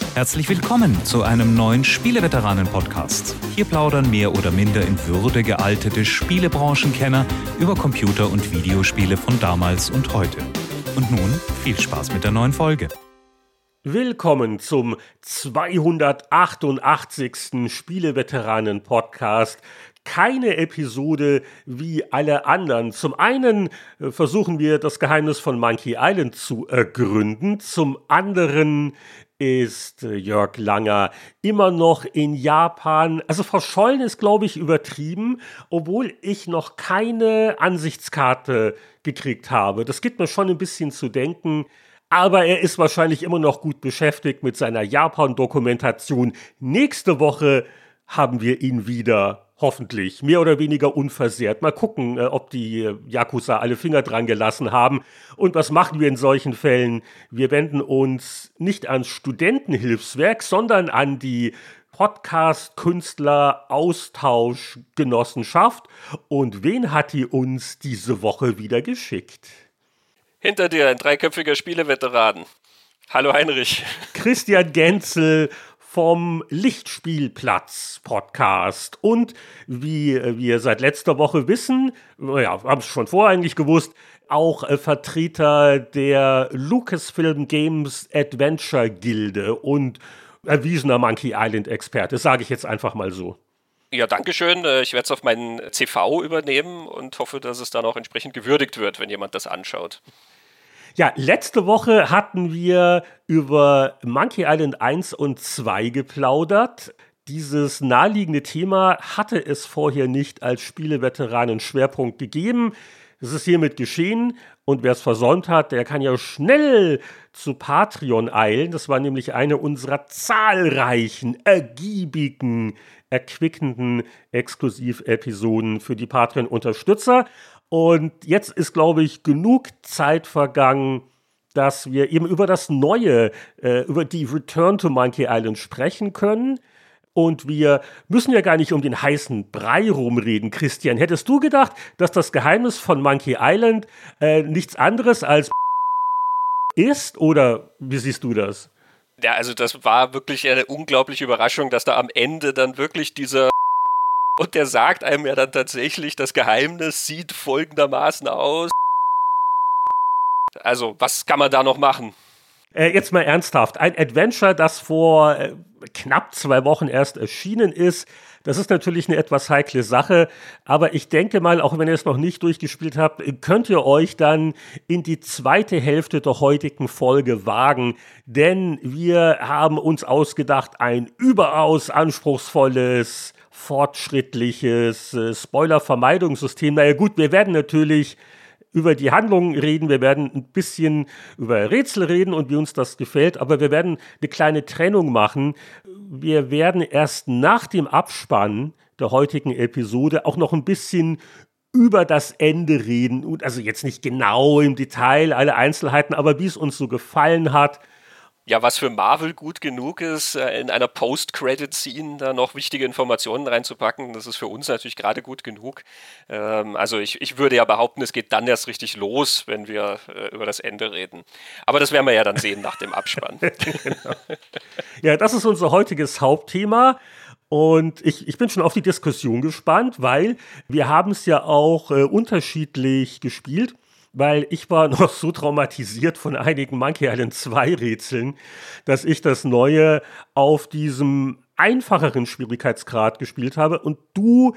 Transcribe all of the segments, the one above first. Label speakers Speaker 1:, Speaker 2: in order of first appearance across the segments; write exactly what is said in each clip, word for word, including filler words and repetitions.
Speaker 1: Herzlich willkommen zu einem neuen Spieleveteranen-Podcast. Hier plaudern mehr oder minder in Würde gealtete Spielebranchenkenner über Computer- und Videospiele von damals und heute. Und nun viel Spaß mit der neuen Folge.
Speaker 2: Willkommen zum zweihundertachtundachtzigsten Spieleveteranen-Podcast. Keine Episode wie alle anderen. Zum einen äh, versuchen wir, das Geheimnis von Monkey Island zu ergründen. Zum anderen ist äh, Jörg Langer immer noch in Japan. Also verschollen ist, glaube ich, übertrieben, obwohl ich noch keine Ansichtskarte gekriegt habe. Das gibt mir schon ein bisschen zu denken. Aber er ist wahrscheinlich immer noch gut beschäftigt mit seiner Japan-Dokumentation. Nächste Woche haben wir ihn wieder. Hoffentlich, mehr oder weniger unversehrt. Mal gucken, äh, ob die äh, Yakuza alle Finger dran gelassen haben. Und was machen wir in solchen Fällen? Wir wenden uns nicht ans Studentenhilfswerk, sondern an die Podcast-Künstler-Austauschgenossenschaft. Und wen hat die uns diese Woche wieder geschickt?
Speaker 3: Hinter dir ein dreiköpfiger Spieleveteran. Hallo Heinrich.
Speaker 2: Christian Genzel vom Lichtspielplatz-Podcast. Und wie wir seit letzter Woche wissen, ja, haben es schon vorher eigentlich gewusst, auch äh, Vertreter der Lucasfilm Games Adventure Gilde und erwiesener Monkey Island-Experte, sage ich jetzt einfach mal so.
Speaker 3: Ja, danke schön. Ich werde es auf meinen C V übernehmen und hoffe, dass es dann auch entsprechend gewürdigt wird, wenn jemand das anschaut.
Speaker 2: Ja, letzte Woche hatten wir über Monkey Island eins und zwei geplaudert. Dieses naheliegende Thema hatte es vorher nicht als Spieleveteranen-Schwerpunkt gegeben. Es ist hiermit geschehen und wer es versäumt hat, der kann ja schnell zu Patreon eilen. Das war nämlich eine unserer zahlreichen, ergiebigen, erquickenden Exklusiv-Episoden für die Patreon-Unterstützer. Und jetzt ist, glaube ich, genug Zeit vergangen, dass wir eben über das Neue, äh, über die Return to Monkey Island sprechen können. Und wir müssen ja gar nicht um den heißen Brei rumreden, Christian. Hättest du gedacht, dass das Geheimnis von Monkey Island äh, nichts anderes als ist? Oder wie siehst du das?
Speaker 3: Ja, also das war wirklich eine unglaubliche Überraschung, dass da am Ende dann wirklich dieser und der sagt einem ja dann tatsächlich, das Geheimnis sieht folgendermaßen aus. Also, was kann man da noch machen?
Speaker 2: Äh, jetzt mal ernsthaft. Ein Adventure, das vor äh, knapp zwei Wochen erst erschienen ist, das ist natürlich eine etwas heikle Sache. Aber ich denke mal, auch wenn ihr es noch nicht durchgespielt habt, könnt ihr euch dann in die zweite Hälfte der heutigen Folge wagen. Denn wir haben uns ausgedacht, ein überaus anspruchsvolles, fortschrittliches äh, Spoiler-Vermeidungssystem. Naja gut, wir werden natürlich über die Handlungen reden, wir werden ein bisschen über Rätsel reden und wie uns das gefällt, aber wir werden eine kleine Trennung machen. Wir werden erst nach dem Abspann der heutigen Episode auch noch ein bisschen über das Ende reden. Und also jetzt nicht genau im Detail alle Einzelheiten, aber wie es uns so gefallen hat.
Speaker 3: Ja, was für Marvel gut genug ist, in einer Post-Credit-Scene da noch wichtige Informationen reinzupacken, das ist für uns natürlich gerade gut genug. Ähm, also ich, ich würde ja behaupten, es geht dann erst richtig los, wenn wir äh, über das Ende reden. Aber das werden wir ja dann sehen nach dem Abspann.
Speaker 2: Genau. Ja, das ist unser heutiges Hauptthema. Und ich, ich bin schon auf die Diskussion gespannt, weil wir haben es ja auch äh, unterschiedlich gespielt. Weil ich war noch so traumatisiert von einigen Monkey Island zwei Rätseln, dass ich das Neue auf diesem einfacheren Schwierigkeitsgrad gespielt habe und du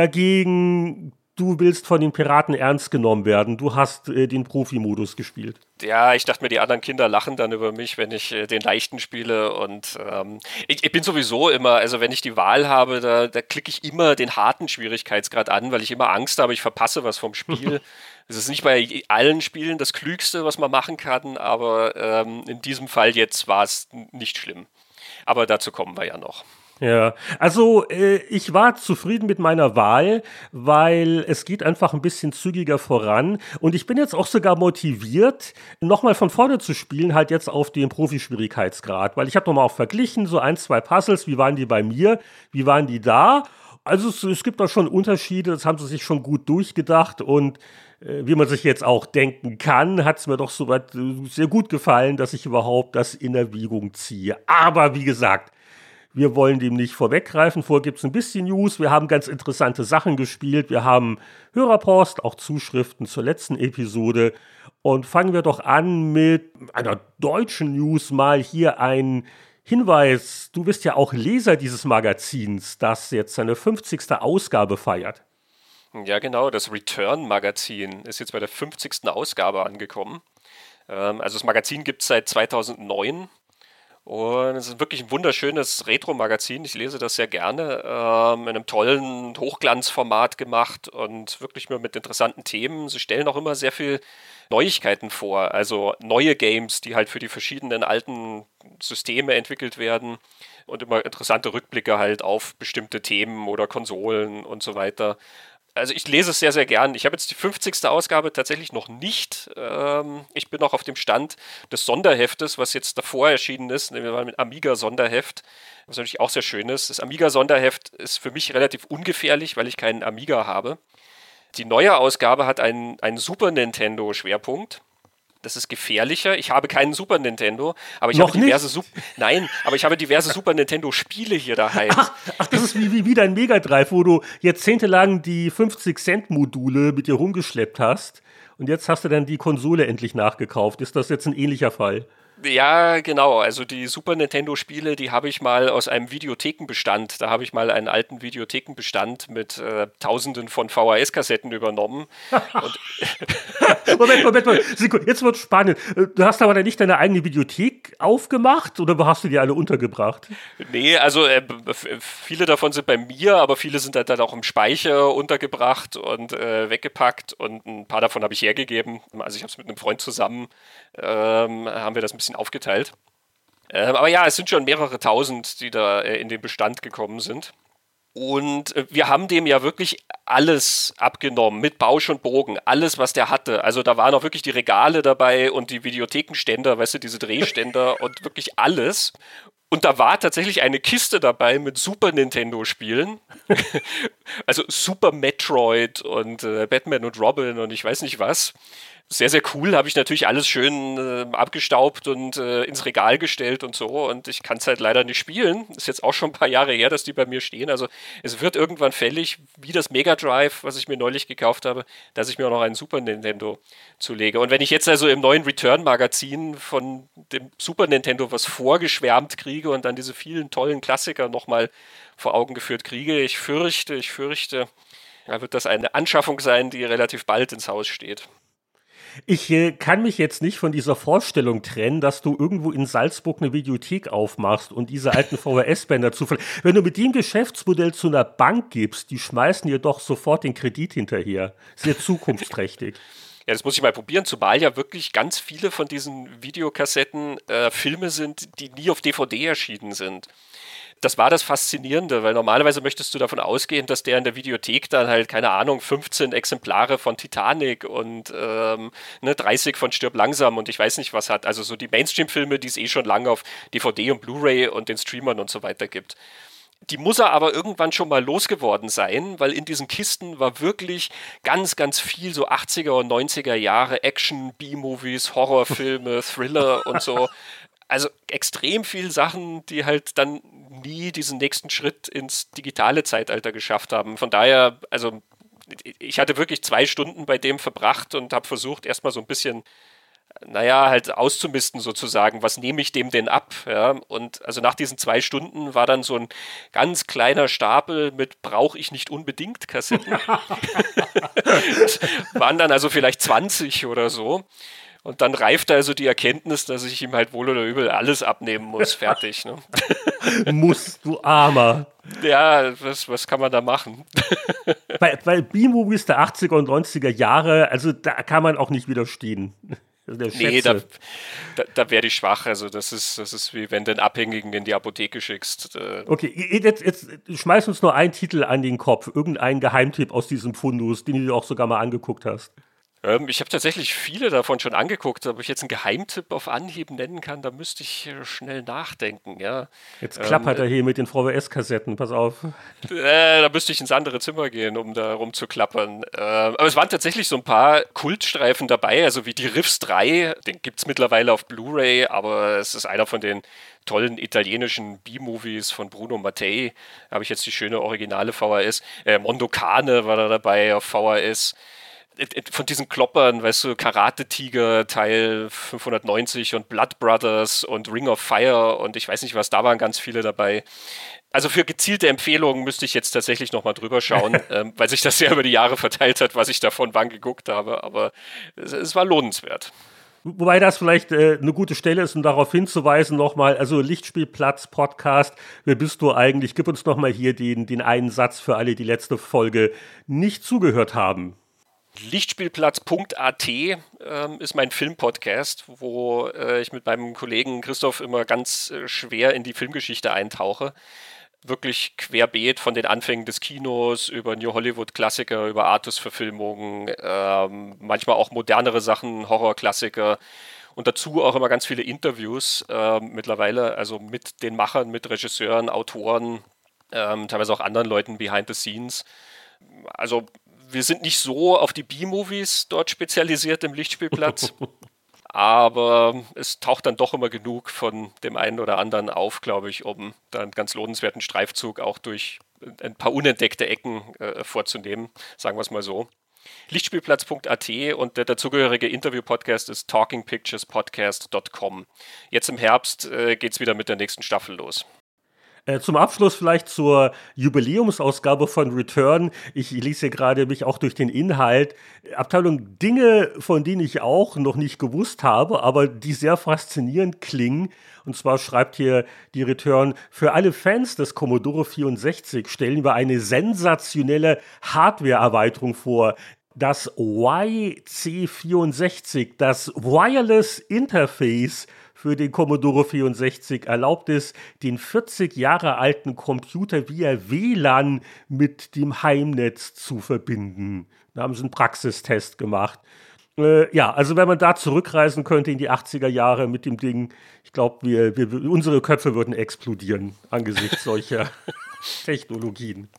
Speaker 2: dagegen, du willst von den Piraten ernst genommen werden. Du hast äh, den Profi-Modus gespielt.
Speaker 3: Ja, ich dachte mir, die anderen Kinder lachen dann über mich, wenn ich äh, den leichten spiele und ähm, ich, ich bin sowieso immer, also wenn ich die Wahl habe, da, da klicke ich immer den harten Schwierigkeitsgrad an, weil ich immer Angst habe, ich verpasse was vom Spiel. Es ist nicht bei allen Spielen das Klügste, was man machen kann, aber ähm, in diesem Fall jetzt war es nicht schlimm. Aber dazu kommen wir ja noch.
Speaker 2: Ja, also äh, ich war zufrieden mit meiner Wahl, weil es geht einfach ein bisschen zügiger voran und ich bin jetzt auch sogar motiviert, nochmal von vorne zu spielen, halt jetzt auf dem Profi-Schwierigkeitsgrad, weil ich habe nochmal auch verglichen, so ein, zwei Puzzles, wie waren die bei mir, wie waren die da. Also es, es gibt da schon Unterschiede, das haben sie sich schon gut durchgedacht und äh, wie man sich jetzt auch denken kann, hat es mir doch soweit äh, sehr gut gefallen, dass ich überhaupt das in Erwägung ziehe. Aber wie gesagt, wir wollen dem nicht vorweggreifen. Vorher gibt es ein bisschen News. Wir haben ganz interessante Sachen gespielt. Wir haben Hörerpost, auch Zuschriften zur letzten Episode. Und fangen wir doch an mit einer deutschen News. Mal hier ein Hinweis. Du bist ja auch Leser dieses Magazins, das jetzt seine fünfzigste Ausgabe feiert.
Speaker 3: Ja, genau. Das Return-Magazin ist jetzt bei der fünfzigsten Ausgabe angekommen. Ähm, also das Magazin gibt es seit zweitausendneun. Und es ist wirklich ein wunderschönes Retro-Magazin. Ich lese das sehr gerne. Ähm, in einem tollen Hochglanzformat gemacht und wirklich nur mit interessanten Themen. Sie stellen auch immer sehr viel Neuigkeiten vor. Also neue Games, die halt für die verschiedenen alten Systeme entwickelt werden. Und immer interessante Rückblicke halt auf bestimmte Themen oder Konsolen und so weiter. Also ich lese es sehr, sehr gern. Ich habe jetzt die fünfzigste Ausgabe tatsächlich noch nicht. Ähm, ich bin noch auf dem Stand des Sonderheftes, was jetzt davor erschienen ist, nämlich mit Amiga-Sonderheft, was natürlich auch sehr schön ist. Das Amiga-Sonderheft ist für mich relativ ungefährlich, weil ich keinen Amiga habe. Die neue Ausgabe hat einen, einen Super Nintendo-Schwerpunkt. Das ist gefährlicher. Ich habe keinen Super Nintendo, aber ich
Speaker 2: Noch
Speaker 3: habe diverse Sup- Nein, aber ich habe diverse Super Nintendo Spiele hier daheim.
Speaker 2: Ach, ach das ist wie, wie, wie dein Mega Drive, wo du jahrzehntelang die fünfzig Cent Module mit dir rumgeschleppt hast und jetzt hast du dann die Konsole endlich nachgekauft. Ist das jetzt ein ähnlicher Fall?
Speaker 3: Ja, genau. Also die Super Nintendo-Spiele, die habe ich mal aus einem Videothekenbestand, da habe ich mal einen alten Videothekenbestand mit äh, Tausenden von V H S-Kassetten übernommen. Und
Speaker 2: Moment, Moment, Moment. Sekunde, jetzt wird spannend. Du hast aber dann nicht deine eigene Videothek aufgemacht oder wo hast du die alle untergebracht?
Speaker 3: Nee, also äh, viele davon sind bei mir, aber viele sind halt dann auch im Speicher untergebracht und äh, weggepackt und ein paar davon habe ich hergegeben. Also ich habe es mit einem Freund zusammen, ähm, haben wir das ein bisschen aufgeteilt. Ähm, aber ja, es sind schon mehrere tausend, die da äh, in den Bestand gekommen sind. Und äh, wir haben dem ja wirklich alles abgenommen, mit Bausch und Bogen, alles, was der hatte. Also da waren auch wirklich die Regale dabei und die Videothekenständer, weißt du, diese Drehständer und wirklich alles. Und da war tatsächlich eine Kiste dabei mit Super Nintendo-Spielen. Also Super Metroid und äh, Batman und Robin und ich weiß nicht was. Sehr, sehr cool, habe ich natürlich alles schön äh, abgestaubt und äh, ins Regal gestellt und so und ich kann es halt leider nicht spielen. Ist jetzt auch schon ein paar Jahre her, dass die bei mir stehen. Also es wird irgendwann fällig, wie das Mega Drive, was ich mir neulich gekauft habe, dass ich mir auch noch einen Super Nintendo zulege. Und wenn ich jetzt also im neuen Return-Magazin von dem Super Nintendo was vorgeschwärmt kriege und dann diese vielen tollen Klassiker nochmal vor Augen geführt kriege, ich fürchte, ich fürchte, da wird das eine Anschaffung sein, die relativ bald ins Haus steht.
Speaker 2: Ich äh, kann mich jetzt nicht von dieser Vorstellung trennen, dass du irgendwo in Salzburg eine Videothek aufmachst und diese alten V H S-Bänder zufällig. Wenn du mit dem Geschäftsmodell zu einer Bank gibst, die schmeißen dir doch sofort den Kredit hinterher. Sehr zukunftsträchtig.
Speaker 3: Ja, das muss ich mal probieren, zumal ja wirklich ganz viele von diesen Videokassetten äh, Filme sind, die nie auf D V D erschienen sind. Das war das Faszinierende, weil normalerweise möchtest du davon ausgehen, dass der in der Videothek dann halt, keine Ahnung, fünfzehn Exemplare von Titanic und ähm, ne, dreißig von Stirb langsam und ich weiß nicht was hat. Also so die Mainstream-Filme, die es eh schon lange auf D V D und Blu-ray und den Streamern und so weiter gibt. Die muss er aber irgendwann schon mal losgeworden sein, weil in diesen Kisten war wirklich ganz, ganz viel so achtziger und neunziger Jahre Action, B-Movies, Horrorfilme, Thriller und so. Also extrem viel Sachen, die halt dann nie diesen nächsten Schritt ins digitale Zeitalter geschafft haben. Von daher, also ich hatte wirklich zwei Stunden bei dem verbracht und habe versucht, erstmal so ein bisschen, naja, halt auszumisten sozusagen, was nehme ich dem denn ab? Ja? Und also nach diesen zwei Stunden war dann so ein ganz kleiner Stapel mit brauche ich nicht unbedingt Kassetten. Waren dann also vielleicht zwanzig oder so. Und dann reift also die Erkenntnis, dass ich ihm halt wohl oder übel alles abnehmen muss. Fertig. Ne?
Speaker 2: Musst du Armer.
Speaker 3: Ja, was, was kann man da machen?
Speaker 2: Bei, bei B-Movies der achtziger und neunziger Jahre, also da kann man auch nicht widerstehen. Der
Speaker 3: nee, da, da, da werde ich schwach. Also das ist, das ist wie wenn du einen Abhängigen in die Apotheke schickst. Äh.
Speaker 2: Okay, jetzt, jetzt schmeiß uns nur einen Titel an den Kopf. Irgendeinen Geheimtipp aus diesem Fundus, den du dir auch sogar mal angeguckt hast.
Speaker 3: Ähm, ich habe tatsächlich viele davon schon angeguckt. Ob ich jetzt einen Geheimtipp auf Anhieb nennen kann, da müsste ich äh, schnell nachdenken, ja.
Speaker 2: Jetzt
Speaker 3: Ähm,
Speaker 2: klappert er hier mit den V H S-Kassetten, pass auf.
Speaker 3: äh, da müsste ich ins andere Zimmer gehen, um da rumzuklappern. Äh, aber es waren tatsächlich so ein paar Kultstreifen dabei, also wie die Riffs drei, den gibt es mittlerweile auf Blu-ray, aber es ist einer von den tollen italienischen B-Movies von Bruno Mattei. Da habe ich jetzt die schöne originale V H S. Äh, Mondo Cane war da dabei auf V H S. Von diesen Kloppern, weißt du, Karate-Tiger Teil fünfhundertneunzig und Blood Brothers und Ring of Fire und ich weiß nicht was, da waren ganz viele dabei. Also für gezielte Empfehlungen müsste ich jetzt tatsächlich nochmal drüber schauen, ähm, weil sich das sehr über die Jahre verteilt hat, was ich davon wann geguckt habe, aber es, es war lohnenswert.
Speaker 2: Wobei das vielleicht äh, eine gute Stelle ist, um darauf hinzuweisen nochmal, also Lichtspielplatz-Podcast, wer bist du eigentlich? Gib uns nochmal hier den, den einen Satz für alle, die letzte Folge nicht zugehört haben.
Speaker 3: Lichtspielplatz Punkt A T ähm, ist mein Filmpodcast, wo äh, ich mit meinem Kollegen Christoph immer ganz äh, schwer in die Filmgeschichte eintauche. Wirklich querbeet von den Anfängen des Kinos über New Hollywood-Klassiker, über Artus-Verfilmungen, ähm, manchmal auch modernere Sachen, Horror-Klassiker und dazu auch immer ganz viele Interviews äh, mittlerweile, also mit den Machern, mit Regisseuren, Autoren, ähm, teilweise auch anderen Leuten behind the scenes. Also wir sind nicht so auf die B-Movies dort spezialisiert im Lichtspielplatz, aber es taucht dann doch immer genug von dem einen oder anderen auf, glaube ich, um da einen ganz lohnenswerten Streifzug auch durch ein paar unentdeckte Ecken äh, vorzunehmen, sagen wir es mal so. Lichtspielplatz Punkt A T und der dazugehörige Interview-Podcast ist talking pictures podcast Punkt com. Jetzt im Herbst äh, geht es wieder mit der nächsten Staffel los.
Speaker 2: Zum Abschluss vielleicht zur Jubiläumsausgabe von Return. Ich lese hier gerade mich auch durch den Inhalt. Abteilung Dinge, von denen ich auch noch nicht gewusst habe, aber die sehr faszinierend klingen. Und zwar schreibt hier die Return, für alle Fans des Commodore vierundsechzig stellen wir eine sensationelle Hardware-Erweiterung vor. Das Y C vierundsechzig, das Wireless Interface für den Commodore vierundsechzig, erlaubt es, den vierzig Jahre alten Computer via W L A N mit dem Heimnetz zu verbinden. Da haben sie einen Praxistest gemacht. Äh, ja, also wenn man da zurückreisen könnte in die achtziger Jahre mit dem Ding, ich glaube, wir, wir, unsere Köpfe würden explodieren angesichts solcher Technologien.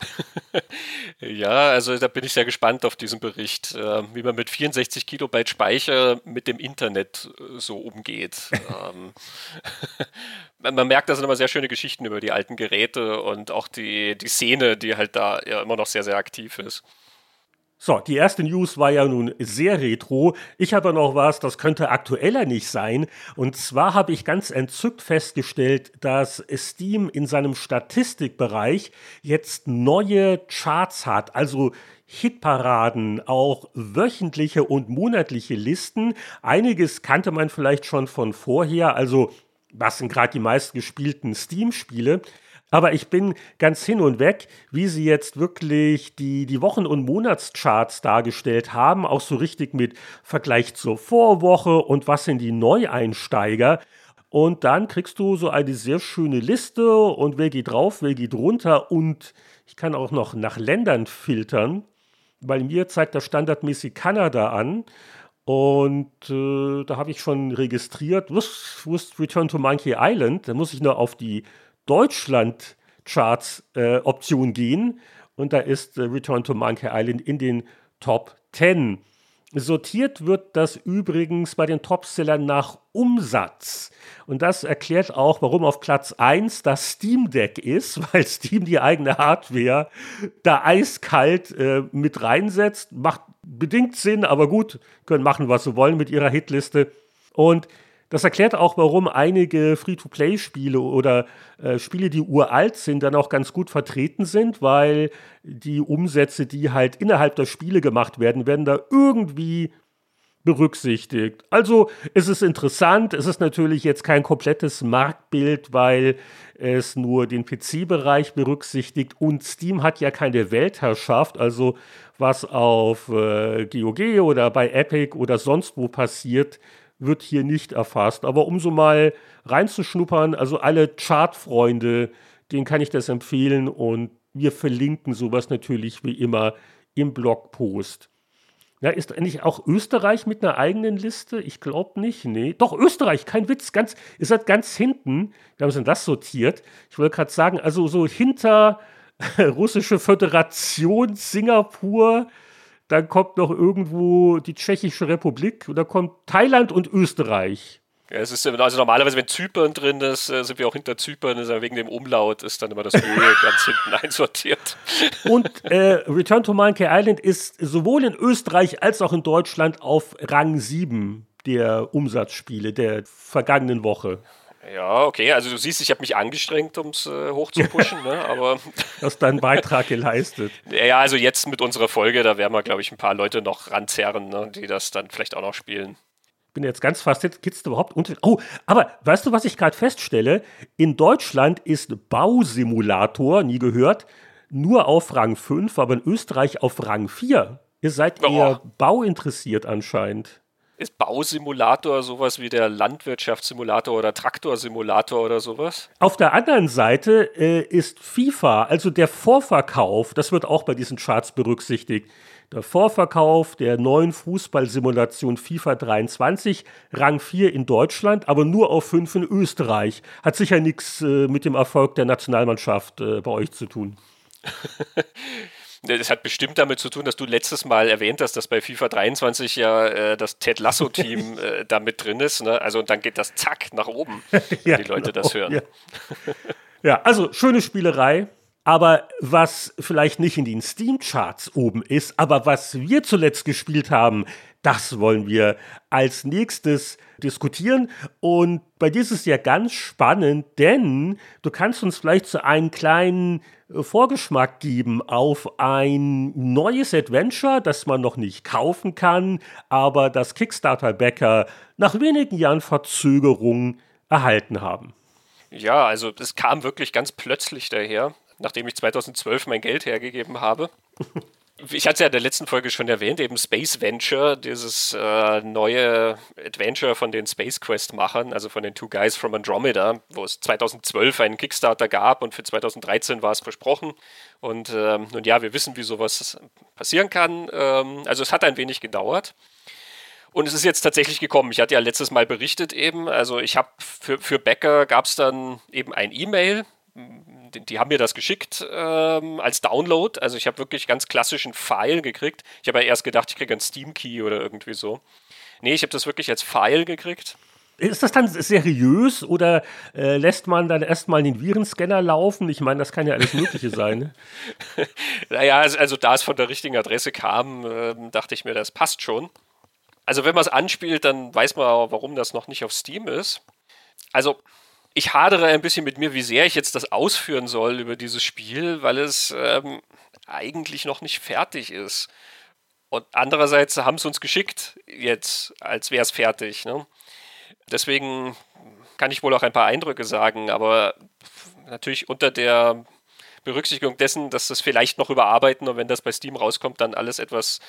Speaker 3: Ja, also da bin ich sehr gespannt auf diesen Bericht, äh, wie man mit vierundsechzig Kilobyte Speicher mit dem Internet äh, so umgeht. ähm, man, man merkt, da sind immer sehr schöne Geschichten über die alten Geräte und auch die, die Szene, die halt da ja immer noch sehr, sehr aktiv ist.
Speaker 2: So, die erste News war ja nun sehr retro. Ich habe noch was, das könnte aktueller nicht sein. Und zwar habe ich ganz entzückt festgestellt, dass Steam in seinem Statistikbereich jetzt neue Charts hat. Also Hitparaden, auch wöchentliche und monatliche Listen. Einiges kannte man vielleicht schon von vorher. Also was sind gerade die meistgespielten Steam-Spiele? Aber ich bin ganz hin und weg, wie sie jetzt wirklich die, die Wochen- und Monatscharts dargestellt haben, auch so richtig mit Vergleich zur Vorwoche und was sind die Neueinsteiger. Und dann kriegst du so eine sehr schöne Liste und wer geht drauf, wer geht runter und ich kann auch noch nach Ländern filtern. Bei mir zeigt das standardmäßig Kanada an. Und äh, da habe ich schon registriert, wo ist, wo ist Return to Monkey Island? Da muss ich nur auf die Deutschland-Charts-Option äh, gehen und da ist äh, Return to Monkey Island in den Top zehn. Sortiert wird das übrigens bei den Topsellern nach Umsatz. Und das erklärt auch, warum auf Platz eins das Steam Deck ist, weil Steam die eigene Hardware da eiskalt äh, mit reinsetzt. Macht bedingt Sinn, aber gut, können machen, was sie wollen mit ihrer Hitliste. Und das erklärt auch, warum einige Free-to-Play-Spiele oder äh, Spiele, die uralt sind, dann auch ganz gut vertreten sind, weil die Umsätze, die halt innerhalb der Spiele gemacht werden, werden da irgendwie berücksichtigt. Also es ist interessant, es ist natürlich jetzt kein komplettes Marktbild, weil es nur den P C-Bereich berücksichtigt und Steam hat ja keine Weltherrschaft, also was auf äh, G O G oder bei Epic oder sonst wo passiert, wird hier nicht erfasst. Aber um so mal reinzuschnuppern, also alle Chartfreunde, denen kann ich das empfehlen und wir verlinken sowas natürlich wie immer im Blogpost. Ja, ist eigentlich auch Österreich mit einer eigenen Liste? Ich glaube nicht, nee. Doch, Österreich, kein Witz, ganz, ist halt ganz hinten. Wie haben sie denn das sortiert? Ich wollte gerade sagen, also so hinter Russische Föderation, Singapur, dann kommt noch irgendwo die Tschechische Republik und dann kommt Thailand und Österreich.
Speaker 3: Ja, es ist also normalerweise, wenn Zypern drin ist, sind wir auch hinter Zypern, ist wegen dem Umlaut ist dann immer das Ö ganz hinten einsortiert.
Speaker 2: Und äh, Return to Monkey Island ist sowohl in Österreich als auch in Deutschland auf Rang sieben der Umsatzspiele der vergangenen Woche.
Speaker 3: Ja, okay, also du siehst, ich habe mich angestrengt, um es äh, hochzupushen, ne? Aber
Speaker 2: du hast deinen Beitrag geleistet.
Speaker 3: Ja, also jetzt mit unserer Folge, da werden wir, glaube ich, ein paar Leute noch ranzerren, ne? Die das dann vielleicht auch noch spielen.
Speaker 2: Ich bin jetzt ganz fasziniert, gibt es überhaupt unter... Oh, aber weißt du, was ich gerade feststelle? In Deutschland ist Bausimulator, nie gehört, nur auf Rang fünf, aber in Österreich auf Rang vier. Ihr seid
Speaker 3: Oh.
Speaker 2: eher bauinteressiert anscheinend.
Speaker 3: Ist Bausimulator sowas wie der Landwirtschaftssimulator oder Traktorsimulator oder sowas?
Speaker 2: Auf der anderen Seite äh, ist FIFA, also der Vorverkauf, das wird auch bei diesen Charts berücksichtigt. Der Vorverkauf der neuen Fußballsimulation FIFA dreiundzwanzig, Rang vier in Deutschland, aber nur auf fünf in Österreich. Hat sicher nichts äh, mit dem Erfolg der Nationalmannschaft äh, bei euch zu tun.
Speaker 3: Das hat bestimmt damit zu tun, dass du letztes Mal erwähnt hast, dass bei FIFA dreiundzwanzig ja äh, das Ted Lasso-Team äh, da mit drin ist. Ne? Also und dann geht das zack nach oben, wenn
Speaker 2: Ja,
Speaker 3: die Leute
Speaker 2: genau,
Speaker 3: das hören.
Speaker 2: Ja. Ja, also schöne Spielerei. Aber was vielleicht nicht in den Steam-Charts oben ist, aber was wir zuletzt gespielt haben, das wollen wir als nächstes diskutieren. Und bei dir ist es ja ganz spannend, denn du kannst uns vielleicht so einen kleinen Vorgeschmack geben auf ein neues Adventure, das man noch nicht kaufen kann, aber das Kickstarter-Backer nach wenigen Jahren Verzögerung erhalten haben.
Speaker 3: Ja, also es kam wirklich ganz plötzlich daher, nachdem ich zweitausendzwölf mein Geld hergegeben habe. Ich hatte es ja in der letzten Folge schon erwähnt, eben Space Venture, dieses äh, neue Adventure von den Space Quest-Machern, also von den Two Guys from Andromeda, wo es zweitausendzwölf einen Kickstarter gab und für zweitausenddreizehn war es versprochen. Und ähm, nun ja, wir wissen, wie sowas passieren kann. Ähm, also es hat ein wenig gedauert. Und es ist jetzt tatsächlich gekommen. Ich hatte ja letztes Mal berichtet eben, also ich habe für, für Bäcker gab es dann eben ein E-Mail, die, die haben mir das geschickt ähm, als Download, also ich habe wirklich ganz klassischen File gekriegt. Ich habe ja erst gedacht, ich kriege einen Steam-Key oder irgendwie so. Nee, ich habe das wirklich als File gekriegt.
Speaker 2: Ist das dann seriös oder äh, lässt man dann erstmal den Virenscanner laufen? Ich meine, das kann ja alles Mögliche sein. Ne?
Speaker 3: Naja, also, also da es von der richtigen Adresse kam, äh, dachte ich mir, das passt schon. Also wenn man es anspielt, dann weiß man auch, warum das noch nicht auf Steam ist. Also ich hadere ein bisschen mit mir, wie sehr ich jetzt das ausführen soll über dieses Spiel, weil es ähm, eigentlich noch nicht fertig ist. Und andererseits haben sie uns geschickt jetzt, als wäre es fertig. Ne? Deswegen kann ich wohl auch ein paar Eindrücke sagen, aber natürlich unter der Berücksichtigung dessen, dass das vielleicht noch überarbeiten und wenn das bei Steam rauskommt, dann alles etwas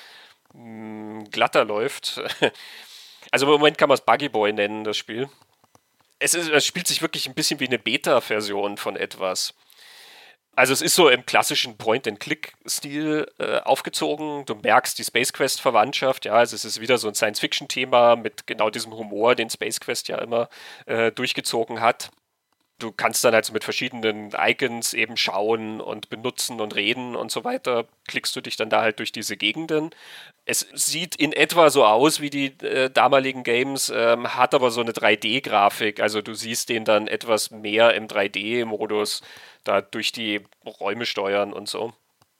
Speaker 3: mh, glatter läuft. Also im Moment kann man es Buggy Boy nennen, das Spiel. Es, ist, es spielt sich wirklich ein bisschen wie eine Beta-Version von etwas. Also es ist so im klassischen Point-and-Click-Stil äh, aufgezogen. Du merkst die Space Quest-Verwandtschaft. Ja, also es ist wieder so ein Science-Fiction-Thema mit genau diesem Humor, den Space Quest ja immer äh, durchgezogen hat. Du kannst dann also mit verschiedenen Icons eben schauen und benutzen und reden und so weiter. Klickst du dich dann da halt durch diese Gegenden. Es sieht in etwa so aus wie die äh, damaligen Games, ähm, hat aber so eine drei D-Grafik. Also du siehst den dann etwas mehr im drei D-Modus, da durch die Räume steuern und so.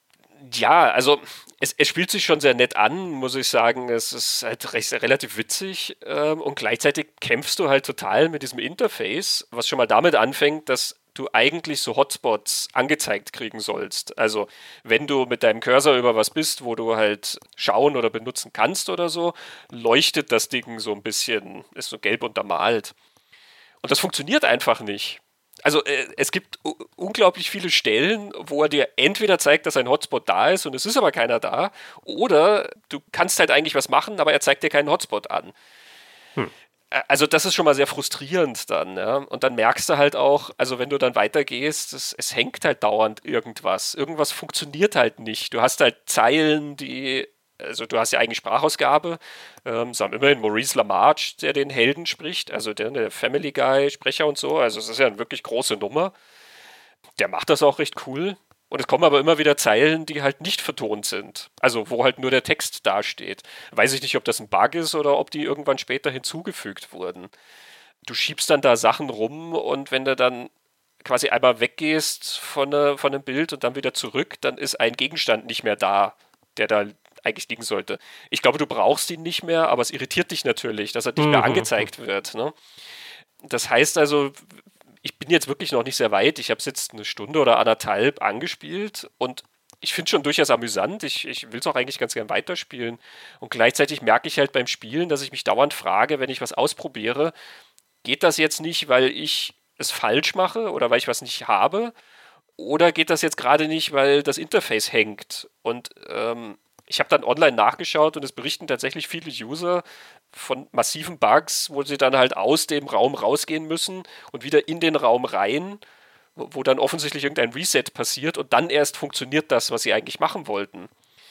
Speaker 3: Ja, also es, es spielt sich schon sehr nett an, muss ich sagen. Es ist halt recht, relativ witzig ähm, und gleichzeitig kämpfst du halt total mit diesem Interface, was schon mal damit anfängt, dass du eigentlich so Hotspots angezeigt kriegen sollst. Also wenn du mit deinem Cursor über was bist, wo du halt schauen oder benutzen kannst oder so, leuchtet das Ding so ein bisschen, ist so gelb untermalt. Und das funktioniert einfach nicht. Also äh, es gibt u- unglaublich viele Stellen, wo er dir entweder zeigt, dass ein Hotspot da ist und es ist aber keiner da, oder du kannst halt eigentlich was machen, aber er zeigt dir keinen Hotspot an. Hm. Also das ist schon mal sehr frustrierend dann. Ja? Und dann merkst du halt auch, also wenn du dann weitergehst, es, es hängt halt dauernd irgendwas. Irgendwas funktioniert halt nicht. Du hast halt Zeilen, die also du hast ja eigentlich Sprachausgabe. Ähm, sie haben immerhin Maurice LaMarche, der den Helden spricht, also der, der Family Guy-Sprecher und so. Also es ist ja eine wirklich große Nummer. Der macht das auch recht cool. Und es kommen aber immer wieder Zeilen, die halt nicht vertont sind. Also wo halt nur der Text dasteht. Weiß ich nicht, ob das ein Bug ist oder ob die irgendwann später hinzugefügt wurden. Du schiebst dann da Sachen rum und wenn du dann quasi einmal weggehst von, ne, von einem Bild und dann wieder zurück, dann ist ein Gegenstand nicht mehr da, der da eigentlich liegen sollte. Ich glaube, du brauchst ihn nicht mehr, aber es irritiert dich natürlich, dass er nicht mehr
Speaker 2: Mhm.
Speaker 3: angezeigt wird. Ne? Das heißt also, ich bin jetzt wirklich noch nicht sehr weit. Ich habe es jetzt eine Stunde oder anderthalb angespielt und ich finde es schon durchaus amüsant. Ich, ich will es auch eigentlich ganz gern weiterspielen. Und gleichzeitig merke ich halt beim Spielen, dass ich mich dauernd frage, wenn ich was ausprobiere, geht das jetzt nicht, weil ich es falsch mache oder weil ich was nicht habe? Oder geht das jetzt gerade nicht, weil das Interface hängt? Und ähm, ich habe dann online nachgeschaut und es berichten tatsächlich viele User von massiven Bugs, wo sie dann halt aus dem Raum rausgehen müssen und wieder in den Raum rein, wo, wo dann offensichtlich irgendein Reset passiert und dann erst funktioniert das, was sie eigentlich machen wollten.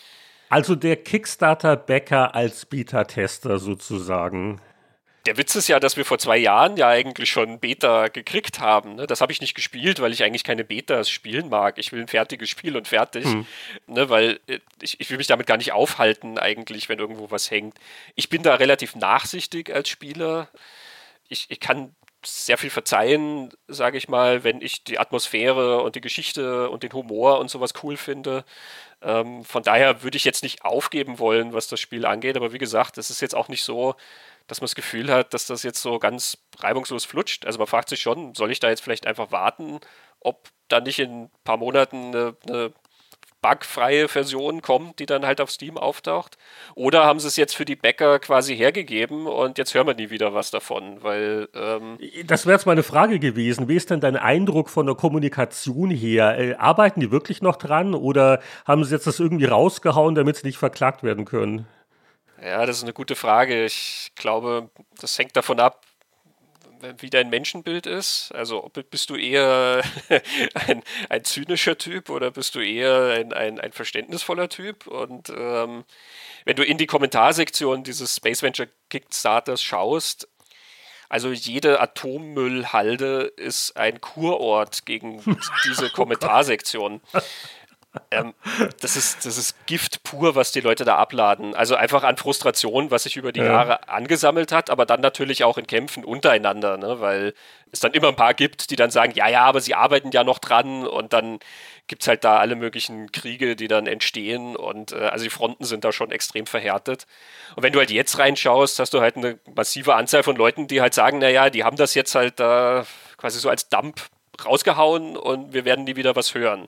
Speaker 2: Also der Kickstarter-Bäcker als Beta-Tester sozusagen.
Speaker 3: Der Witz ist ja, dass wir vor zwei Jahren ja eigentlich schon Beta gekriegt haben. Ne? Das habe ich nicht gespielt, weil ich eigentlich keine Betas spielen mag. Ich will ein fertiges Spiel und fertig. Hm. Ne? Weil ich, ich will mich damit gar nicht aufhalten eigentlich, wenn irgendwo was hängt. Ich bin da relativ nachsichtig als Spieler. Ich, ich kann sehr viel verzeihen, sage ich mal, wenn ich die Atmosphäre und die Geschichte und den Humor und sowas cool finde. Ähm, von daher würde ich jetzt nicht aufgeben wollen, was das Spiel angeht. Aber wie gesagt, es ist jetzt auch nicht so, dass man das Gefühl hat, dass das jetzt so ganz reibungslos flutscht. Also man fragt sich schon, soll ich da jetzt vielleicht einfach warten, ob da nicht in ein paar Monaten eine, eine bugfreie Version kommt, die dann halt auf Steam auftaucht? Oder haben sie es jetzt für die Bäcker quasi hergegeben und jetzt hören wir nie wieder was davon? Weil ähm
Speaker 2: das wäre jetzt meine Frage gewesen. Wie ist denn dein Eindruck von der Kommunikation her? Äh, arbeiten die wirklich noch dran oder haben sie jetzt das irgendwie rausgehauen, damit sie nicht verklagt werden können?
Speaker 3: Ja, das ist eine gute Frage. Ich glaube, das hängt davon ab, wie dein Menschenbild ist. Also bist du eher ein, ein zynischer Typ oder bist du eher ein, ein, ein verständnisvoller Typ? Und ähm, wenn du in die Kommentarsektion dieses Space Venture Kickstarters schaust, also jede Atommüllhalde ist ein Kurort gegen diese Kommentarsektion. Ähm, das ist, das ist Gift pur, was die Leute da abladen. Also einfach an Frustration, was sich über die ja. Jahre angesammelt hat, aber dann natürlich auch in Kämpfen untereinander, ne? Weil es dann immer ein paar gibt, die dann sagen, ja, ja, aber sie arbeiten ja noch dran und dann gibt es halt da alle möglichen Kriege, die dann entstehen und äh, also die Fronten sind da schon extrem verhärtet. Und wenn du halt jetzt reinschaust, hast du halt eine massive Anzahl von Leuten, die halt sagen, naja, die haben das jetzt halt da quasi so als Dump rausgehauen und wir werden nie wieder was hören.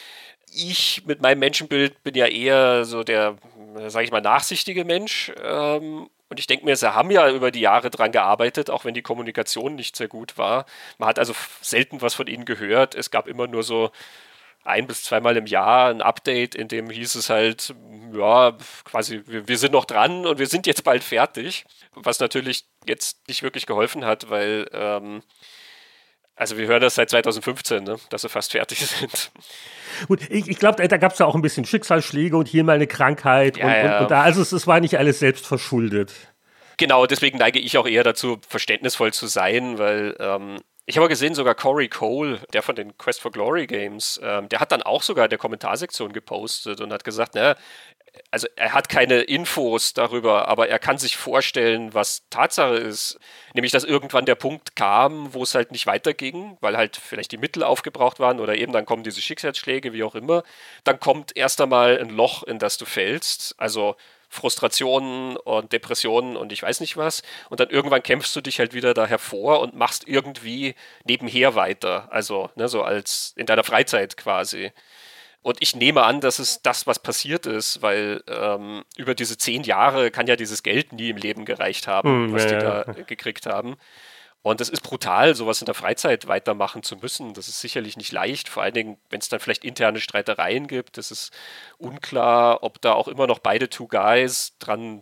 Speaker 3: Ich mit meinem Menschenbild bin ja eher so der, sage ich mal, nachsichtige Mensch. Ähm, und ich denke mir, sie haben ja über die Jahre dran gearbeitet, auch wenn die Kommunikation nicht sehr gut war. Man hat also selten was von ihnen gehört. Es gab immer nur so ein- bis zweimal im Jahr ein Update, in dem hieß es halt, ja, quasi, wir, wir sind noch dran und wir sind jetzt bald fertig. Was natürlich jetzt nicht wirklich geholfen hat, weil ähm, also wir hören das seit zweitausendfünfzehn, ne, dass sie fast fertig sind.
Speaker 2: Gut, ich, ich glaube, da gab es ja auch ein bisschen Schicksalsschläge und hier mal eine Krankheit
Speaker 3: ja,
Speaker 2: und,
Speaker 3: ja.
Speaker 2: Und, und da, also es, es war nicht alles selbst verschuldet.
Speaker 3: Genau, deswegen neige ich auch eher dazu, verständnisvoll zu sein, weil ähm, ich habe gesehen, sogar Corey Cole, der von den Quest for Glory Games, ähm, der hat dann auch sogar in der Kommentarsektion gepostet und hat gesagt, naja, also er hat keine Infos darüber, aber er kann sich vorstellen, was Tatsache ist. Nämlich, dass irgendwann der Punkt kam, wo es halt nicht weiterging, weil halt vielleicht die Mittel aufgebraucht waren oder eben dann kommen diese Schicksalsschläge, wie auch immer. Dann kommt erst einmal ein Loch, in das du fällst, also Frustrationen und Depressionen und ich weiß nicht was. Und dann irgendwann kämpfst du dich halt wieder da hervor und machst irgendwie nebenher weiter. Also ne, so als in deiner Freizeit quasi. Und ich nehme an, dass es das, was passiert ist, weil ähm, über diese zehn Jahre kann ja dieses Geld nie im Leben gereicht haben, mm, was die ja. da gekriegt haben. Und es ist brutal, sowas in der Freizeit weitermachen zu müssen. Das ist sicherlich nicht leicht, vor allen Dingen, wenn es dann vielleicht interne Streitereien gibt. Es ist unklar, ob da auch immer noch beide Two Guys dran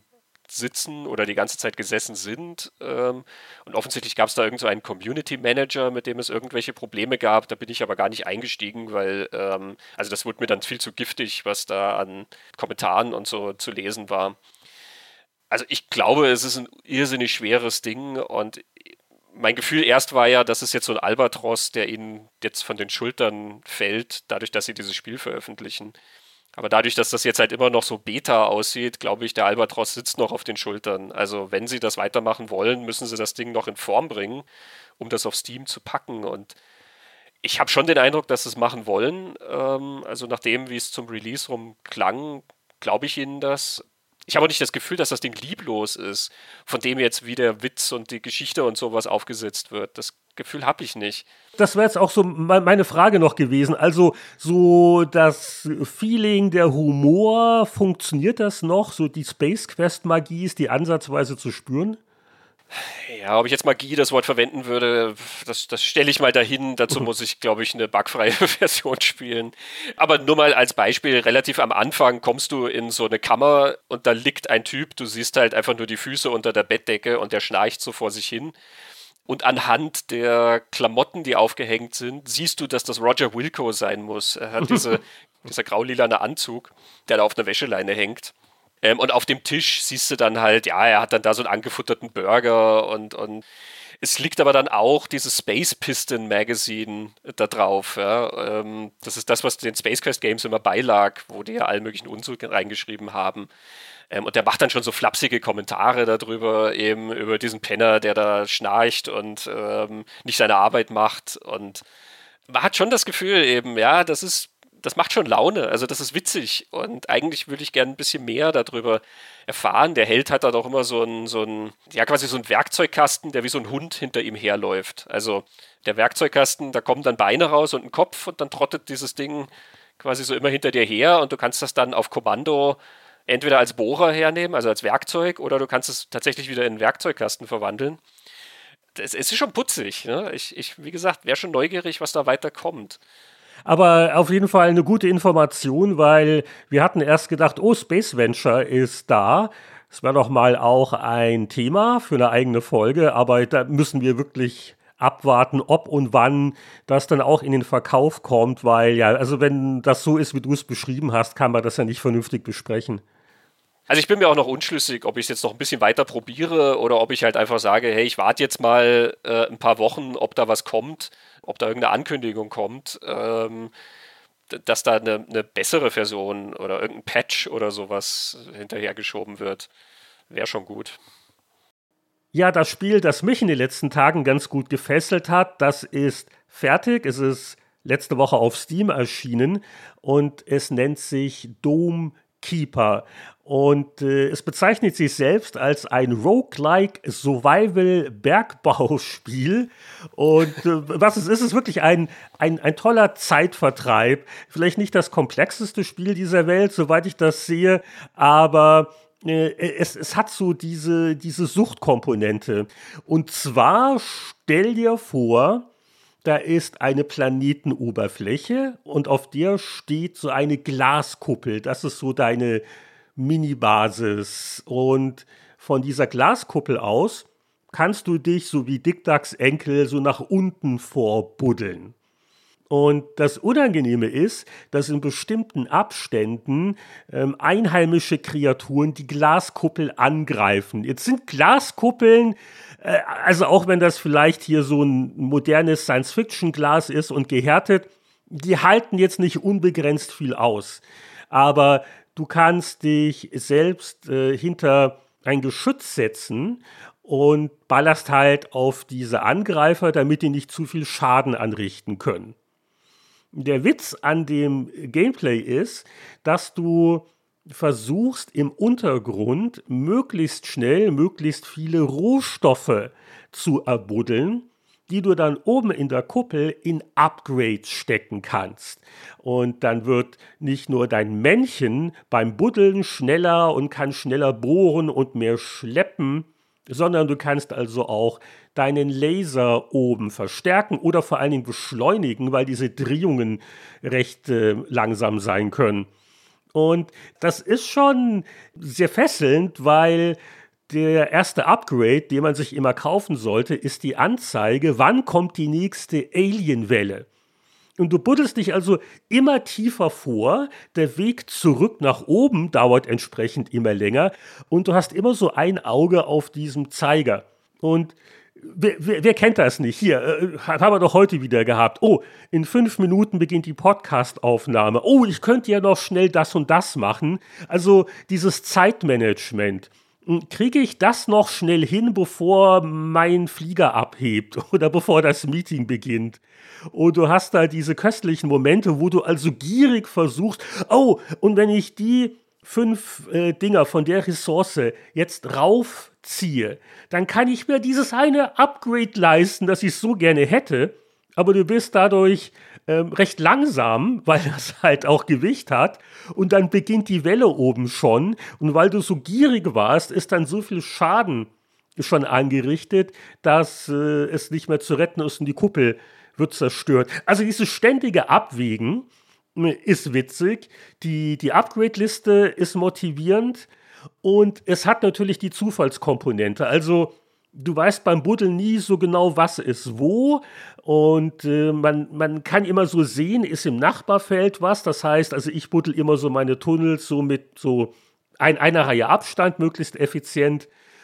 Speaker 3: sitzen oder die ganze Zeit gesessen sind. Ähm, und offensichtlich gab es da irgend so einen Community Manager, mit dem es irgendwelche Probleme gab. Da bin ich aber gar nicht eingestiegen, weil, ähm, also das wurde mir dann viel zu giftig, was da an Kommentaren und so zu lesen war. Also ich glaube, es ist ein irrsinnig schweres Ding und mein Gefühl erst war ja, dass es jetzt so ein Albatros, der ihnen jetzt von den Schultern fällt, dadurch, dass sie dieses Spiel veröffentlichen. Aber dadurch, dass das jetzt halt immer noch so Beta aussieht, glaube ich, der Albatros sitzt noch auf den Schultern. Also wenn sie das weitermachen wollen, müssen sie das Ding noch in Form bringen, um das auf Steam zu packen. Und ich habe schon den Eindruck, dass sie es machen wollen. Ähm, also nach dem, wie es zum Release rum klang, glaube ich ihnen das. Ich habe auch nicht das Gefühl, dass das Ding lieblos ist, von dem jetzt wie der Witz und die Geschichte und sowas aufgesetzt wird. Das Gefühl habe ich nicht.
Speaker 2: Das wäre jetzt auch so meine Frage noch gewesen. Also so das Feeling, der Humor, funktioniert das noch? So die Space Quest Magie, ist die ansatzweise zu spüren?
Speaker 3: Ja, ob ich jetzt Magie das Wort verwenden würde, das, das stelle ich mal dahin. Dazu muss ich, glaube ich, eine bugfreie Version spielen. Aber nur mal als Beispiel, relativ am Anfang kommst du in so eine Kammer und da liegt ein Typ, du siehst halt einfach nur die Füße unter der Bettdecke und der schnarcht so vor sich hin. Und anhand der Klamotten, die aufgehängt sind, siehst du, dass das Roger Wilco sein muss. Er hat diese, dieser graulilane Anzug, der da auf einer Wäscheleine hängt. Ähm, und auf dem Tisch siehst du dann halt, ja, er hat dann da so einen angefutterten Burger und, und es liegt aber dann auch dieses Space Piston Magazine da drauf. Ja. Ähm, das ist das, was den Space Quest Games immer beilag, wo die ja allen möglichen Unsinn reingeschrieben haben. Ähm, und der macht dann schon so flapsige Kommentare darüber, eben über diesen Penner, der da schnarcht und ähm, nicht seine Arbeit macht. Und man hat schon das Gefühl eben, ja, das ist das macht schon Laune, also das ist witzig und eigentlich würde ich gerne ein bisschen mehr darüber erfahren. Der Held hat da doch immer so einen, so einen, ja quasi so einen Werkzeugkasten, der wie so ein Hund hinter ihm herläuft. Also der Werkzeugkasten, da kommen dann Beine raus und ein Kopf und dann trottet dieses Ding quasi so immer hinter dir her und du kannst das dann auf Kommando entweder als Bohrer hernehmen, also als Werkzeug, oder du kannst es tatsächlich wieder in einen Werkzeugkasten verwandeln. Es ist schon putzig, ne? Ich, ich, wie gesagt, wäre schon neugierig, was da weiter kommt.
Speaker 2: Aber auf jeden Fall eine gute Information, weil wir hatten erst gedacht, oh, Space Venture ist da. Das wäre doch mal auch ein Thema für eine eigene Folge, aber da müssen wir wirklich abwarten, ob und wann das dann auch in den Verkauf kommt, weil ja, also wenn das so ist, wie du es beschrieben hast, kann man das ja nicht vernünftig besprechen.
Speaker 3: Also ich bin mir auch noch unschlüssig, ob ich es jetzt noch ein bisschen weiter probiere oder ob ich halt einfach sage, hey, ich warte jetzt mal äh, ein paar Wochen, ob da was kommt, ob da irgendeine Ankündigung kommt, ähm, dass da eine, eine bessere Version oder irgendein Patch oder sowas hinterhergeschoben wird. Wäre schon gut.
Speaker 2: Ja, das Spiel, das mich in den letzten Tagen ganz gut gefesselt hat, das ist fertig. Es ist letzte Woche auf Steam erschienen und es nennt sich Dome Keeper. Und äh, es bezeichnet sich selbst als ein Roguelike Survival Bergbauspiel. Und äh, was es ist, ist wirklich ein, ein, ein toller Zeitvertreib. Vielleicht nicht das komplexeste Spiel dieser Welt, soweit ich das sehe, aber äh, es, es hat so diese, diese Suchtkomponente. Und zwar stell dir vor, da ist eine Planetenoberfläche und auf der steht so eine Glaskuppel. Das ist so deine Mini-Basis. Und von dieser Glaskuppel aus kannst du dich, so wie Dick Ducks Enkel, so nach unten vorbuddeln. Und das Unangenehme ist, dass in bestimmten Abständen ähm, einheimische Kreaturen die Glaskuppel angreifen. Jetzt sind Glaskuppeln, äh, also auch wenn das vielleicht hier so ein modernes Science-Fiction-Glas ist und gehärtet, die halten jetzt nicht unbegrenzt viel aus. Aber du kannst dich selbst äh, hinter ein Geschütz setzen und ballerst halt auf diese Angreifer, damit die nicht zu viel Schaden anrichten können. Der Witz an dem Gameplay ist, dass du versuchst im Untergrund möglichst schnell, möglichst viele Rohstoffe zu erbuddeln, die du dann oben in der Kuppel in Upgrades stecken kannst. Und dann wird nicht nur dein Männchen beim Buddeln schneller und kann schneller bohren und mehr schleppen, sondern du kannst also auch deinen Laser oben verstärken oder vor allen Dingen beschleunigen, weil diese Drehungen recht äh, langsam sein können. Und das ist schon sehr fesselnd, weil der erste Upgrade, den man sich immer kaufen sollte, ist die Anzeige, wann kommt die nächste Alien-Welle. Und du buddelst dich also immer tiefer vor, der Weg zurück nach oben dauert entsprechend immer länger und du hast immer so ein Auge auf diesem Zeiger. Und wer, wer, wer kennt das nicht? Hier, äh, haben wir doch heute wieder gehabt. Oh, in fünf Minuten beginnt die Podcast-Aufnahme. Oh, ich könnte ja noch schnell das und das machen. Also dieses Zeitmanagement. Kriege ich das noch schnell hin, bevor mein Flieger abhebt oder bevor das Meeting beginnt? Und du hast da diese köstlichen Momente, wo du also gierig versuchst, oh, und wenn ich die fünf äh, Dinger von der Ressource jetzt raufziehe, dann kann ich mir dieses eine Upgrade leisten, das ich so gerne hätte, aber du bist dadurch ähm, recht langsam, weil das halt auch Gewicht hat und dann beginnt die Welle oben schon und weil du so gierig warst, ist dann so viel Schaden schon angerichtet, dass äh, es nicht mehr zu retten ist und die Kuppel wird zerstört. Also dieses ständige Abwägen äh, ist witzig, die, die Upgrade-Liste ist motivierend und es hat natürlich die Zufallskomponente, also du weißt beim Buddeln nie so genau, was ist wo und äh, man, man kann immer so sehen, ist im Nachbarfeld was, das heißt, also ich buddel immer so meine Tunnels so mit so ein, einer Reihe Abstand, möglichst effizient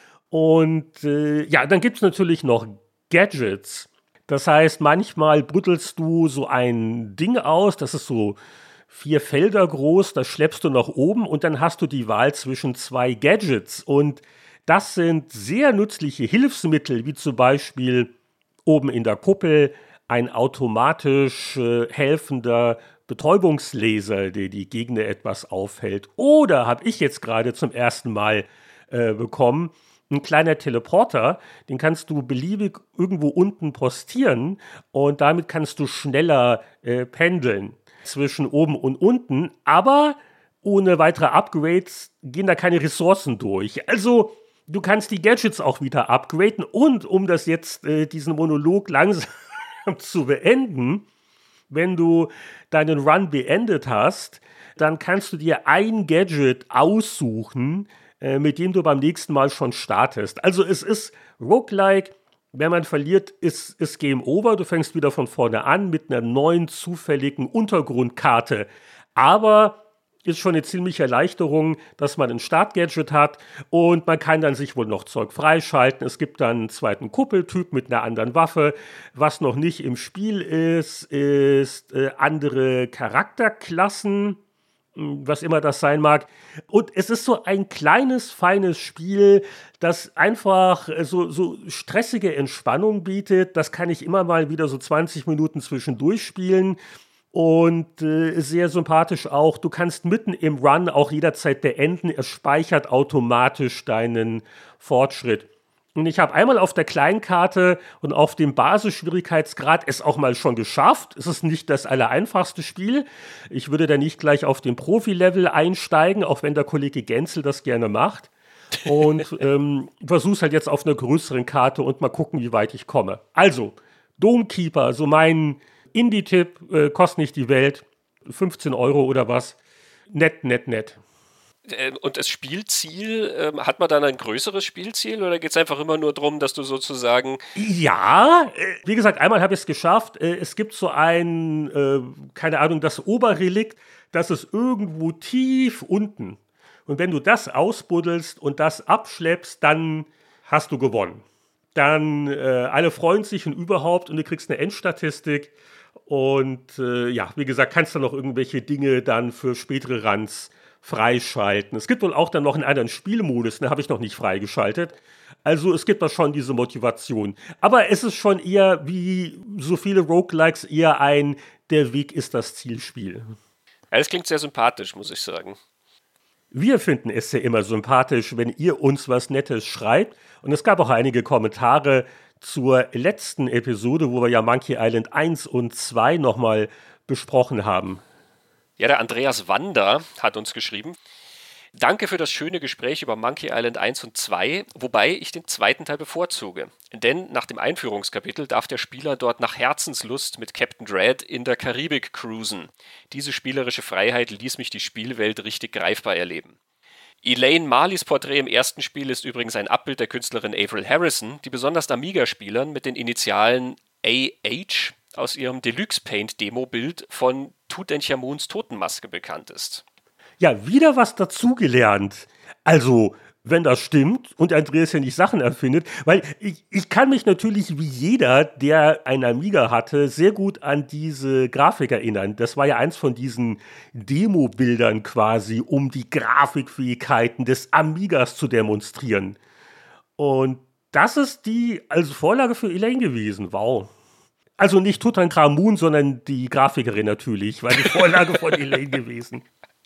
Speaker 2: und äh, ja, dann gibt es natürlich noch Gadgets, das heißt, manchmal buddelst du so ein Ding aus, das ist so vier Felder groß, das schleppst du nach oben und dann hast du die Wahl zwischen zwei Gadgets und das sind sehr nützliche Hilfsmittel, wie zum Beispiel oben in der Kuppel ein automatisch äh, helfender Betäubungslaser, der die Gegner etwas aufhält. Oder habe ich jetzt gerade zum ersten Mal äh, bekommen, ein kleiner Teleporter, den kannst du beliebig irgendwo unten postieren und damit kannst du schneller äh, pendeln zwischen oben und unten, aber ohne weitere Upgrades gehen da keine Ressourcen durch. Also du kannst die Gadgets auch wieder upgraden und um das jetzt, äh, diesen Monolog langsam zu beenden, wenn du deinen Run beendet hast, dann kannst du dir ein Gadget aussuchen, äh, mit dem du beim nächsten Mal schon startest. Also es ist Roguelike, wenn man verliert, ist, ist Game Over, du fängst wieder von vorne an mit einer neuen zufälligen Untergrundkarte, aber ist schon eine ziemliche Erleichterung, dass man ein Startgadget hat und man kann dann sich wohl noch Zeug freischalten. Es gibt dann einen zweiten Kuppeltyp mit einer anderen Waffe. Was noch nicht im Spiel ist, ist äh, andere Charakterklassen, was immer das sein mag. Und es ist so ein kleines, feines Spiel, das einfach so, so stressige Entspannung bietet. Das kann ich immer mal wieder so zwanzig Minuten zwischendurch spielen. Und äh, sehr sympathisch auch, du kannst mitten im Run auch jederzeit beenden, es speichert automatisch deinen Fortschritt. Und ich habe einmal auf der Kleinkarte und auf dem Basisschwierigkeitsgrad es auch mal schon geschafft. Es ist nicht das allereinfachste Spiel. Ich würde da nicht gleich auf den Profi-Level einsteigen, auch wenn der Kollege Genzel das gerne macht. Und ähm, versuch's halt jetzt auf einer größeren Karte und mal gucken, wie weit ich komme. Also, Domekeeper, so mein Indie-Tipp, äh, kostet nicht die Welt, fünfzehn Euro oder was. Nett, nett, nett.
Speaker 3: Und das Spielziel, äh, hat man dann ein größeres Spielziel oder geht es einfach immer nur darum, dass du sozusagen...
Speaker 2: Ja, äh, wie gesagt, einmal habe ich es geschafft. Äh, es gibt so ein, äh, keine Ahnung, das Oberrelikt, das ist irgendwo tief unten. Und wenn du das ausbuddelst und das abschleppst, dann hast du gewonnen. Dann äh, alle freuen sich und überhaupt und du kriegst eine Endstatistik. Und äh, ja, wie gesagt, kannst du noch irgendwelche Dinge dann für spätere Runs freischalten. Es gibt wohl auch dann noch einen anderen Spielmodus, den habe ich noch nicht freigeschaltet. Also es gibt da schon diese Motivation. Aber es ist schon eher, wie so viele Roguelikes, eher ein der Weg ist das Zielspiel.
Speaker 3: Ja, das klingt sehr sympathisch, muss ich sagen.
Speaker 2: Wir finden es ja immer sympathisch, wenn ihr uns was Nettes schreibt. Und es gab auch einige Kommentare zur letzten Episode, wo wir ja Monkey Island eins und zwei nochmal besprochen haben.
Speaker 3: Ja, der Andreas Wander hat uns geschrieben: Danke für das schöne Gespräch über Monkey Island eins und zwei, wobei ich den zweiten Teil bevorzuge. Denn nach dem Einführungskapitel darf der Spieler dort nach Herzenslust mit Captain Dread in der Karibik cruisen. Diese spielerische Freiheit ließ mich die Spielwelt richtig greifbar erleben. Elaine Marleys Porträt im ersten Spiel ist übrigens ein Abbild der Künstlerin Avril Harrison, die besonders Amiga-Spielern mit den Initialen A H aus ihrem Deluxe Paint Demo-Bild von Tutanchamuns Totenmaske bekannt ist.
Speaker 2: Ja, wieder was dazugelernt. Also, wenn das stimmt und Andreas ja nicht Sachen erfindet, weil ich, ich kann mich natürlich wie jeder, der ein Amiga hatte, sehr gut an diese Grafik erinnern. Das war ja eins von diesen Demo-Bildern quasi, um die Grafikfähigkeiten des Amigas zu demonstrieren. Und das ist die also Vorlage für Elaine gewesen. Wow. Also nicht Tutankhamun, sondern die Grafikerin natürlich, war die Vorlage von Elaine gewesen.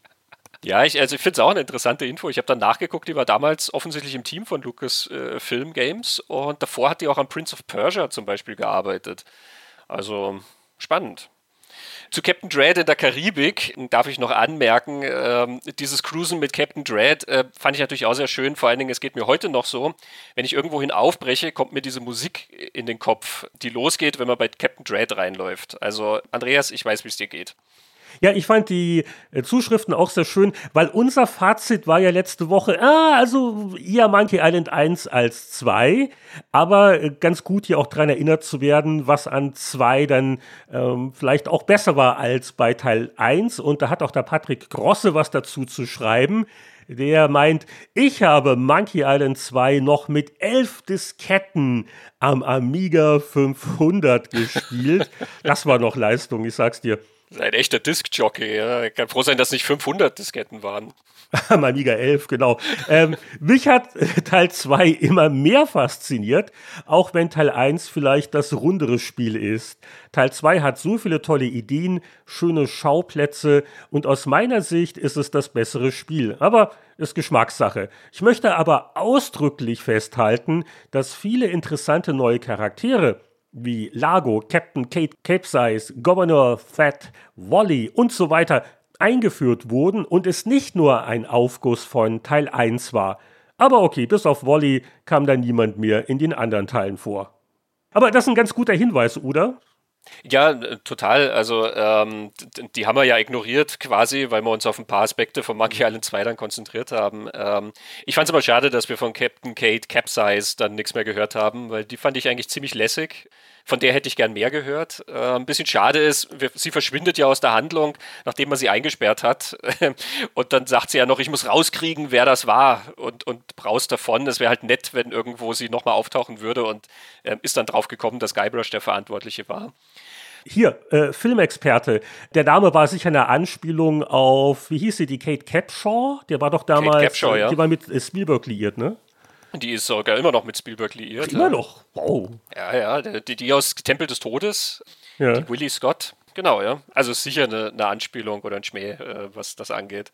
Speaker 3: Ja, ich, also ich finde es auch eine interessante Info. Ich habe dann nachgeguckt, die war damals offensichtlich im Team von Lucasfilm äh, Games und davor hat die auch am Prince of Persia zum Beispiel gearbeitet. Also spannend. Zu Captain Dread in der Karibik darf ich noch anmerken, ähm, dieses Cruisen mit Captain Dread äh, fand ich natürlich auch sehr schön. Vor allen Dingen, es geht mir heute noch so, wenn ich irgendwohin aufbreche, kommt mir diese Musik in den Kopf, die losgeht, wenn man bei Captain Dread reinläuft. Also Andreas, ich weiß, wie es dir geht.
Speaker 2: Ja, ich fand die äh, Zuschriften auch sehr schön, weil unser Fazit war ja letzte Woche, ah, also eher Monkey Island eins als zwei, aber äh, ganz gut hier auch dran erinnert zu werden, was an zwei dann ähm, vielleicht auch besser war als bei Teil eins und da hat auch der Patrick Grosse was dazu zu schreiben. Der meint, ich habe Monkey Island zwei noch mit elf Disketten am Amiga fünfhundert gespielt. Das war noch Leistung, ich sag's dir.
Speaker 3: Ein echter Disc-Jockey, ja. Ich kann froh sein, dass nicht fünfhundert Disketten waren.
Speaker 2: Am Amiga elf, genau. Ähm, mich hat Teil zwei immer mehr fasziniert, auch wenn Teil eins vielleicht das rundere Spiel ist. Teil zwei hat so viele tolle Ideen, schöne Schauplätze und aus meiner Sicht ist es das bessere Spiel. Aber ist Geschmackssache. Ich möchte aber ausdrücklich festhalten, dass viele interessante neue Charaktere wie Lago, Captain Kate Capesize, Governor Fat, Wally und so weiter eingeführt wurden und es nicht nur ein Aufguss von Teil eins war. Aber okay, bis auf Wally kam da niemand mehr in den anderen Teilen vor. Aber das ist ein ganz guter Hinweis, oder?
Speaker 3: Ja, total. Also ähm, die haben wir ja ignoriert quasi, weil wir uns auf ein paar Aspekte von Monkey Island zwei dann konzentriert haben. Ähm, ich fand es aber schade, dass wir von Captain Kate Capesize dann nichts mehr gehört haben, weil die fand ich eigentlich ziemlich lässig. Von der hätte ich gern mehr gehört. Äh, ein bisschen schade ist, wir, sie verschwindet ja aus der Handlung, nachdem man sie eingesperrt hat. Und dann sagt sie ja noch, ich muss rauskriegen, wer das war und, und braust davon. Es wäre halt nett, wenn irgendwo sie nochmal auftauchen würde und äh, ist dann drauf gekommen, dass Guybrush der Verantwortliche war.
Speaker 2: Hier, äh, Filmexperte. Der Name war sicher eine Anspielung auf, wie hieß sie, die Kate Capshaw? Der war doch damals,
Speaker 3: Kate Capshaw, ja.
Speaker 2: Die war mit äh, Spielberg liiert, ne?
Speaker 3: Die ist sogar immer noch mit Spielberg liiert.
Speaker 2: Immer
Speaker 3: ja.
Speaker 2: noch? Wow.
Speaker 3: Ja, ja, die, die aus Tempel des Todes,
Speaker 2: ja.
Speaker 3: Die Willie Scott. Genau, ja. Also ist sicher eine, eine Anspielung oder ein Schmäh, äh, was das angeht.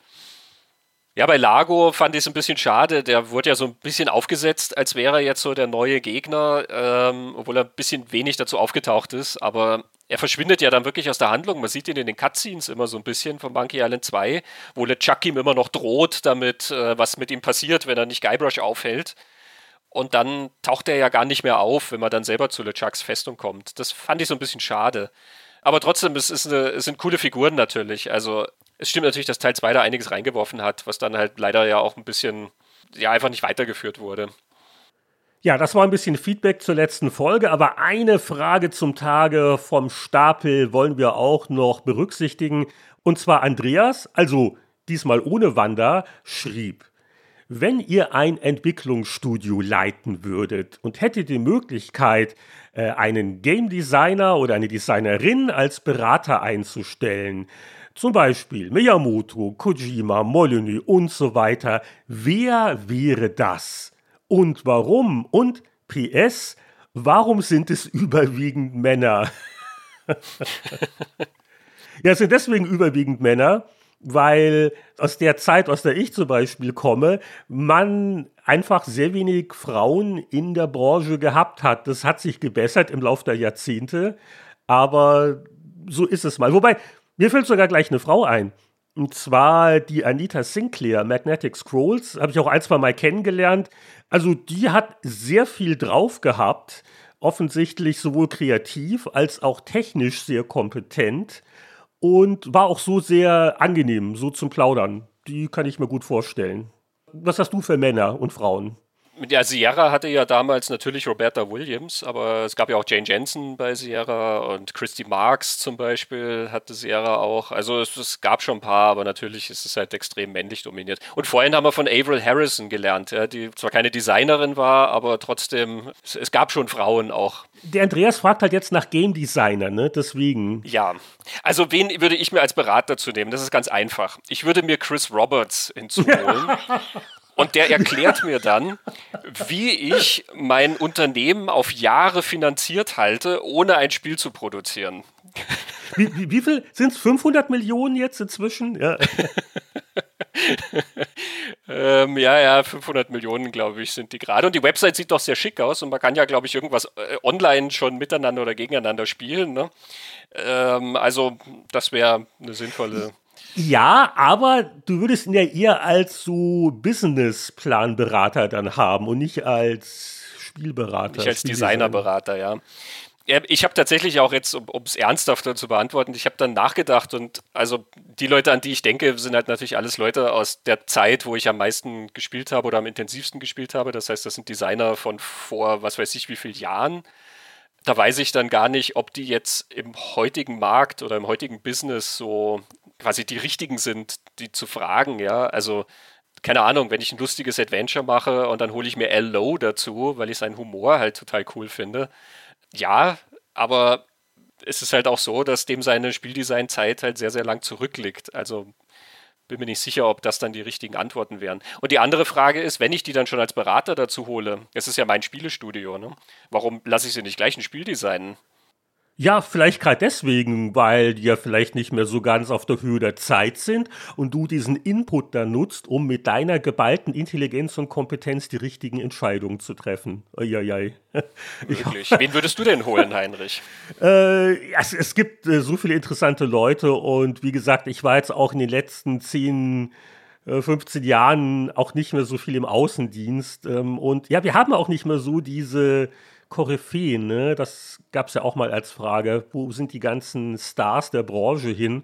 Speaker 3: Ja, bei Lago fand ich es ein bisschen schade. Der wurde ja so ein bisschen aufgesetzt, als wäre er jetzt so der neue Gegner, ähm, obwohl er ein bisschen wenig dazu aufgetaucht ist. Aber er verschwindet ja dann wirklich aus der Handlung. Man sieht ihn in den Cutscenes immer so ein bisschen von Monkey Island zwei, wo LeChuck ihm immer noch droht, damit äh, was mit ihm passiert, wenn er nicht Guybrush aufhält. Und dann taucht er ja gar nicht mehr auf, wenn man dann selber zu LeChucks Festung kommt. Das fand ich so ein bisschen schade. Aber trotzdem, es, ist eine, es sind coole Figuren natürlich. Also es stimmt natürlich, dass Teil zwei da einiges reingeworfen hat, was dann halt leider ja auch ein bisschen, ja, einfach nicht weitergeführt wurde.
Speaker 2: Ja, das war ein bisschen Feedback zur letzten Folge, aber eine Frage zum Tage vom Stapel wollen wir auch noch berücksichtigen. Und zwar Andreas, also diesmal ohne Wanda, schrieb: Wenn ihr ein Entwicklungsstudio leiten würdet und hättet die Möglichkeit, äh, einen Game Designer oder eine Designerin als Berater einzustellen, zum Beispiel Miyamoto, Kojima, Molyneux und so weiter, wer wäre das? Und warum? Und P S, warum sind es überwiegend Männer? Ja, es sind deswegen überwiegend Männer, weil aus der Zeit, aus der ich zum Beispiel komme, man einfach sehr wenig Frauen in der Branche gehabt hat. Das hat sich gebessert im Laufe der Jahrzehnte, aber so ist es mal. Wobei, mir fällt sogar gleich eine Frau ein. Und zwar die Anita Sinclair, Magnetic Scrolls, habe ich auch ein, zwei Mal kennengelernt. Also die hat sehr viel drauf gehabt, offensichtlich sowohl kreativ als auch technisch sehr kompetent und war auch so sehr angenehm, so zum Plaudern. Die kann ich mir gut vorstellen. Was hast du für Männer und Frauen?
Speaker 3: Ja, Sierra hatte ja damals natürlich Roberta Williams, aber es gab ja auch Jane Jensen bei Sierra und Christy Marks zum Beispiel hatte Sierra auch. Also es, es gab schon ein paar, aber natürlich ist es halt extrem männlich dominiert. Und vorhin haben wir von Avril Harrison gelernt, ja, die zwar keine Designerin war, aber trotzdem, es, es gab schon Frauen auch.
Speaker 2: Der Andreas fragt halt jetzt nach Game Designer, ne? Deswegen.
Speaker 3: Ja, also wen würde ich mir als Berater zu nehmen? Das ist ganz einfach. Ich würde mir Chris Roberts hinzuholen. Und der erklärt mir dann, wie ich mein Unternehmen auf Jahre finanziert halte, ohne ein Spiel zu produzieren.
Speaker 2: Wie, wie, wie viel sind es? fünfhundert Millionen jetzt inzwischen? Ja.
Speaker 3: ähm, ja, ja, fünfhundert Millionen, glaube ich, sind die gerade. Und die Website sieht doch sehr schick aus und man kann ja, glaube ich, irgendwas äh, online schon miteinander oder gegeneinander spielen. Ne? Ähm, also das wäre eine sinnvolle...
Speaker 2: Ja, aber du würdest ihn ja eher als so Businessplanberater dann haben und nicht als Spielberater.
Speaker 3: Nicht als Designerberater, ja. Ich habe tatsächlich auch jetzt, um es ernsthafter zu beantworten, ich habe dann nachgedacht und also die Leute, an die ich denke, sind halt natürlich alles Leute aus der Zeit, wo ich am meisten gespielt habe oder am intensivsten gespielt habe. Das heißt, das sind Designer von vor, was weiß ich, wie vielen Jahren. Da weiß ich dann gar nicht, ob die jetzt im heutigen Markt oder im heutigen Business so quasi die richtigen sind, die zu fragen, ja, also keine Ahnung, wenn ich ein lustiges Adventure mache und dann hole ich mir Al Lowe dazu, weil ich seinen Humor halt total cool finde, ja, aber es ist halt auch so, dass dem seine Spieldesign-Zeit halt sehr, sehr lang zurückliegt, also bin mir nicht sicher, ob das dann die richtigen Antworten wären. Und die andere Frage ist, wenn ich die dann schon als Berater dazu hole, es ist ja mein Spielestudio, ne? Warum lasse ich sie nicht gleich ein Spiel designen?
Speaker 2: Ja, vielleicht gerade deswegen, weil die ja vielleicht nicht mehr so ganz auf der Höhe der Zeit sind und du diesen Input da nutzt, um mit deiner geballten Intelligenz und Kompetenz die richtigen Entscheidungen zu treffen. Eieiei.
Speaker 3: Wirklich. Wen würdest du denn holen, Heinrich?
Speaker 2: äh, es, es gibt äh, so viele interessante Leute und wie gesagt, ich war jetzt auch in den letzten zehn, fünfzehn Jahren auch nicht mehr so viel im Außendienst ähm, und ja, wir haben auch nicht mehr so diese Koryphäen, ne? Das gab es ja auch mal als Frage, wo sind die ganzen Stars der Branche hin?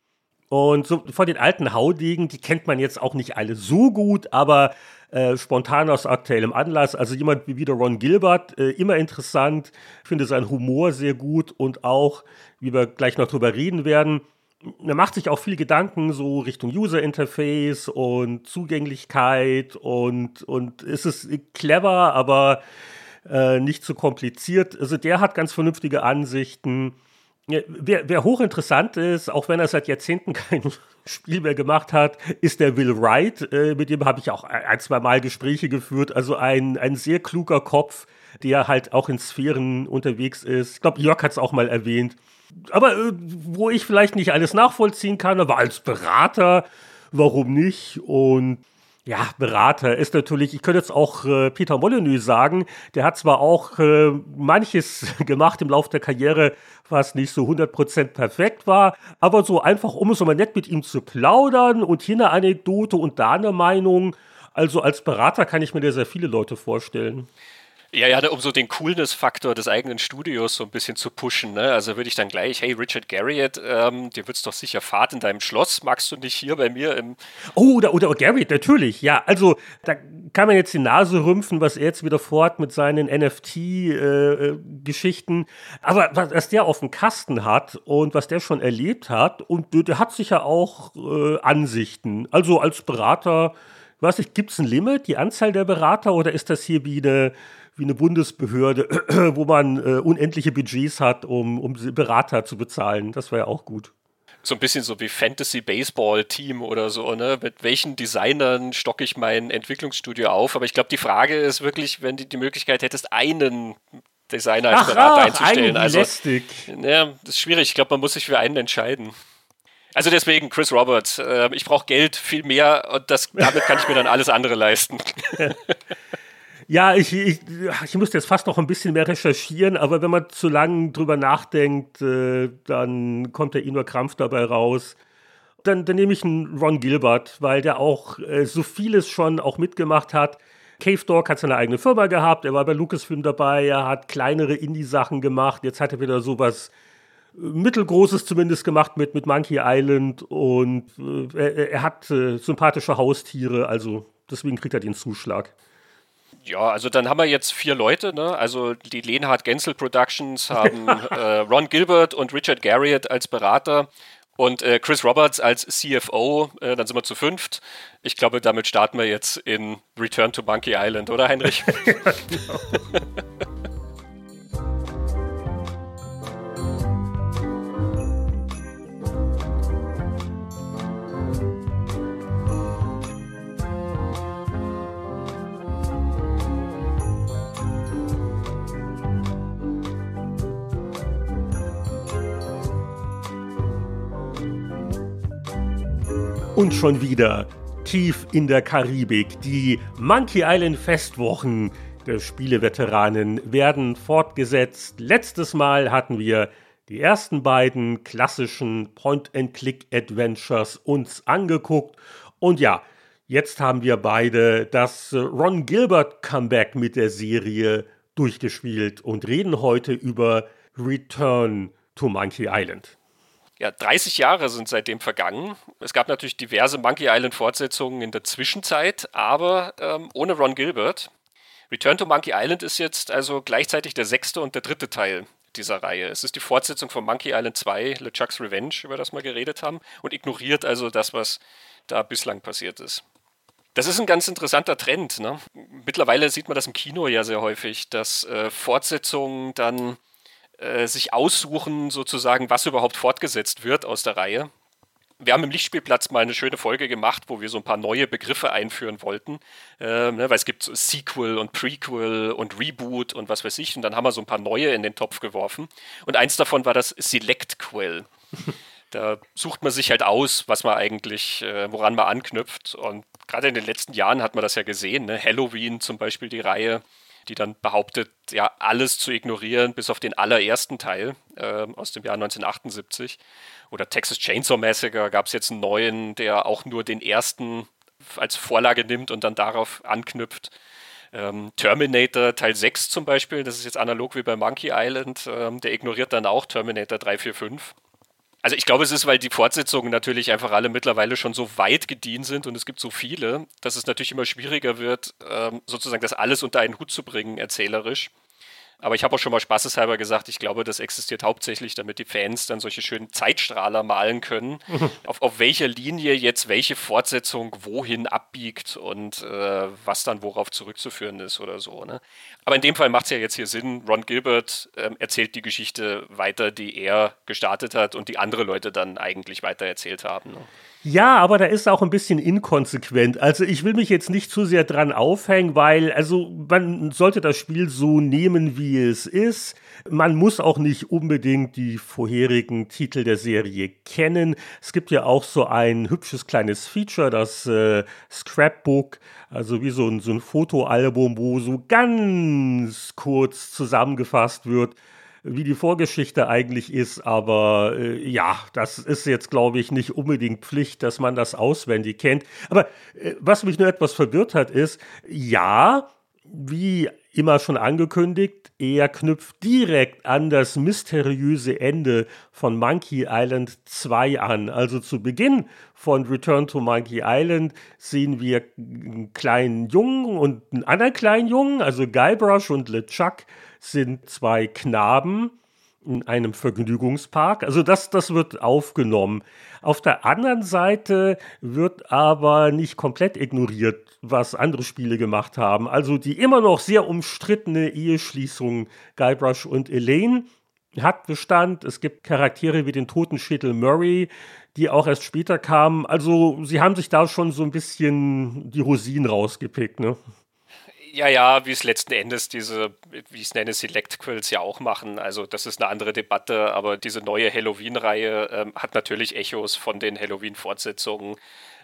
Speaker 2: Und so von den alten Haudegen, die kennt man jetzt auch nicht alle so gut, aber äh, spontan aus aktuellem Anlass, also jemand wie wieder Ron Gilbert, äh, immer interessant, finde seinen Humor sehr gut und auch, wie wir gleich noch drüber reden werden, er macht sich auch viel Gedanken so Richtung User Interface und Zugänglichkeit und, und es ist clever, aber Äh, nicht zu kompliziert. Also der hat ganz vernünftige Ansichten. Ja, wer, wer hochinteressant ist, auch wenn er seit Jahrzehnten kein Spiel mehr gemacht hat, ist der Will Wright. Äh, mit dem habe ich auch ein, zwei Mal Gespräche geführt. Also ein, ein sehr kluger Kopf, der halt auch in Sphären unterwegs ist. Ich glaube, Jörg hat es auch mal erwähnt. Aber äh, wo ich vielleicht nicht alles nachvollziehen kann, aber als Berater, warum nicht? Und ja, Berater ist natürlich, ich könnte jetzt auch äh, Peter Molyneux sagen, der hat zwar auch äh, manches gemacht im Laufe der Karriere, was nicht so hundert Prozent perfekt war, aber so einfach, um so mal nett mit ihm zu plaudern und hier eine Anekdote und da eine Meinung, also als Berater kann ich mir da sehr viele Leute vorstellen.
Speaker 3: Ja, ja, um so den Coolness-Faktor des eigenen Studios so ein bisschen zu pushen, ne? Also würde ich dann gleich, hey, Richard Garriott, ähm, dir wird's doch sicher Fahrt in deinem Schloss, magst du nicht hier bei mir im...
Speaker 2: Oh, oder, oder Garriott, natürlich, ja. Also, da kann man jetzt die Nase rümpfen, was er jetzt wieder vorhat mit seinen N F T-Geschichten. Äh, Aber was der auf dem Kasten hat und was der schon erlebt hat, und der hat sicher auch äh, Ansichten. Also als Berater, weiß ich, gibt's ein Limit, die Anzahl der Berater, oder ist das hier wie eine... wie eine Bundesbehörde, wo man äh, unendliche Budgets hat, um, um Berater zu bezahlen. Das wäre ja auch gut.
Speaker 3: So ein bisschen so wie Fantasy-Baseball-Team oder so, ne? Mit welchen Designern stocke ich mein Entwicklungsstudio auf? Aber ich glaube, die Frage ist wirklich, wenn du die Möglichkeit hättest, einen Designer als
Speaker 2: ach,
Speaker 3: Berater
Speaker 2: ach,
Speaker 3: einzustellen. Also,
Speaker 2: lästig.
Speaker 3: Ja, das ist schwierig. Ich glaube, man muss sich für einen entscheiden. Also deswegen Chris Roberts. Äh, ich brauche Geld, viel mehr, und das, damit kann ich mir dann alles andere leisten.
Speaker 2: Ja, ich, ich, ich musste jetzt fast noch ein bisschen mehr recherchieren, aber wenn man zu lange drüber nachdenkt, äh, dann kommt der Inur Krampf dabei raus. Dann, dann nehme ich einen Ron Gilbert, weil der auch äh, so vieles schon auch mitgemacht hat. Cave Dog hat seine eigene Firma gehabt, er war bei Lucasfilm dabei, er hat kleinere Indie-Sachen gemacht, jetzt hat er wieder sowas Mittelgroßes zumindest gemacht mit, mit Monkey Island und äh, er, er hat äh, sympathische Haustiere, also deswegen kriegt er den Zuschlag.
Speaker 3: Ja, also dann haben wir jetzt vier Leute, ne? Also die Lenhard Genzel Productions haben äh, Ron Gilbert und Richard Garriott als Berater und äh, Chris Roberts als C F O, äh, dann sind wir zu fünft. Ich glaube, damit starten wir jetzt in Return to Monkey Island, oder Heinrich? Ja, genau.
Speaker 2: Und schon wieder tief in der Karibik. Die Monkey Island Festwochen der Spieleveteranen werden fortgesetzt. Letztes Mal hatten wir die ersten beiden klassischen Point-and-Click-Adventures uns angeguckt. Und ja, jetzt haben wir beide das Ron Gilbert Comeback mit der Serie durchgespielt und reden heute über Return to Monkey Island.
Speaker 3: Ja, dreißig Jahre sind seitdem vergangen. Es gab natürlich diverse Monkey Island-Fortsetzungen in der Zwischenzeit, aber ähm, ohne Ron Gilbert. Return to Monkey Island ist jetzt also gleichzeitig der sechste und der dritte Teil dieser Reihe. Es ist die Fortsetzung von Monkey Island zwei, LeChuck's Revenge, über das wir geredet haben, und ignoriert also das, was da bislang passiert ist. Das ist ein ganz interessanter Trend, ne? Mittlerweile sieht man das im Kino ja sehr häufig, dass äh, Fortsetzungen dann sich aussuchen, sozusagen, was überhaupt fortgesetzt wird aus der Reihe. Wir haben im Lichtspielplatz mal eine schöne Folge gemacht, wo wir so ein paar neue Begriffe einführen wollten, äh, ne, weil es gibt so Sequel und Prequel und Reboot und was weiß ich, und dann haben wir so ein paar neue in den Topf geworfen und eins davon war das Selectquel. Da sucht man sich halt aus, was man eigentlich, äh, woran man anknüpft, und gerade in den letzten Jahren hat man das ja gesehen, ne? Halloween zum Beispiel, die Reihe, die dann behauptet, ja, alles zu ignorieren, bis auf den allerersten Teil äh, aus dem Jahr neunzehnhundertachtundsiebzig. Oder Texas Chainsaw Massacre gab es jetzt einen neuen, der auch nur den ersten als Vorlage nimmt und dann darauf anknüpft. Ähm, Terminator Teil sechs zum Beispiel, das ist jetzt analog wie bei Monkey Island, ähm, der ignoriert dann auch Terminator drei, vier, fünf. Also ich glaube, es ist, weil die Fortsetzungen natürlich einfach alle mittlerweile schon so weit gediehen sind und es gibt so viele, dass es natürlich immer schwieriger wird, sozusagen das alles unter einen Hut zu bringen, erzählerisch. Aber ich habe auch schon mal spaßeshalber gesagt, ich glaube, das existiert hauptsächlich, damit die Fans dann solche schönen Zeitstrahler malen können, auf, auf welcher Linie jetzt welche Fortsetzung wohin abbiegt und äh, was dann worauf zurückzuführen ist oder so, ne? Aber in dem Fall macht es ja jetzt hier Sinn, Ron Gilbert ähm, erzählt die Geschichte weiter, die er gestartet hat und die andere Leute dann eigentlich weiter erzählt haben, ne?
Speaker 2: Ja, aber da ist auch ein bisschen inkonsequent. Also ich will mich jetzt nicht zu sehr dran aufhängen, weil also man sollte das Spiel so nehmen, wie es ist. Man muss auch nicht unbedingt die vorherigen Titel der Serie kennen. Es gibt ja auch so ein hübsches kleines Feature, das äh, Scrapbook, also wie so ein, so ein Fotoalbum, wo so ganz kurz zusammengefasst wird, wie die Vorgeschichte eigentlich ist, aber äh, ja, das ist jetzt, glaube ich, nicht unbedingt Pflicht, dass man das auswendig kennt. Aber äh, was mich nur etwas verwirrt hat, ist, ja, wie immer schon angekündigt, er knüpft direkt an das mysteriöse Ende von Monkey Island zwei an. Also zu Beginn von Return to Monkey Island sehen wir einen kleinen Jungen und einen anderen kleinen Jungen, also Guybrush und LeChuck sind zwei Knaben in einem Vergnügungspark. Also das, das wird aufgenommen. Auf der anderen Seite wird aber nicht komplett ignoriert, was andere Spiele gemacht haben. Also die immer noch sehr umstrittene Eheschließung Guybrush und Elaine hat Bestand. Es gibt Charaktere wie den Totenschädel Murray, die auch erst später kamen. Also sie haben sich da schon so ein bisschen die Rosinen rausgepickt, ne?
Speaker 3: Ja, ja, wie es letzten Endes diese, wie ich es nenne, Select-Quills ja auch machen. Also das ist eine andere Debatte, aber diese neue Halloween-Reihe ähm, hat natürlich Echos von den Halloween-Fortsetzungen.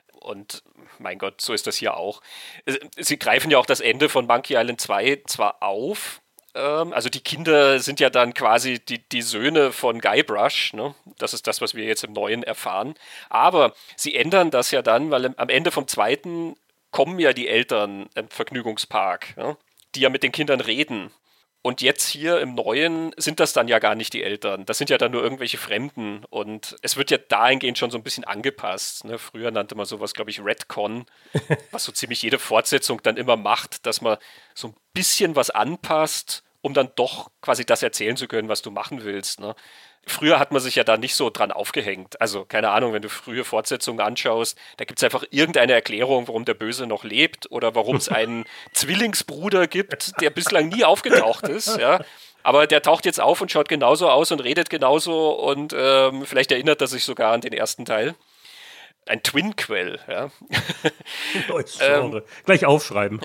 Speaker 3: Und mein Gott, so ist das hier auch. Sie greifen ja auch das Ende von Monkey Island zwei zwar auf, ähm, also die Kinder sind ja dann quasi die, die Söhne von Guybrush, ne? Das ist das, was wir jetzt im Neuen erfahren. Aber sie ändern das ja dann, weil am Ende vom zweiten kommen ja die Eltern im Vergnügungspark, ja, die ja mit den Kindern reden. Und jetzt hier im Neuen sind das dann ja gar nicht die Eltern. Das sind ja dann nur irgendwelche Fremden. Und es wird ja dahingehend schon so ein bisschen angepasst. Ne? Früher nannte man sowas, glaube ich, Retcon, was so ziemlich jede Fortsetzung dann immer macht, dass man so ein bisschen was anpasst, um dann doch quasi das erzählen zu können, was du machen willst. Ne? Früher hat man sich ja da nicht so dran aufgehängt. Also, keine Ahnung, wenn du frühe Fortsetzungen anschaust, da gibt es einfach irgendeine Erklärung, warum der Böse noch lebt oder warum es einen Zwillingsbruder gibt, der bislang nie aufgetaucht ist, ja. Aber der taucht jetzt auf und schaut genauso aus und redet genauso und ähm, vielleicht erinnert er sich sogar an den ersten Teil. Ein Twinquel, ja.
Speaker 2: ähm, Gleich aufschreiben.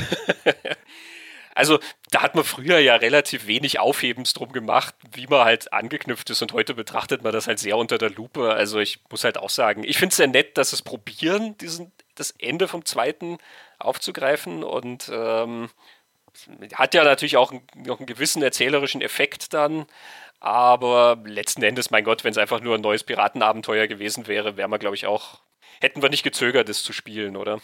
Speaker 3: Also da hat man früher ja relativ wenig Aufhebens drum gemacht, wie man halt angeknüpft ist und heute betrachtet man das halt sehr unter der Lupe. Also ich muss halt auch sagen, ich finde es sehr nett, dass es probieren, diesen, das Ende vom zweiten aufzugreifen und ähm, hat ja natürlich auch ein, noch einen gewissen erzählerischen Effekt dann, aber letzten Endes, mein Gott, wenn es einfach nur ein neues Piratenabenteuer gewesen wäre, wäre man, glaube ich, auch, hätten wir nicht gezögert, es zu spielen, oder?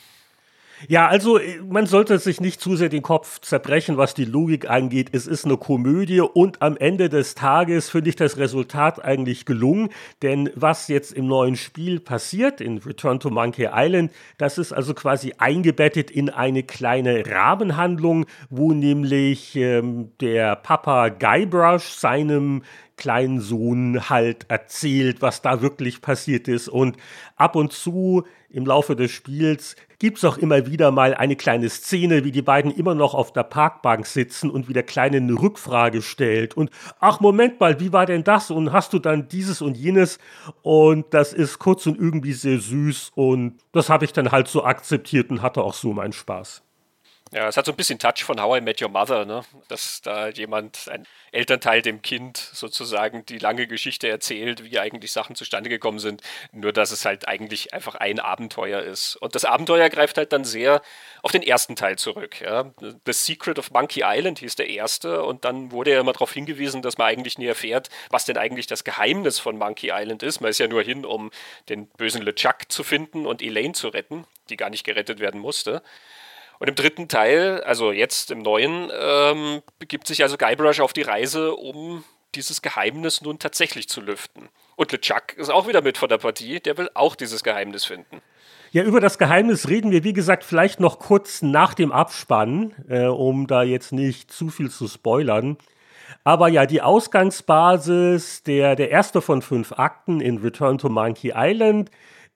Speaker 2: Ja, also man sollte sich nicht zu sehr den Kopf zerbrechen, was die Logik angeht. Es ist eine Komödie und am Ende des Tages finde ich das Resultat eigentlich gelungen. Denn was jetzt im neuen Spiel passiert, in Return to Monkey Island, das ist also quasi eingebettet in eine kleine Rahmenhandlung, wo nämlich ähm, der Papa Guybrush seinem kleinen Sohn halt erzählt, was da wirklich passiert ist. Und ab und zu im Laufe des Spiels gibt es auch immer wieder mal eine kleine Szene, wie die beiden immer noch auf der Parkbank sitzen und wieder kleine eine Rückfrage stellt. Und ach, Moment mal, wie war denn das? Und hast du dann dieses und jenes? Und das ist kurz und irgendwie sehr süß. Und das habe ich dann halt so akzeptiert und hatte auch so meinen Spaß.
Speaker 3: Ja, es hat so ein bisschen Touch von How I Met Your Mother, ne? Dass da jemand, ein Elternteil dem Kind sozusagen die lange Geschichte erzählt, wie eigentlich Sachen zustande gekommen sind, nur dass es halt eigentlich einfach ein Abenteuer ist. Und das Abenteuer greift halt dann sehr auf den ersten Teil zurück. Ja? The Secret of Monkey Island hieß der erste und dann wurde ja immer darauf hingewiesen, dass man eigentlich nie erfährt, was denn eigentlich das Geheimnis von Monkey Island ist. Man ist ja nur hin, um den bösen LeChuck zu finden und Elaine zu retten, die gar nicht gerettet werden musste. Und im dritten Teil, also jetzt im neuen, ähm, begibt sich also Guybrush auf die Reise, um dieses Geheimnis nun tatsächlich zu lüften. Und LeChuck ist auch wieder mit von der Partie, der will auch dieses Geheimnis finden.
Speaker 2: Ja, über das Geheimnis reden wir, wie gesagt, vielleicht noch kurz nach dem Abspann, äh, um da jetzt nicht zu viel zu spoilern. Aber ja, die Ausgangsbasis, der, der erste von fünf Akten in Return to Monkey Island,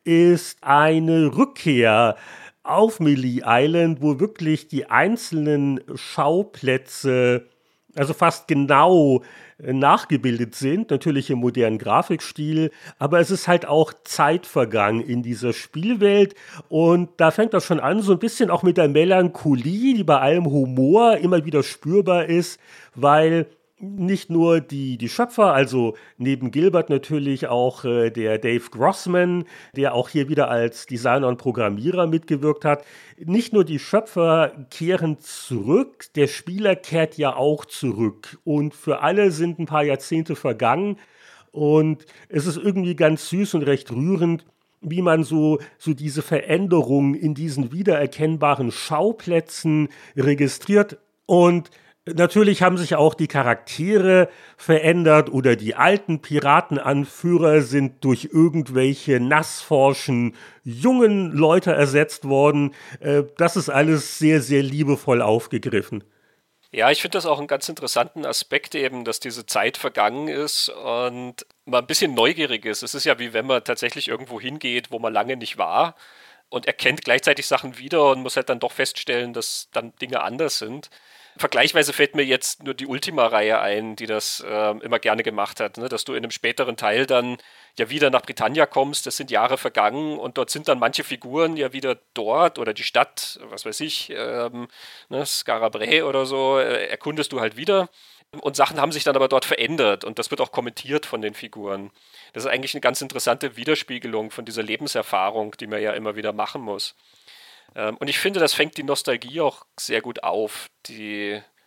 Speaker 2: ist eine Rückkehr auf Melee Island, wo wirklich die einzelnen Schauplätze also fast genau nachgebildet sind, natürlich im modernen Grafikstil, aber es ist halt auch Zeit vergangen in dieser Spielwelt und da fängt das schon an, so ein bisschen auch mit der Melancholie, die bei allem Humor immer wieder spürbar ist, weil nicht nur die, die Schöpfer, also neben Gilbert natürlich auch äh, der Dave Grossman, der auch hier wieder als Designer und Programmierer mitgewirkt hat. Nicht nur die Schöpfer kehren zurück, der Spieler kehrt ja auch zurück. Und für alle sind ein paar Jahrzehnte vergangen. Und es ist irgendwie ganz süß und recht rührend, wie man so, so diese Veränderungen in diesen wiedererkennbaren Schauplätzen registriert. Und natürlich haben sich auch die Charaktere verändert oder die alten Piratenanführer sind durch irgendwelche nassforschen jungen Leute ersetzt worden. Das ist alles sehr, sehr liebevoll aufgegriffen.
Speaker 3: Ja, ich finde das auch einen ganz interessanten Aspekt eben, dass diese Zeit vergangen ist und man ein bisschen neugierig ist. Es ist ja wie wenn man tatsächlich irgendwo hingeht, wo man lange nicht war und erkennt gleichzeitig Sachen wieder und muss halt dann doch feststellen, dass dann Dinge anders sind. Vergleichsweise fällt mir jetzt nur die Ultima-Reihe ein, die das äh, immer gerne gemacht hat, ne? Dass du in einem späteren Teil dann ja wieder nach Britannia kommst, das sind Jahre vergangen und dort sind dann manche Figuren ja wieder dort oder die Stadt, was weiß ich, ähm, ne, Skara Brae oder so, äh, erkundest du halt wieder und Sachen haben sich dann aber dort verändert und das wird auch kommentiert von den Figuren. Das ist eigentlich eine ganz interessante Widerspiegelung von dieser Lebenserfahrung, die man ja immer wieder machen muss. Und ich finde, das fängt die Nostalgie auch sehr gut auf. Die,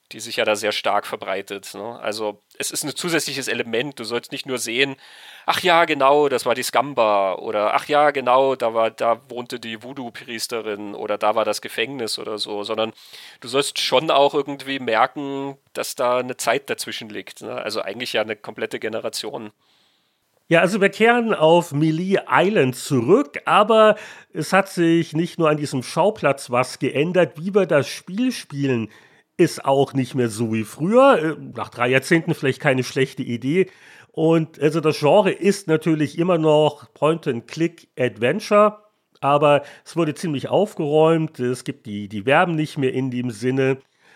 Speaker 3: die sich ja da sehr stark verbreitet. Ne? Also es ist ein zusätzliches Element. Du sollst nicht nur sehen, ach ja, genau, das war die Scamba oder ach ja, genau, da war, da wohnte die Voodoo-Priesterin oder da war das Gefängnis oder so, sondern du sollst schon auch irgendwie merken, dass da eine Zeit dazwischen liegt. Ne? Also eigentlich ja eine komplette Generation.
Speaker 2: Ja, also wir kehren auf Melee Island zurück, aber es hat sich nicht nur an diesem Schauplatz was geändert, wie wir das Spiel spielen, ist auch nicht mehr so wie früher. Nach drei Jahrzehnten vielleicht keine schlechte Idee. Und also das Genre ist natürlich immer noch Point-and-Click-Adventure, aber es wurde ziemlich aufgeräumt. Es gibt die, die Verben nicht mehr in dem Sinne.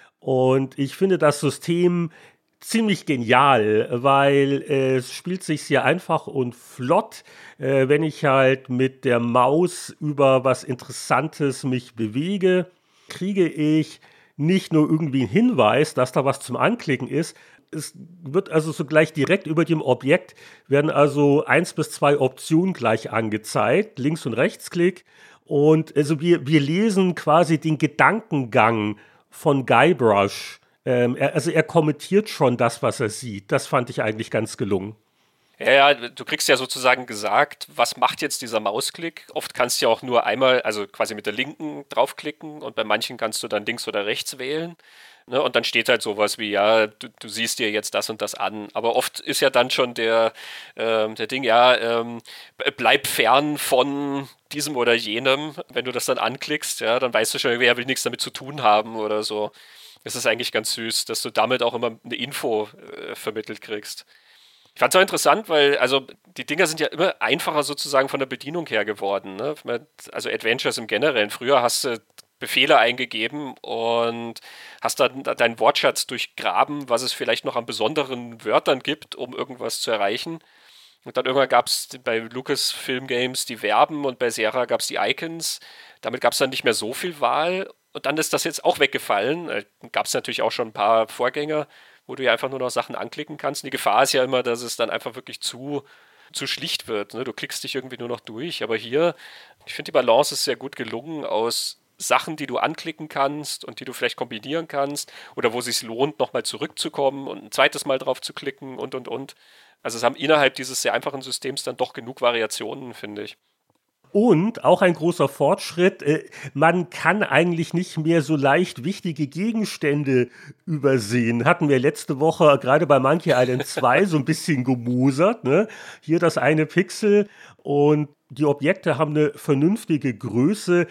Speaker 2: Und ich finde das System ziemlich genial, weil äh, es spielt sich sehr einfach und flott, äh, wenn ich halt mit der Maus über was Interessantes mich bewege, kriege ich nicht nur irgendwie einen Hinweis, dass da was zum Anklicken ist. Es wird also so gleich direkt über dem Objekt werden also eins bis zwei Optionen gleich angezeigt, Links- und Rechtsklick. Und also wir, wir lesen quasi den Gedankengang von Guybrush. Ähm, er, also er kommentiert schon das, was er sieht. Das fand ich eigentlich ganz gelungen.
Speaker 3: Ja, ja, du kriegst ja sozusagen gesagt, was macht jetzt dieser Mausklick? Oft kannst du ja auch nur einmal, also quasi mit der linken draufklicken und bei manchen kannst du dann links oder rechts wählen. Ne? Und dann steht halt sowas wie, ja, du, du siehst dir jetzt das und das an. Aber oft ist ja dann schon der, ähm, der Ding, ja, ähm, bleib fern von diesem oder jenem. Wenn du das dann anklickst, ja, dann weißt du schon, wer will nichts damit zu tun haben oder so. Es ist eigentlich ganz süß, dass du damit auch immer eine Info äh, vermittelt kriegst. Ich fand es auch interessant, weil also die Dinger sind ja immer einfacher sozusagen von der Bedienung her geworden. Ne? Also Adventures im Generellen. Früher hast du Befehle eingegeben und hast dann deinen Wortschatz durchgraben, was es vielleicht noch an besonderen Wörtern gibt, um irgendwas zu erreichen. Und dann irgendwann gab es bei Lucasfilm Games die Verben und bei Sierra gab es die Icons. Damit gab es dann nicht mehr so viel Wahl. Und dann ist das jetzt auch weggefallen. Äh, gab es natürlich auch schon ein paar Vorgänger, wo du ja einfach nur noch Sachen anklicken kannst. Und die Gefahr ist ja immer, dass es dann einfach wirklich zu, zu schlicht wird. Ne? Du klickst dich irgendwie nur noch durch. Aber hier, ich finde, die Balance ist sehr gut gelungen aus Sachen, die du anklicken kannst und die du vielleicht kombinieren kannst oder wo es sich lohnt, nochmal zurückzukommen und ein zweites Mal drauf zu klicken und, und, und. Also es haben innerhalb dieses sehr einfachen Systems dann doch genug Variationen, finde ich.
Speaker 2: Und auch ein großer Fortschritt, äh, man kann eigentlich nicht mehr so leicht wichtige Gegenstände übersehen. Hatten wir letzte Woche gerade bei Monkey Island zwei so ein bisschen gemosert. Ne? Hier das eine Pixel und die Objekte haben eine vernünftige Größe.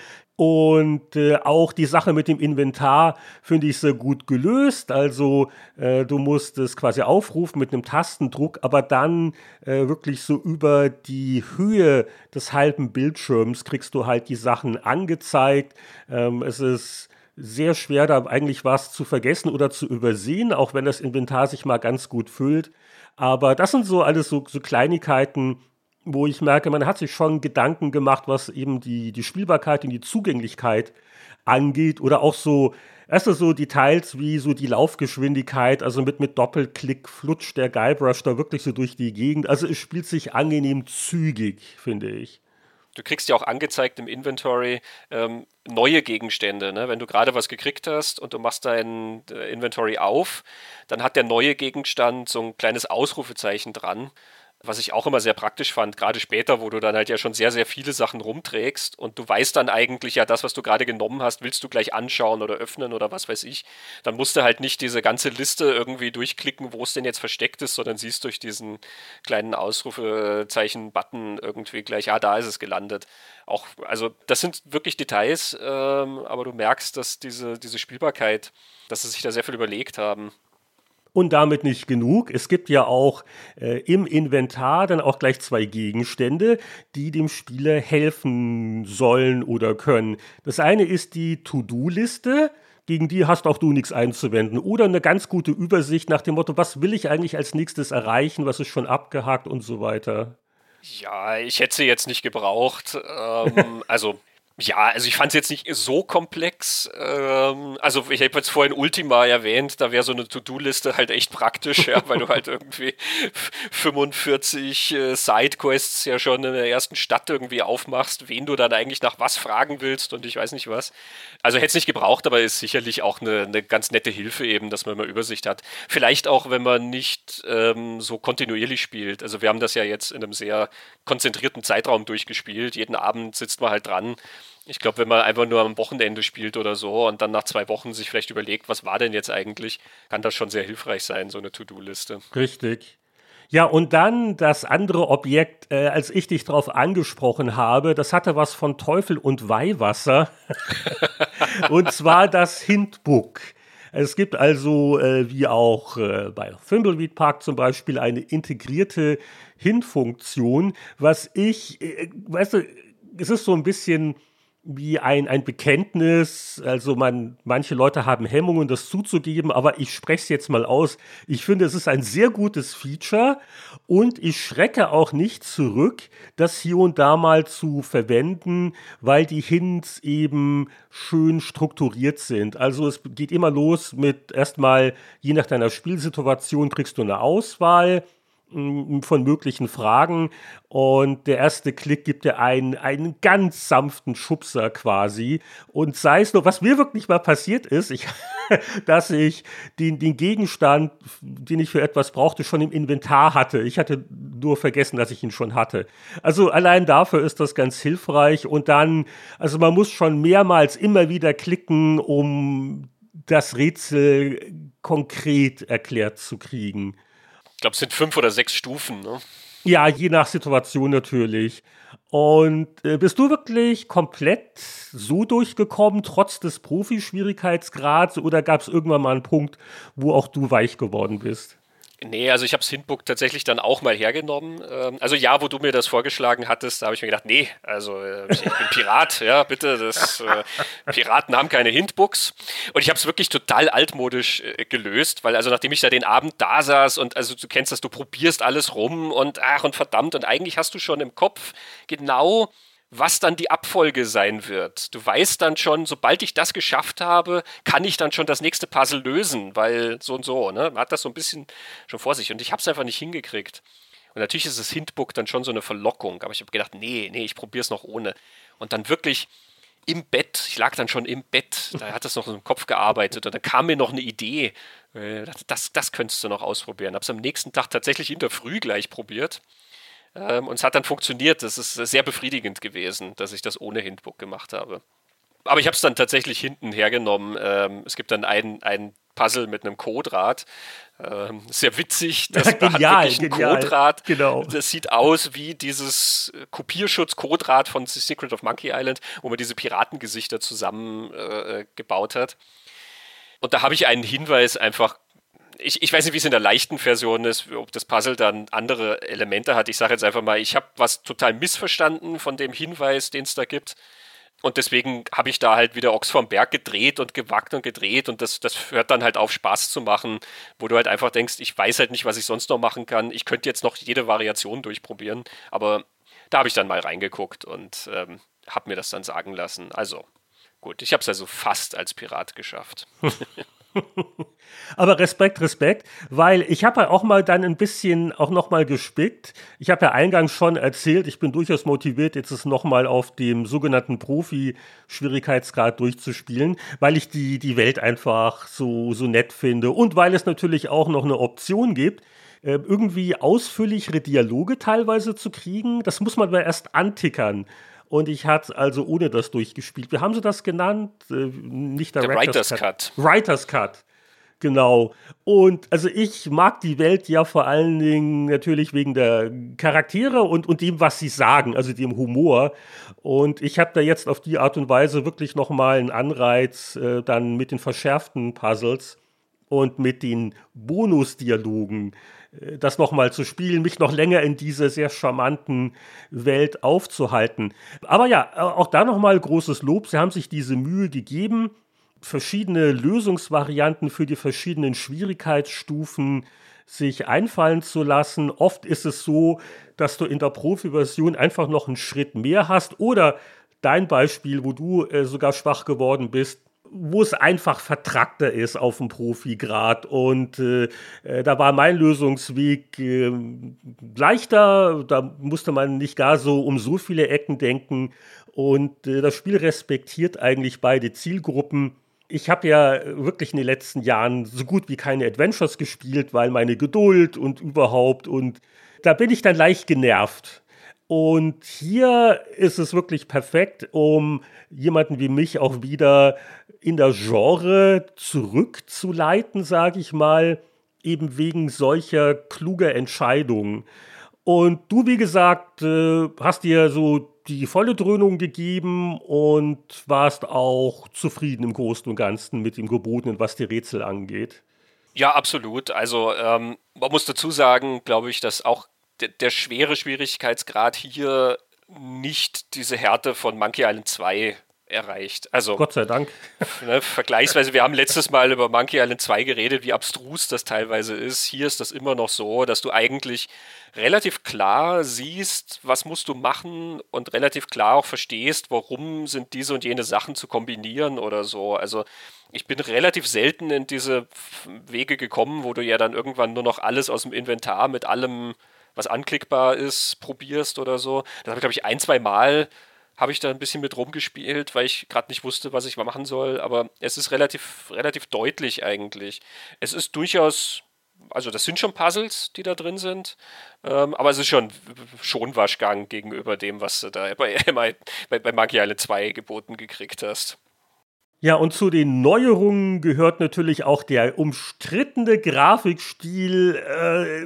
Speaker 2: Und äh, auch die Sache mit dem Inventar finde ich sehr gut gelöst. Also äh, du musst es quasi aufrufen mit einem Tastendruck, aber dann äh, wirklich so über die Höhe des halben Bildschirms kriegst du halt die Sachen angezeigt. Ähm, es ist sehr schwer, da eigentlich was zu vergessen oder zu übersehen, auch wenn das Inventar sich mal ganz gut füllt. Aber das sind so alles so, so Kleinigkeiten, wo ich merke, man hat sich schon Gedanken gemacht, was eben die, die Spielbarkeit und die Zugänglichkeit angeht. Oder auch so, erst so Details wie so die Laufgeschwindigkeit, also mit, mit Doppelklick flutscht der Guybrush da wirklich so durch die Gegend. Also es spielt sich angenehm zügig, finde ich.
Speaker 3: Du kriegst ja auch angezeigt im Inventory ähm, neue Gegenstände. Ne? Wenn du gerade was gekriegt hast und du machst dein äh, Inventory auf, dann hat der neue Gegenstand so ein kleines Ausrufezeichen dran. Was ich auch immer sehr praktisch fand, gerade später, wo du dann halt ja schon sehr, sehr viele Sachen rumträgst und du weißt dann eigentlich ja, das, was du gerade genommen hast, willst du gleich anschauen oder öffnen oder was weiß ich. Dann musst du halt nicht diese ganze Liste irgendwie durchklicken, wo es denn jetzt versteckt ist, sondern siehst durch diesen kleinen Ausrufezeichen-Button irgendwie gleich, ah, da ist es gelandet. Auch, also das sind wirklich Details, ähm, aber du merkst, dass diese, diese Spielbarkeit, dass sie sich da sehr viel überlegt haben.
Speaker 2: Und damit nicht genug. Es gibt ja auch äh, im Inventar dann auch gleich zwei Gegenstände, die dem Spieler helfen sollen oder können. Das eine ist die To-Do-Liste, gegen die hast auch du nichts einzuwenden. Oder eine ganz gute Übersicht nach dem Motto, was will ich eigentlich als nächstes erreichen, was ist schon abgehakt und so weiter.
Speaker 3: Ja, ich hätte sie jetzt nicht gebraucht. ähm, also Ja, also ich fand es jetzt nicht so komplex. Ähm, also ich habe jetzt vorhin Ultima erwähnt, da wäre so eine To-Do-Liste halt echt praktisch, ja, weil du halt irgendwie fünfundvierzig äh, Sidequests ja schon in der ersten Stadt irgendwie aufmachst, wen du dann eigentlich nach was fragen willst und ich weiß nicht was. Also hätte es nicht gebraucht, aber ist sicherlich auch eine, eine ganz nette Hilfe eben, dass man mal Übersicht hat. Vielleicht auch, wenn man nicht ähm, so kontinuierlich spielt. Also wir haben das ja jetzt in einem sehr konzentrierten Zeitraum durchgespielt. Jeden Abend sitzt man halt dran. Ich glaube, wenn man einfach nur am Wochenende spielt oder so und dann nach zwei Wochen sich vielleicht überlegt, was war denn jetzt eigentlich, kann das schon sehr hilfreich sein, so eine To-Do-Liste.
Speaker 2: Richtig. Ja, und dann das andere Objekt, äh, als ich dich darauf angesprochen habe, das hatte was von Teufel und Weihwasser. Und zwar das Hintbook. Es gibt also, äh, wie auch äh, bei Thimbleweed Park zum Beispiel, eine integrierte Hint-Funktion, was ich, äh, weißt du, es ist so ein bisschen wie ein, ein Bekenntnis, also man, manche Leute haben Hemmungen, das zuzugeben, aber ich spreche es jetzt mal aus. Ich finde, es ist ein sehr gutes Feature und ich schrecke auch nicht zurück, das hier und da mal zu verwenden, weil die Hints eben schön strukturiert sind. Also es geht immer los mit erstmal, je nach deiner Spielsituation kriegst du eine Auswahl von möglichen Fragen und der erste Klick gibt dir einen, einen ganz sanften Schubser quasi und sei es nur, was mir wirklich mal passiert ist, ich, dass ich den, den Gegenstand, den ich für etwas brauchte, schon im Inventar hatte. Ich hatte nur vergessen, dass ich ihn schon hatte. Also allein dafür ist das ganz hilfreich und dann, also man muss schon mehrmals immer wieder klicken, um das Rätsel konkret erklärt zu kriegen.
Speaker 3: Ich glaube, es sind fünf oder sechs Stufen, ne?
Speaker 2: Ja, je nach Situation natürlich. Und äh, bist du wirklich komplett so durchgekommen, trotz des Profi-Schwierigkeitsgrads, oder gab es irgendwann mal einen Punkt, wo auch du weich geworden bist?
Speaker 3: Nee, also ich habe das Hintbook tatsächlich dann auch mal hergenommen. Ähm, also ja, wo du mir das vorgeschlagen hattest, da habe ich mir gedacht, nee, also äh, ich bin Pirat, ja, bitte, das, äh, Piraten haben keine Hintbooks. Und ich habe es wirklich total altmodisch äh, gelöst, weil also nachdem ich da den Abend da saß und also du kennst das, du probierst alles rum und ach und verdammt und eigentlich hast du schon im Kopf genau, was dann die Abfolge sein wird. Du weißt dann schon, sobald ich das geschafft habe, kann ich dann schon das nächste Puzzle lösen, weil so und so, ne? Man hat das so ein bisschen schon vor sich und ich habe es einfach nicht hingekriegt. Und natürlich ist das Hintbook dann schon so eine Verlockung, aber ich habe gedacht, nee, nee, ich probiere es noch ohne. Und dann wirklich im Bett, ich lag dann schon im Bett, da hat das noch im Kopf gearbeitet und da kam mir noch eine Idee, das, das könntest du noch ausprobieren. Habe es am nächsten Tag tatsächlich in der Früh gleich probiert. Ähm, und es hat dann funktioniert. Das ist sehr befriedigend gewesen, dass ich das ohne Hintbook gemacht habe. Aber ich habe es dann tatsächlich hinten hergenommen. Ähm, es gibt dann ein, ein Puzzle mit einem Codrad. Ähm, sehr witzig. Das
Speaker 2: genial,
Speaker 3: da hat wirklich ein
Speaker 2: genial.
Speaker 3: Codrad.
Speaker 2: Genau.
Speaker 3: Das sieht aus wie dieses Kopierschutz-Codrad von The Secret of Monkey Island, wo man diese Piratengesichter zusammen äh, gebaut hat. Und da habe ich einen Hinweis einfach. Ich, ich weiß nicht, wie es in der leichten Version ist, ob das Puzzle dann andere Elemente hat. Ich sage jetzt einfach mal, ich habe was total missverstanden von dem Hinweis, den es da gibt. Und deswegen habe ich da halt wieder Ochs vom Berg gedreht und gewackt und gedreht. Und das, das hört dann halt auf, Spaß zu machen, wo du halt einfach denkst, ich weiß halt nicht, was ich sonst noch machen kann. Ich könnte jetzt noch jede Variation durchprobieren. Aber da habe ich dann mal reingeguckt und ähm, habe mir das dann sagen lassen. Also gut, ich habe es also fast als Pirat geschafft.
Speaker 2: Aber Respekt, Respekt, weil ich habe ja auch mal dann ein bisschen auch noch mal gespickt. Ich habe ja eingangs schon erzählt, ich bin durchaus motiviert, jetzt es noch mal auf dem sogenannten Profi-Schwierigkeitsgrad durchzuspielen, weil ich die, die Welt einfach so, so nett finde und weil es natürlich auch noch eine Option gibt, äh, irgendwie ausführlichere Dialoge teilweise zu kriegen. Das muss man aber erst antickern. Und ich hatte also ohne das durchgespielt. Wie haben sie das genannt? Äh, nicht der,
Speaker 3: der
Speaker 2: Writer's,
Speaker 3: Writer's Cut.
Speaker 2: Cut. Writer's Cut. Genau. Und also ich mag die Welt ja vor allen Dingen natürlich wegen der Charaktere und, und dem, was sie sagen, also dem Humor. Und ich habe da jetzt auf die Art und Weise wirklich nochmal einen Anreiz, äh, dann mit den verschärften Puzzles und mit den Bonusdialogen das nochmal zu spielen, mich noch länger in dieser sehr charmanten Welt aufzuhalten. Aber ja, auch da nochmal großes Lob. Sie haben sich diese Mühe gegeben, verschiedene Lösungsvarianten für die verschiedenen Schwierigkeitsstufen sich einfallen zu lassen. Oft ist es so, dass du in der Profi-Version einfach noch einen Schritt mehr hast oder dein Beispiel, wo du äh, sogar schwach geworden bist, wo es einfach vertrackter ist auf dem Profigrad. Und äh, da war mein Lösungsweg äh, leichter. Da musste man nicht gar so um so viele Ecken denken. Und äh, das Spiel respektiert eigentlich beide Zielgruppen. Ich habe ja wirklich in den letzten Jahren so gut wie keine Adventures gespielt, weil meine Geduld und überhaupt. Und da bin ich dann leicht genervt. Und hier ist es wirklich perfekt, um jemanden wie mich auch wieder in das Genre zurückzuleiten, sage ich mal, eben wegen solcher kluger Entscheidungen. Und du, wie gesagt, äh, hast dir so die volle Dröhnung gegeben und warst auch zufrieden im Großen und Ganzen mit dem Gebotenen, was die Rätsel angeht.
Speaker 3: Ja, absolut. Also ähm, man muss dazu sagen, glaube ich, dass auch der, der schwere Schwierigkeitsgrad hier nicht diese Härte von Monkey Island zwei erreicht. Also
Speaker 2: Gott sei Dank.
Speaker 3: Ne, vergleichsweise, wir haben letztes Mal über Monkey Island zwei geredet, wie abstrus das teilweise ist. Hier ist das immer noch so, dass du eigentlich relativ klar siehst, was musst du machen und relativ klar auch verstehst, warum sind diese und jene Sachen zu kombinieren oder so. Also ich bin relativ selten in diese Wege gekommen, wo du ja dann irgendwann nur noch alles aus dem Inventar mit allem, was anklickbar ist, probierst oder so. Das habe ich, glaube ich, ein, zwei Mal habe ich da ein bisschen mit rumgespielt, weil ich gerade nicht wusste, was ich mal machen soll. Aber es ist relativ, relativ deutlich eigentlich. Es ist durchaus, also das sind schon Puzzles, die da drin sind, ähm, aber es ist schon Schonwaschgang gegenüber dem, was du da bei, bei, bei Monkey Island zwei geboten gekriegt hast.
Speaker 2: Ja, und zu den Neuerungen gehört natürlich auch der umstrittene Grafikstil äh,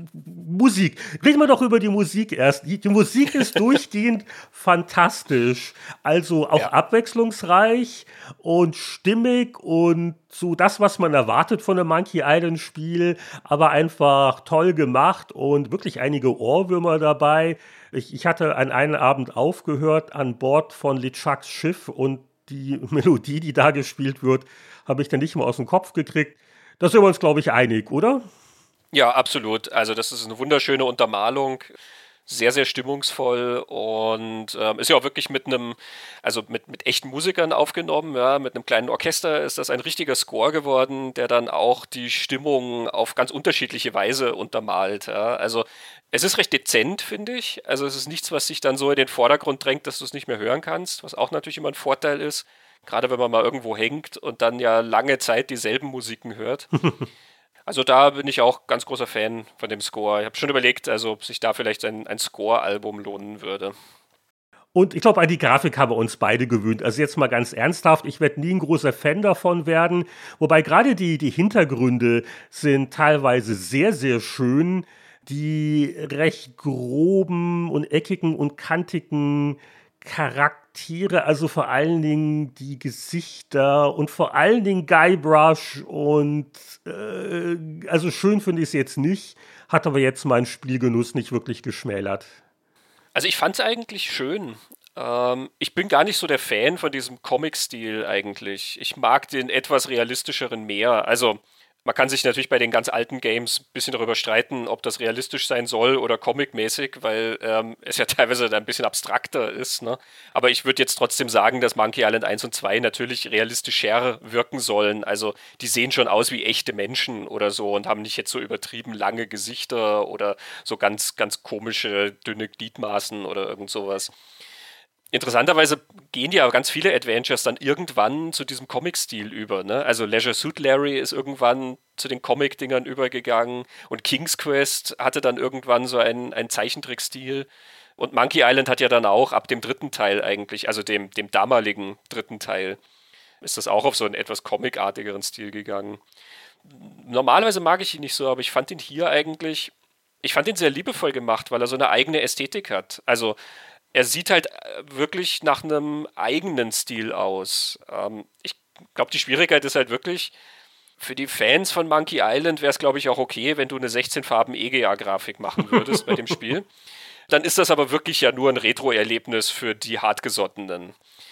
Speaker 2: Musik. Reden wir doch über die Musik erst. Die, die Musik ist durchgehend fantastisch. Also auch ja. abwechslungsreich und stimmig und so das, was man erwartet von einem Monkey Island Spiel, aber einfach toll gemacht und wirklich einige Ohrwürmer dabei. Ich, ich hatte an einem Abend aufgehört an Bord von LeChucks Schiff und die Melodie, die da gespielt wird, habe ich dann nicht mehr aus dem Kopf gekriegt. Da sind wir uns, glaube ich, einig, oder?
Speaker 3: Ja, absolut. Also das ist eine wunderschöne Untermalung, sehr, sehr stimmungsvoll und ähm, ist ja auch wirklich mit einem, also mit, mit echten Musikern aufgenommen, ja, mit einem kleinen Orchester ist das ein richtiger Score geworden, der dann auch die Stimmung auf ganz unterschiedliche Weise untermalt. Ja. Also es ist recht dezent, finde ich. Also es ist nichts, was sich dann so in den Vordergrund drängt, dass du es nicht mehr hören kannst, was auch natürlich immer ein Vorteil ist, gerade wenn man mal irgendwo hängt und dann ja lange Zeit dieselben Musiken hört. Also da bin ich auch ganz großer Fan von dem Score. Ich habe schon überlegt, also ob sich da vielleicht ein, ein Score-Album lohnen würde.
Speaker 2: Und ich glaube, an die Grafik haben wir uns beide gewöhnt. Also jetzt mal ganz ernsthaft, ich werde nie ein großer Fan davon werden. Wobei gerade die, die Hintergründe sind teilweise sehr, sehr schön. Die recht groben und eckigen und kantigen Charaktere, also vor allen Dingen die Gesichter und vor allen Dingen Guybrush und äh, also schön finde ich es jetzt nicht, hat aber jetzt meinen Spielgenuss nicht wirklich geschmälert.
Speaker 3: Also ich fand es eigentlich schön. Ähm, ich bin gar nicht so der Fan von diesem Comic-Stil eigentlich. Ich mag den etwas realistischeren mehr. Also man kann sich natürlich bei den ganz alten Games ein bisschen darüber streiten, ob das realistisch sein soll oder comicmäßig, weil ähm, es ja teilweise ein bisschen abstrakter ist. Ne? Aber ich würde jetzt trotzdem sagen, dass Monkey Island eins und zwei natürlich realistischer wirken sollen. Also die sehen schon aus wie echte Menschen oder so und haben nicht jetzt so übertrieben lange Gesichter oder so ganz, ganz komische, dünne Gliedmaßen oder irgend sowas. Interessanterweise gehen ja ganz viele Adventures dann irgendwann zu diesem Comic-Stil über. Ne? Also Leisure Suit Larry ist irgendwann zu den Comic-Dingern übergegangen und King's Quest hatte dann irgendwann so einen, einen Zeichentrick-Stil. Und Monkey Island hat ja dann auch ab dem dritten Teil eigentlich, also dem, dem damaligen dritten Teil, ist das auch auf so einen etwas comicartigeren Stil gegangen. Normalerweise mag ich ihn nicht so, aber ich fand ihn hier eigentlich, ich fand ihn sehr liebevoll gemacht, weil er so eine eigene Ästhetik hat. Also er sieht halt wirklich nach einem eigenen Stil aus. Ähm, ich glaube, die Schwierigkeit ist halt wirklich, für die Fans von Monkey Island wäre es, glaube ich, auch okay, wenn du eine sechzehn Farben E G A-Grafik machen würdest bei dem Spiel. Dann ist das aber wirklich ja nur ein Retro-Erlebnis für die Hartgesottenen.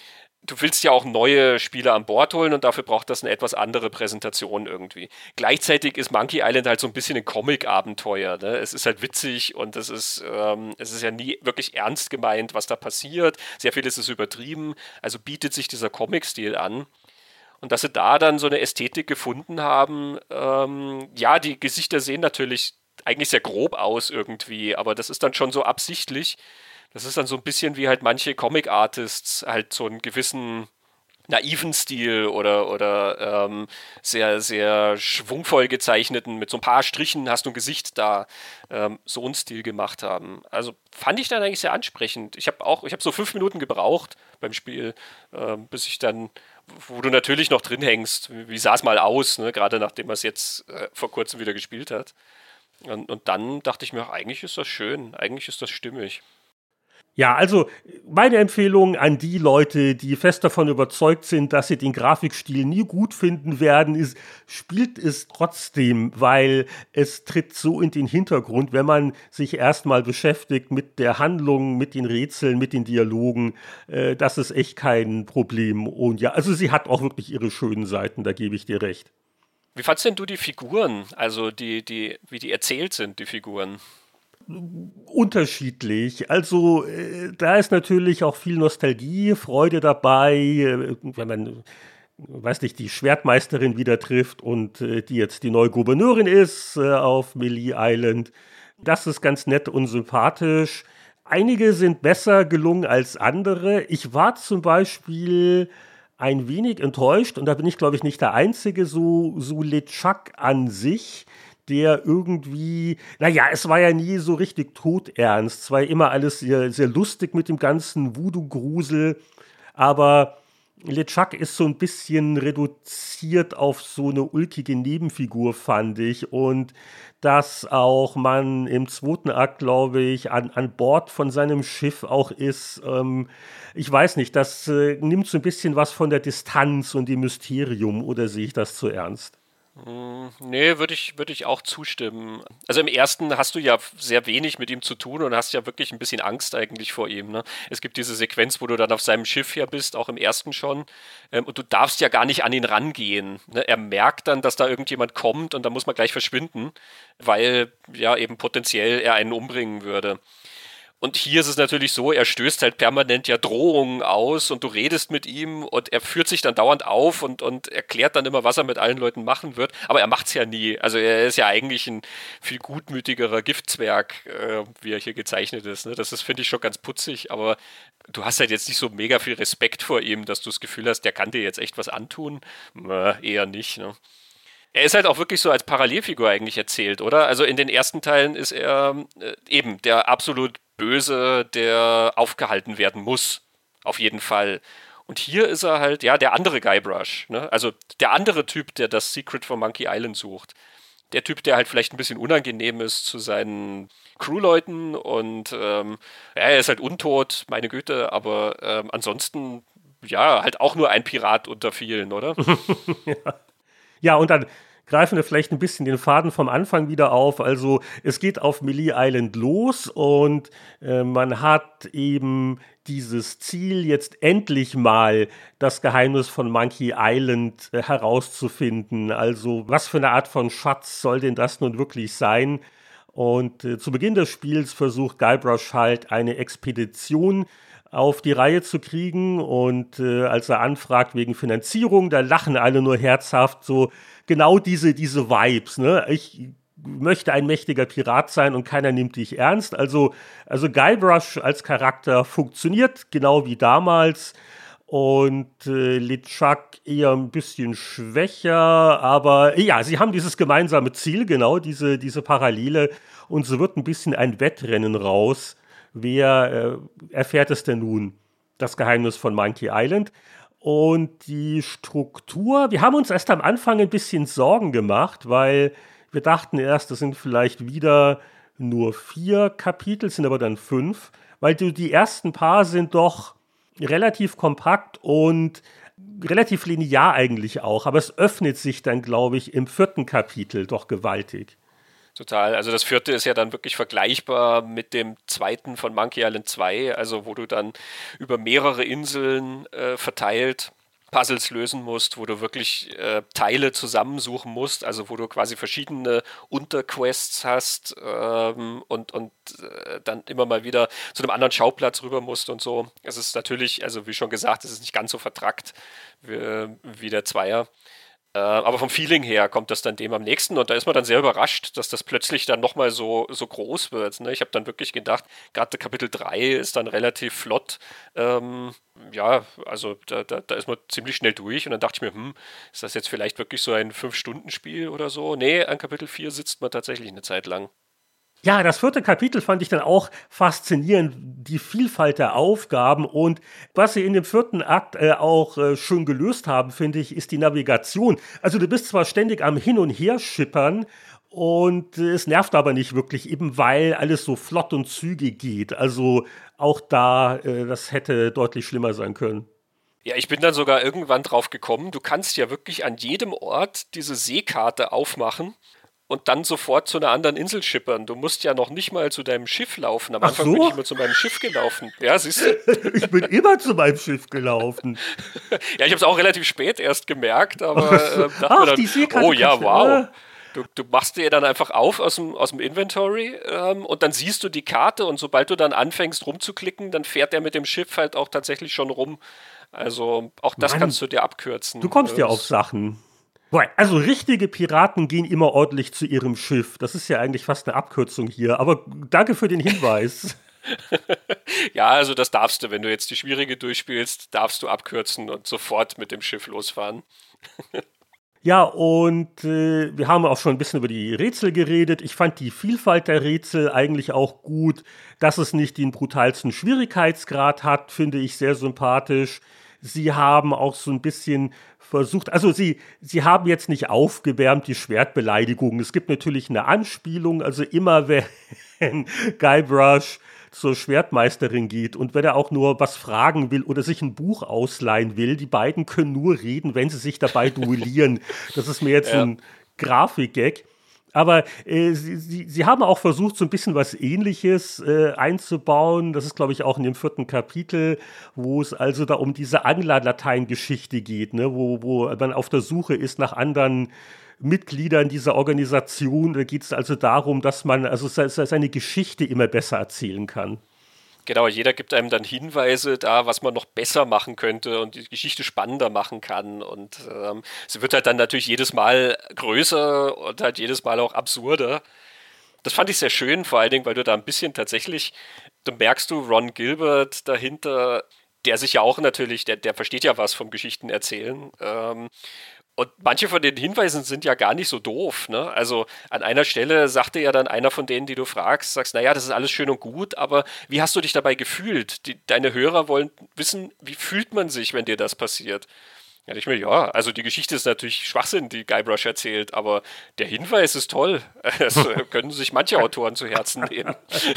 Speaker 3: du willst ja auch neue Spieler an Bord holen und dafür braucht das eine etwas andere Präsentation irgendwie. Gleichzeitig ist Monkey Island halt so ein bisschen ein Comic-Abenteuer. Ne? Es ist halt witzig und es ist, ähm, es ist ja nie wirklich ernst gemeint, was da passiert. Sehr vieles ist übertrieben, also bietet sich dieser Comic-Stil an. Und dass sie da dann so eine Ästhetik gefunden haben, ähm, ja, die Gesichter sehen natürlich eigentlich sehr grob aus irgendwie, aber das ist dann schon so absichtlich. Das ist dann so ein bisschen wie halt manche Comic-Artists halt so einen gewissen naiven Stil oder, oder ähm, sehr, sehr schwungvoll gezeichneten, mit so ein paar Strichen hast du ein Gesicht da, ähm, so einen Stil gemacht haben. Also fand ich dann eigentlich sehr ansprechend. Ich habe auch, ich habe so fünf Minuten gebraucht beim Spiel, ähm, bis ich dann, wo du natürlich noch drin hängst, wie, wie sah es mal aus, ne? Gerade nachdem man es jetzt äh, vor kurzem wieder gespielt hat. Und, und dann dachte ich mir, ach, eigentlich ist das schön, eigentlich ist das stimmig.
Speaker 2: Ja, also meine Empfehlung an die Leute, die fest davon überzeugt sind, dass sie den Grafikstil nie gut finden werden, ist, spielt es trotzdem, weil es tritt so in den Hintergrund, wenn man sich erstmal beschäftigt mit der Handlung, mit den Rätseln, mit den Dialogen, äh, das ist echt kein Problem. Und ja, also sie hat auch wirklich ihre schönen Seiten, da gebe ich dir recht.
Speaker 3: Wie fandst denn du die Figuren, also die, die, wie die erzählt sind, die Figuren?
Speaker 2: Unterschiedlich. Also äh, da ist natürlich auch viel Nostalgie, Freude dabei, äh, wenn man, weiß nicht, die Schwertmeisterin wieder trifft und äh, die jetzt die neue Gouverneurin ist äh, auf Melee Island. Das ist ganz nett und sympathisch. Einige sind besser gelungen als andere. Ich war zum Beispiel ein wenig enttäuscht, und da bin ich, glaube ich, nicht der Einzige, so, so LeChuck an sich, der irgendwie, naja, es war ja nie so richtig todernst. Es war ja immer alles sehr, sehr lustig mit dem ganzen Voodoo-Grusel. Aber LeChuck ist so ein bisschen reduziert auf so eine ulkige Nebenfigur, fand ich. Und dass auch man im zweiten Akt, glaube ich, an, an Bord von seinem Schiff auch ist. Ähm, ich weiß nicht, das äh, nimmt so ein bisschen was von der Distanz und dem Mysterium, oder sehe ich das zu ernst?
Speaker 3: Nee, würde ich, würde ich auch zustimmen. Also im ersten hast du ja sehr wenig mit ihm zu tun und hast ja wirklich ein bisschen Angst eigentlich vor ihm. Ne? Es gibt diese Sequenz, wo du dann auf seinem Schiff ja bist, auch im ersten schon. Ähm, und du darfst ja gar nicht an ihn rangehen. Ne? Er merkt dann, dass da irgendjemand kommt und dann muss man gleich verschwinden, weil ja eben potenziell er einen umbringen würde. Und hier ist es natürlich so, er stößt halt permanent ja Drohungen aus und du redest mit ihm und er führt sich dann dauernd auf und, und erklärt dann immer, was er mit allen Leuten machen wird. Aber er macht's ja nie. Also er ist ja eigentlich ein viel gutmütigerer Giftzwerg, äh, wie er hier gezeichnet ist. Ne? Das ist, finde ich, schon ganz putzig, aber du hast halt jetzt nicht so mega viel Respekt vor ihm, dass du das Gefühl hast, der kann dir jetzt echt was antun. Äh, eher nicht, ne? Er ist halt auch wirklich so als Parallelfigur eigentlich erzählt, oder? Also in den ersten Teilen ist er äh, eben der absolut Böse, der aufgehalten werden muss. Auf jeden Fall. Und hier ist er halt, ja, der andere Guybrush. Ne? Also der andere Typ, der das Secret von Monkey Island sucht. Der Typ, der halt vielleicht ein bisschen unangenehm ist zu seinen Crewleuten und ähm, ja, er ist halt untot, meine Güte, aber ähm, ansonsten, ja, halt auch nur ein Pirat unter vielen, oder?
Speaker 2: ja. ja, und dann greifen wir vielleicht ein bisschen den Faden vom Anfang wieder auf. Also es geht auf Melee Island los und äh, man hat eben dieses Ziel, jetzt endlich mal das Geheimnis von Monkey Island äh, herauszufinden. Also was für eine Art von Schatz soll denn das nun wirklich sein? Und äh, zu Beginn des Spiels versucht Guybrush halt eine Expedition auf die Reihe zu kriegen und äh, als er anfragt wegen Finanzierung, da lachen alle nur herzhaft, so genau diese, diese Vibes, ne? Ich möchte ein mächtiger Pirat sein und keiner nimmt dich ernst. Also, also Guybrush als Charakter funktioniert, genau wie damals. Und äh, LeChuck eher ein bisschen schwächer, aber ja, sie haben dieses gemeinsame Ziel, genau, diese, diese Parallele. Und so wird ein bisschen ein Wettrennen raus. Wer äh, erfährt es denn nun? Das Geheimnis von Monkey Island. Und die Struktur, wir haben uns erst am Anfang ein bisschen Sorgen gemacht, weil wir dachten erst, das sind vielleicht wieder nur vier Kapitel, sind aber dann fünf, weil die, die ersten paar sind doch relativ kompakt und relativ linear eigentlich auch, aber es öffnet sich dann, glaube ich, im vierten Kapitel doch gewaltig.
Speaker 3: Total. Also das vierte ist ja dann wirklich vergleichbar mit dem zweiten von Monkey Island zwei, also wo du dann über mehrere Inseln äh, verteilt Puzzles lösen musst, wo du wirklich äh, Teile zusammensuchen musst, also wo du quasi verschiedene Unterquests hast ähm, und, und äh, dann immer mal wieder zu einem anderen Schauplatz rüber musst und so. Es ist natürlich, also wie schon gesagt, es ist nicht ganz so vertrackt wie, wie der Zweier. Aber vom Feeling her kommt das dann dem am nächsten und da ist man dann sehr überrascht, dass das plötzlich dann nochmal so, so groß wird. Ne? Ich habe dann wirklich gedacht, gerade Kapitel drei ist dann relativ flott. Ähm, ja, also da, da, da ist man ziemlich schnell durch und dann dachte ich mir, hm, ist das jetzt vielleicht wirklich so ein fünf-Stunden-Spiel oder so? Nee, an Kapitel vier sitzt man tatsächlich eine Zeit lang.
Speaker 2: Ja, das vierte Kapitel fand ich dann auch faszinierend, die Vielfalt der Aufgaben und was sie in dem vierten Akt äh, auch äh, schön gelöst haben, finde ich, ist die Navigation. Also du bist zwar ständig am Hin- und Her schippern und äh, es nervt aber nicht wirklich, eben weil alles so flott und zügig geht. Also auch da, äh, das hätte deutlich schlimmer sein können.
Speaker 3: Ja, ich bin dann sogar irgendwann drauf gekommen, du kannst ja wirklich an jedem Ort diese Seekarte aufmachen und dann sofort zu einer anderen Insel schippern. Du musst ja noch nicht mal zu deinem Schiff laufen. Am
Speaker 2: Ach
Speaker 3: Anfang
Speaker 2: so?
Speaker 3: bin ich immer zu meinem Schiff gelaufen. Ja, siehst du?
Speaker 2: Ich bin immer zu meinem Schiff gelaufen.
Speaker 3: Ja, ich habe es auch relativ spät erst gemerkt, aber äh, dachte
Speaker 2: Ach,
Speaker 3: mir dann,
Speaker 2: die Seekarte
Speaker 3: oh ja,
Speaker 2: kannst du-
Speaker 3: wow. Du, du machst dir dann einfach auf aus dem, aus dem Inventory ähm, und dann siehst du die Karte und sobald du dann anfängst rumzuklicken, dann fährt er mit dem Schiff halt auch tatsächlich schon rum. Also auch das
Speaker 2: Mann,
Speaker 3: kannst du dir abkürzen.
Speaker 2: Du kommst ja
Speaker 3: Das-
Speaker 2: auf Sachen. Boah, also richtige Piraten gehen immer ordentlich zu ihrem Schiff. Das ist ja eigentlich fast eine Abkürzung hier. Aber danke für den Hinweis.
Speaker 3: Ja, also das darfst du, wenn du jetzt die schwierige durchspielst, darfst du abkürzen und sofort mit dem Schiff losfahren.
Speaker 2: Ja, und äh, wir haben auch schon ein bisschen über die Rätsel geredet. Ich fand die Vielfalt der Rätsel eigentlich auch gut. Dass es nicht den brutalsten Schwierigkeitsgrad hat, finde ich sehr sympathisch. Sie haben auch so ein bisschen versucht, also sie, sie haben jetzt nicht aufgewärmt die Schwertbeleidigung. Es gibt natürlich eine Anspielung, also immer wenn Guybrush zur Schwertmeisterin geht und wenn er auch nur was fragen will oder sich ein Buch ausleihen will, die beiden können nur reden, wenn sie sich dabei duellieren. Das ist mir jetzt
Speaker 3: Ja.
Speaker 2: so ein Grafikgag. Aber äh, sie, sie, sie haben auch versucht, so ein bisschen was Ähnliches äh, einzubauen. Das ist, glaube ich, auch in dem vierten Kapitel, wo es also da um diese Angler-Latein-Geschichte geht, ne? wo, wo man auf der Suche ist nach anderen Mitgliedern dieser Organisation. Da geht es also darum, dass man also se- se- seine Geschichte immer besser erzählen kann.
Speaker 3: Genau, jeder gibt einem dann Hinweise da, was man noch besser machen könnte und die Geschichte spannender machen kann. Und ähm, sie wird halt dann natürlich jedes Mal größer und halt jedes Mal auch absurder. Das fand ich sehr schön, vor allen Dingen, weil du da ein bisschen tatsächlich, du merkst du Ron Gilbert dahinter, der sich ja auch natürlich, der, der versteht ja was vom Geschichten erzählen. Ähm, Und manche von den Hinweisen sind ja gar nicht so doof, ne? Also an einer Stelle sagte ja dann einer von denen, die du fragst, sagst, naja, das ist alles schön und gut, aber wie hast du dich dabei gefühlt? Die, deine Hörer wollen wissen, wie fühlt man sich, wenn dir das passiert? Ja, ich mir, ja, also die Geschichte ist natürlich Schwachsinn, die Guybrush erzählt, aber der Hinweis ist toll. Das äh, können sich manche Autoren zu Herzen nehmen.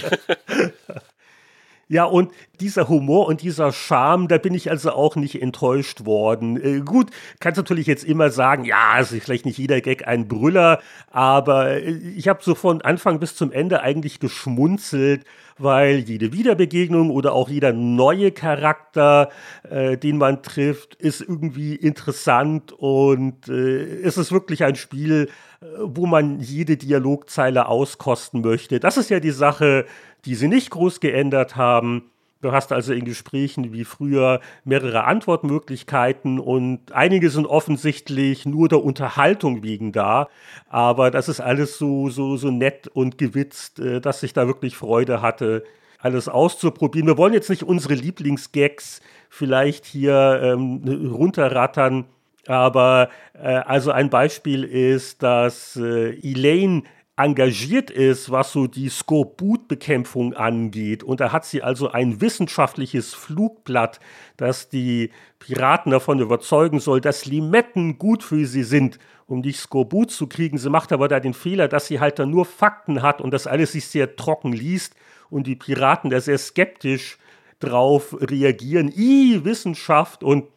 Speaker 2: Ja, und dieser Humor und dieser Charme, da bin ich also auch nicht enttäuscht worden. Äh, gut, kannst natürlich jetzt immer sagen, ja, es ist vielleicht nicht jeder Gag ein Brüller, aber äh, ich habe so von Anfang bis zum Ende eigentlich geschmunzelt, weil jede Wiederbegegnung oder auch jeder neue Charakter, äh, den man trifft, ist irgendwie interessant und äh, es ist wirklich ein Spiel, äh, wo man jede Dialogzeile auskosten möchte. Das ist ja die Sache, die sie nicht groß geändert haben. Du hast also in Gesprächen wie früher mehrere Antwortmöglichkeiten und einige sind offensichtlich nur der Unterhaltung wegen da, aber das ist alles so, so, so nett und gewitzt, äh, dass ich da wirklich Freude hatte, alles auszuprobieren. Wir wollen jetzt nicht unsere Lieblingsgags vielleicht hier ähm, runterrattern, aber äh, also ein Beispiel ist, dass äh, Elaine engagiert ist, was so die Skorbut-Bekämpfung angeht. Und da hat sie also ein wissenschaftliches Flugblatt, das die Piraten davon überzeugen soll, dass Limetten gut für sie sind, um nicht Skorbut zu kriegen. Sie macht aber da den Fehler, dass sie halt dann nur Fakten hat und das alles sich sehr trocken liest und die Piraten da sehr skeptisch drauf reagieren. I, Wissenschaft und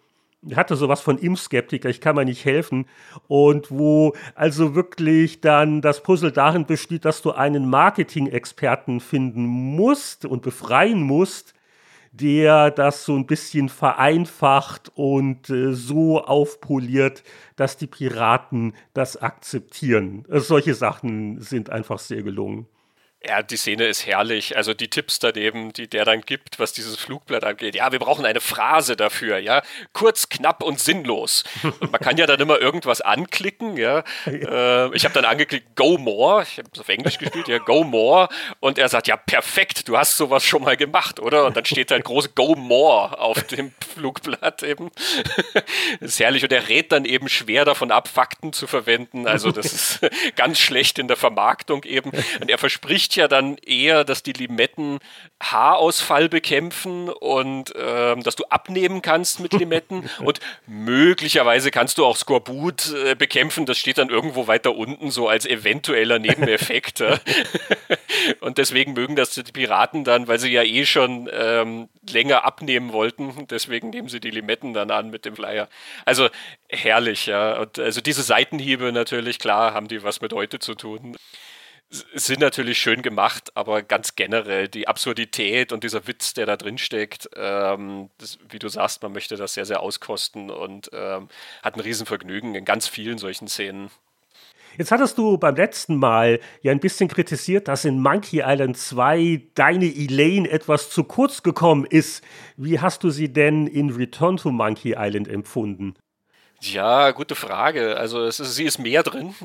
Speaker 2: hatte sowas von Impfskeptiker, ich kann mir nicht helfen. Und wo also wirklich dann das Puzzle darin besteht, dass du einen Marketing-Experten finden musst und befreien musst, der das so ein bisschen vereinfacht und äh, so aufpoliert, dass die Piraten das akzeptieren. Äh, solche Sachen sind einfach sehr gelungen.
Speaker 3: Ja, die Szene ist herrlich. Also die Tipps daneben, die der dann gibt, was dieses Flugblatt angeht. Ja, wir brauchen eine Phrase dafür, ja. Kurz, knapp und sinnlos. Und man kann ja dann immer irgendwas anklicken, ja. Äh, ich habe dann angeklickt, go more. Ich habe es auf Englisch gespielt, ja, go more. Und er sagt, ja, perfekt, du hast sowas schon mal gemacht, oder? Und dann steht halt groß go more auf dem Flugblatt eben. Das ist herrlich. Und er rät dann eben schwer davon ab, Fakten zu verwenden. Also das ist ganz schlecht in der Vermarktung eben. Und er verspricht ja dann eher, dass die Limetten Haarausfall bekämpfen und ähm, dass du abnehmen kannst mit Limetten und möglicherweise kannst du auch Skorbut äh, bekämpfen, das steht dann irgendwo weiter unten so als eventueller Nebeneffekt. Ja. Und deswegen mögen das die Piraten dann, weil sie ja eh schon ähm, länger abnehmen wollten, deswegen nehmen sie die Limetten dann an mit dem Flyer. Also herrlich, ja. Und also diese Seitenhiebe natürlich, klar, haben die was mit heute zu tun. Sind natürlich schön gemacht, aber ganz generell die Absurdität und dieser Witz, der da drin steckt, ähm, das, wie du sagst, man möchte das sehr, sehr auskosten und ähm, hat ein Riesenvergnügen in ganz vielen solchen Szenen.
Speaker 2: Jetzt hattest du beim letzten Mal ja ein bisschen kritisiert, dass in Monkey Island zwei deine Elaine etwas zu kurz gekommen ist. Wie hast du sie denn in Return to Monkey Island empfunden?
Speaker 3: Ja, gute Frage. Also es ist, sie ist mehr drin,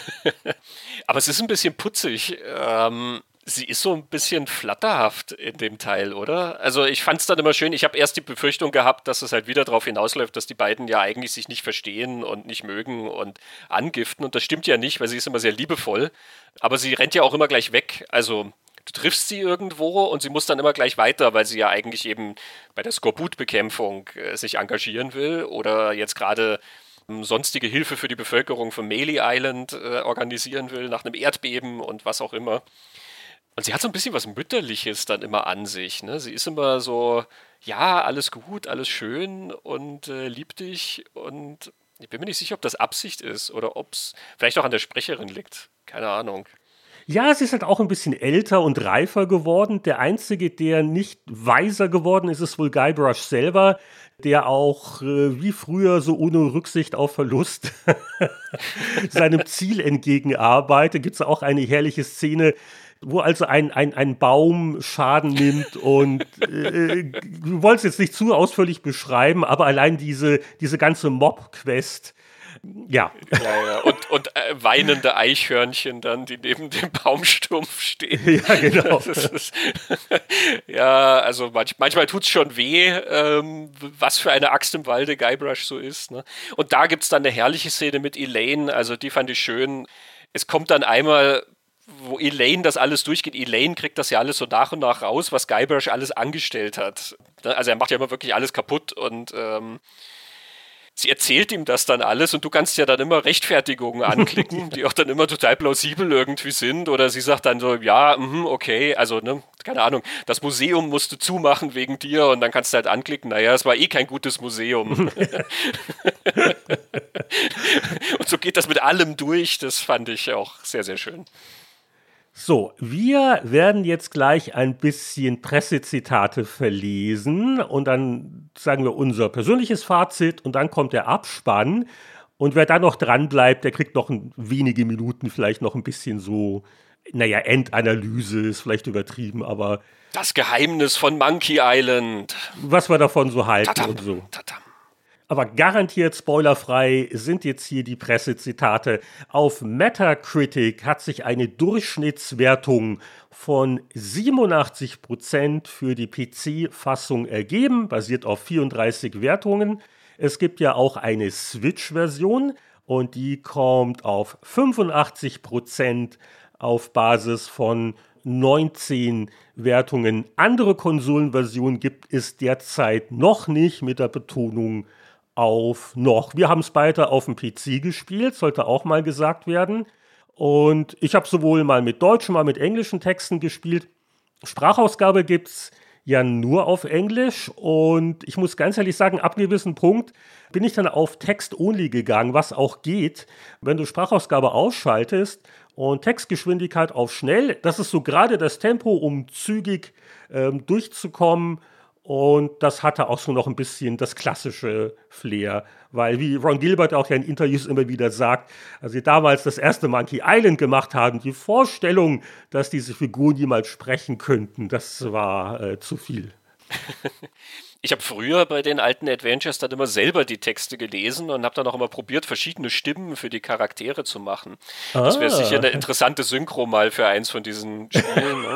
Speaker 3: aber es ist ein bisschen putzig. Ähm, sie ist so ein bisschen flatterhaft in dem Teil, oder? Also ich fand es dann immer schön, ich habe erst die Befürchtung gehabt, dass es halt wieder darauf hinausläuft, dass die beiden ja eigentlich sich nicht verstehen und nicht mögen und angiften. Und das stimmt ja nicht, weil sie ist immer sehr liebevoll. Aber sie rennt ja auch immer gleich weg. Also du triffst sie irgendwo und sie muss dann immer gleich weiter, weil sie ja eigentlich eben bei der Skorbutbekämpfung äh, sich engagieren will oder jetzt gerade ähm, sonstige Hilfe für die Bevölkerung von Melee Island äh, organisieren will, nach einem Erdbeben und was auch immer. Und sie hat so ein bisschen was Mütterliches dann immer an sich. Ne? Sie ist immer so, ja, alles gut, alles schön und äh, lieb dich. Und ich bin mir nicht sicher, ob das Absicht ist oder ob es vielleicht auch an der Sprecherin liegt. Keine Ahnung.
Speaker 2: Ja, sie ist halt auch ein bisschen älter und reifer geworden. Der Einzige, der nicht weiser geworden ist, ist wohl Guybrush selber, der auch äh, wie früher so ohne Rücksicht auf Verlust seinem Ziel entgegenarbeitet. Gibt es auch eine herrliche Szene, wo also ein, ein, ein Baum Schaden nimmt und äh, du wolltest jetzt nicht zu ausführlich beschreiben, aber allein diese, diese ganze Mob-Quest, ja.
Speaker 3: Ja, ja. Und, und äh, weinende Eichhörnchen dann, die neben dem Baumstumpf stehen.
Speaker 2: Ja, genau.
Speaker 3: Das ist, ja, also manch, manchmal tut es schon weh, ähm, was für eine Axt im Walde Guybrush so ist. Ne? Und da gibt es dann eine herrliche Szene mit Elaine, also die fand ich schön. Es kommt dann einmal, wo Elaine das alles durchgeht. Elaine kriegt das ja alles so nach und nach raus, was Guybrush alles angestellt hat. Also er macht ja immer wirklich alles kaputt und ähm, sie erzählt ihm das dann alles und du kannst ja dann immer Rechtfertigungen anklicken, die auch dann immer total plausibel irgendwie sind. Oder sie sagt dann so, ja, mh, okay, also, ne, keine Ahnung, das Museum musste zumachen wegen dir und dann kannst du halt anklicken, naja, es war eh kein gutes Museum. Und so geht das mit allem durch, das fand ich auch sehr, sehr schön.
Speaker 2: So, wir werden jetzt gleich ein bisschen Pressezitate verlesen und dann sagen wir unser persönliches Fazit und dann kommt der Abspann und wer da noch dran bleibt, der kriegt noch ein, wenige Minuten vielleicht noch ein bisschen so, naja, Endanalyse ist vielleicht übertrieben, aber
Speaker 3: das Geheimnis von Monkey Island.
Speaker 2: Was wir davon so halten
Speaker 3: Tatam,
Speaker 2: und so.
Speaker 3: tatam.
Speaker 2: Aber garantiert spoilerfrei sind jetzt hier die Pressezitate. Auf Metacritic hat sich eine Durchschnittswertung von siebenundachtzig Prozent für die P C-Fassung ergeben, basiert auf vierunddreißig Wertungen. Es gibt ja auch eine Switch-Version und die kommt auf fünfundachtzig Prozent auf Basis von neunzehn Wertungen. Andere Konsolenversionen gibt es derzeit noch nicht, mit der Betonung auf noch. Wir haben es beide auf dem P C gespielt, sollte auch mal gesagt werden. Und ich habe sowohl mal mit deutschen, mal mit englischen Texten gespielt. Sprachausgabe gibt's ja nur auf Englisch und ich muss ganz ehrlich sagen, ab einem gewissen Punkt bin ich dann auf Text-Only gegangen, was auch geht. Wenn du Sprachausgabe ausschaltest und Textgeschwindigkeit auf schnell, das ist so gerade das Tempo, um zügig ähm, durchzukommen. Und das hatte auch so noch ein bisschen das klassische Flair, weil wie Ron Gilbert auch ja in Interviews immer wieder sagt, als sie damals das erste Monkey Island gemacht haben, die Vorstellung, dass diese Figuren jemals sprechen könnten, das war äh, zu viel.
Speaker 3: Ich habe früher bei den alten Adventures dann immer selber die Texte gelesen und habe dann auch immer probiert, verschiedene Stimmen für die Charaktere zu machen. Ah. Das wäre sicher eine interessante Synchro mal für eins von diesen Spielen. Ne?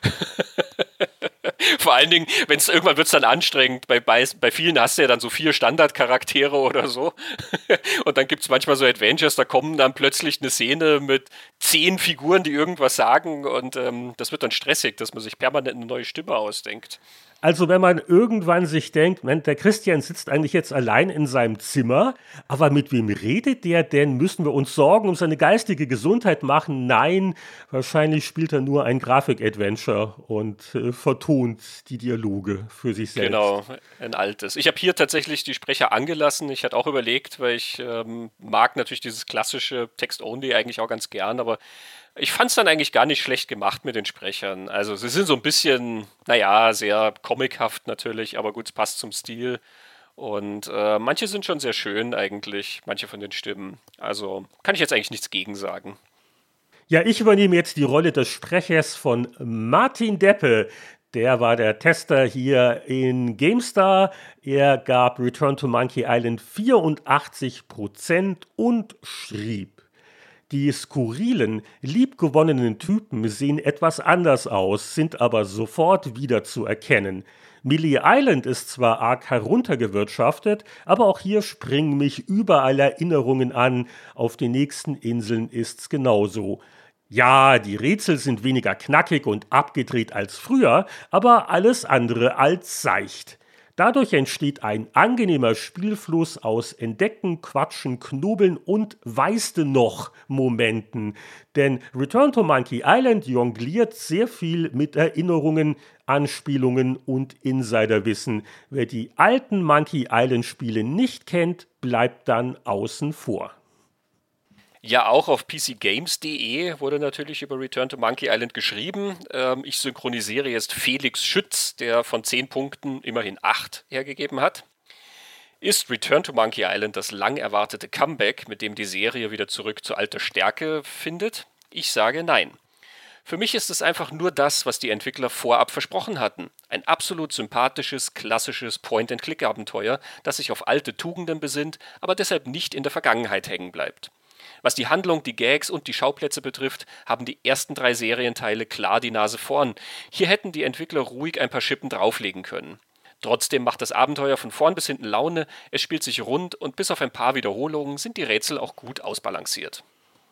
Speaker 3: Vor allen Dingen, wenn es irgendwann wird es dann anstrengend. Bei, bei, bei vielen hast du ja dann so vier Standardcharaktere oder so. Und dann gibt es manchmal so Adventures, da kommen dann plötzlich eine Szene mit zehn Figuren, die irgendwas sagen. Und ähm, das wird dann stressig, dass man sich permanent eine neue Stimme ausdenkt.
Speaker 2: Also wenn man irgendwann sich denkt, Mensch, der Christian sitzt eigentlich jetzt allein in seinem Zimmer, aber mit wem redet der denn? Müssen wir uns Sorgen um seine geistige Gesundheit machen? Nein, wahrscheinlich spielt er nur ein Grafik-Adventure und äh, vertont die Dialoge für sich selbst.
Speaker 3: Genau, ein altes. Ich habe hier tatsächlich die Sprecher angelassen. Ich hatte auch überlegt, weil ich ähm, mag natürlich dieses klassische Text-Only eigentlich auch ganz gern, aber ich fand es dann eigentlich gar nicht schlecht gemacht mit den Sprechern. Also sie sind so ein bisschen, naja, sehr comichaft natürlich, aber gut, es passt zum Stil. Und äh, manche sind schon sehr schön eigentlich, manche von den Stimmen. Also kann ich jetzt eigentlich nichts gegen sagen.
Speaker 2: Ja, ich übernehme jetzt die Rolle des Sprechers von Martin Deppe. Der war der Tester hier in GameStar. Er gab Return to Monkey Island vierundachtzig Prozent und schrieb: Die skurrilen, liebgewonnenen Typen sehen etwas anders aus, sind aber sofort wieder zu erkennen. Melee Island ist zwar arg heruntergewirtschaftet, aber auch hier springen mich überall Erinnerungen an. Auf den nächsten Inseln ist's genauso. Ja, die Rätsel sind weniger knackig und abgedreht als früher, aber alles andere als seicht. Dadurch entsteht ein angenehmer Spielfluss aus Entdecken, Quatschen, Knobeln und weißte noch Momenten. Denn Return to Monkey Island jongliert sehr viel mit Erinnerungen, Anspielungen und Insiderwissen. Wer die alten Monkey Island Spiele nicht kennt, bleibt dann außen vor.
Speaker 3: Ja, auch auf p c games punkt d e wurde natürlich über Return to Monkey Island geschrieben. Ähm, ich synchronisiere jetzt Felix Schütz, der von zehn Punkten immerhin acht hergegeben hat. Ist Return to Monkey Island das lang erwartete Comeback, mit dem die Serie wieder zurück zu alter Stärke findet? Ich sage nein. Für mich ist es einfach nur das, was die Entwickler vorab versprochen hatten. Ein absolut sympathisches, klassisches Point-and-Click-Abenteuer, das sich auf alte Tugenden besinnt, aber deshalb nicht in der Vergangenheit hängen bleibt. Was die Handlung, die Gags und die Schauplätze betrifft, haben die ersten drei Serienteile klar die Nase vorn. Hier hätten die Entwickler ruhig ein paar Schippen drauflegen können. Trotzdem macht das Abenteuer von vorn bis hinten Laune, es spielt sich rund und bis auf ein paar Wiederholungen sind die Rätsel auch gut ausbalanciert.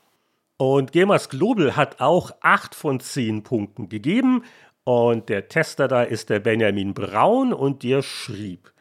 Speaker 2: Und Gamers Global hat auch acht von zehn Punkten gegeben und der Tester da ist der Benjamin Braun und der schrieb: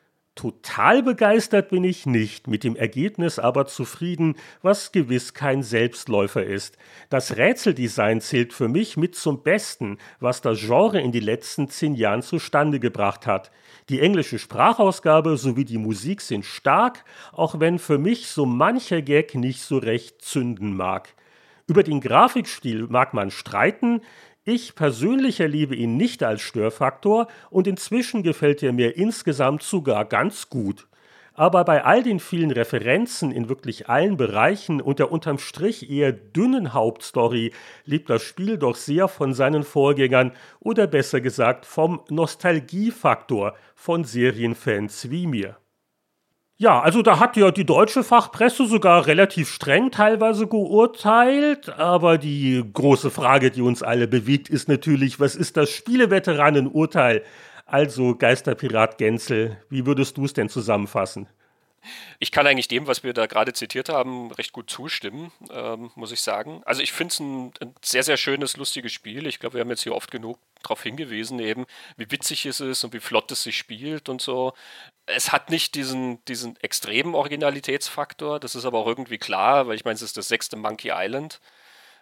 Speaker 2: Total begeistert bin ich nicht, mit dem Ergebnis aber zufrieden, was gewiss kein Selbstläufer ist. Das Rätseldesign zählt für mich mit zum Besten, was das Genre in den letzten zehn Jahren zustande gebracht hat. Die englische Sprachausgabe sowie die Musik sind stark, auch wenn für mich so mancher Gag nicht so recht zünden mag. Über den Grafikstil mag man streiten. Ich persönlich erlebe ihn nicht als Störfaktor und inzwischen gefällt er mir insgesamt sogar ganz gut. Aber bei all den vielen Referenzen in wirklich allen Bereichen und der unterm Strich eher dünnen Hauptstory lebt das Spiel doch sehr von seinen Vorgängern oder besser gesagt vom Nostalgiefaktor von Serienfans wie mir. Ja, also da hat ja die deutsche Fachpresse sogar relativ streng teilweise geurteilt, aber die große Frage, die uns alle bewegt, ist natürlich, was ist das Spieleveteranenurteil? Also Geisterpirat Genzel, wie würdest du es denn zusammenfassen?
Speaker 3: Ich kann eigentlich dem, was wir da gerade zitiert haben, recht gut zustimmen, ähm, muss ich sagen. Also ich finde es ein, ein sehr, sehr schönes, lustiges Spiel. Ich glaube, wir haben jetzt hier oft genug darauf hingewiesen, eben, wie witzig es ist und wie flott es sich spielt und so. Es hat nicht diesen, diesen extremen Originalitätsfaktor, das ist aber auch irgendwie klar, weil ich meine, es ist das sechste Monkey Island.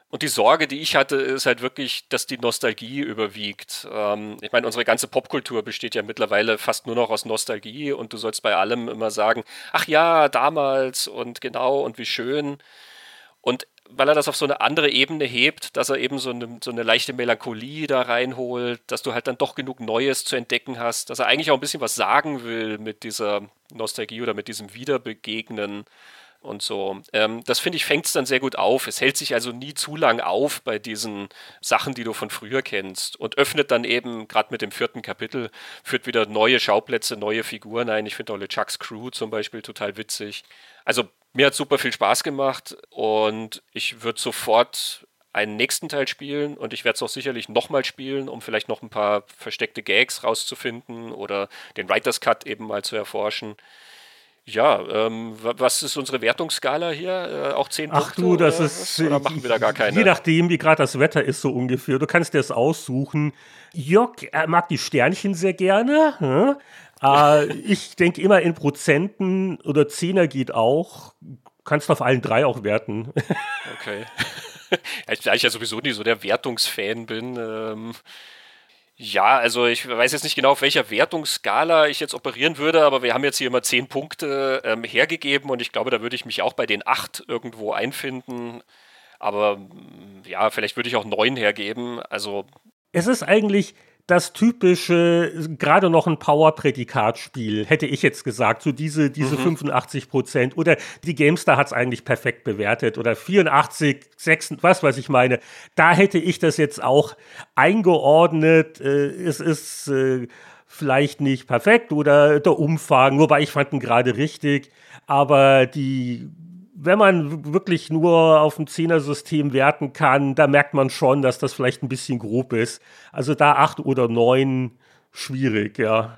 Speaker 3: Und die Sorge, die ich hatte, ist halt wirklich, dass die Nostalgie überwiegt. Ähm, ich meine, unsere ganze Popkultur besteht ja mittlerweile fast nur noch aus Nostalgie und du sollst bei allem immer sagen, ach ja, damals und genau und wie schön. Und weil er das auf so eine andere Ebene hebt, dass er eben so eine, so eine leichte Melancholie da reinholt, dass du halt dann doch genug Neues zu entdecken hast, dass er eigentlich auch ein bisschen was sagen will mit dieser Nostalgie oder mit diesem Wiederbegegnen. Und so. Ähm, das finde ich, fängt es dann sehr gut auf. Es hält sich also nie zu lang auf bei diesen Sachen, die du von früher kennst und öffnet dann eben, gerade mit dem vierten Kapitel, führt wieder neue Schauplätze, neue Figuren ein. Ich finde auch LeChucks Crew zum Beispiel total witzig. Also mir hat super viel Spaß gemacht und ich würde sofort einen nächsten Teil spielen und ich werde es auch sicherlich nochmal spielen, um vielleicht noch ein paar versteckte Gags rauszufinden oder den Writer's Cut eben mal zu erforschen. Ja, ähm, was ist unsere Wertungsskala hier? Äh, auch zehn Punkte?
Speaker 2: Ach du, das
Speaker 3: oder
Speaker 2: ist,
Speaker 3: was? Oder machen wir da gar keine?
Speaker 2: Je nachdem, wie gerade das Wetter ist, so ungefähr. Du kannst dir das aussuchen. Jörg er mag die Sternchen sehr gerne. Hm? Äh, ich denke immer in Prozenten oder Zehner geht auch. Kannst auf allen drei auch werten.
Speaker 3: Okay. Da ich ja sowieso nie so der Wertungsfan bin, ähm ja, also ich weiß jetzt nicht genau, auf welcher Wertungsskala ich jetzt operieren würde, aber wir haben jetzt hier immer zehn Punkte ähm, hergegeben und ich glaube, da würde ich mich auch bei den acht irgendwo einfinden. Aber ja, vielleicht würde ich auch neun hergeben. Also
Speaker 2: es ist eigentlich das typische, gerade noch ein Power-Prädikat-Spiel, hätte ich jetzt gesagt, so diese, diese mhm. fünfundachtzig Prozent. Oder die GameStar hat es eigentlich perfekt bewertet. Oder vierundachtzig, sechs, was weiß ich meine. Da hätte ich das jetzt auch eingeordnet. Es ist äh, vielleicht nicht perfekt oder der Umfang, wobei ich fand ihn gerade richtig. Aber die... Wenn man wirklich nur auf ein Zehner-System werten kann, da merkt man schon, dass das vielleicht ein bisschen grob ist. Also da acht oder neun, schwierig, ja.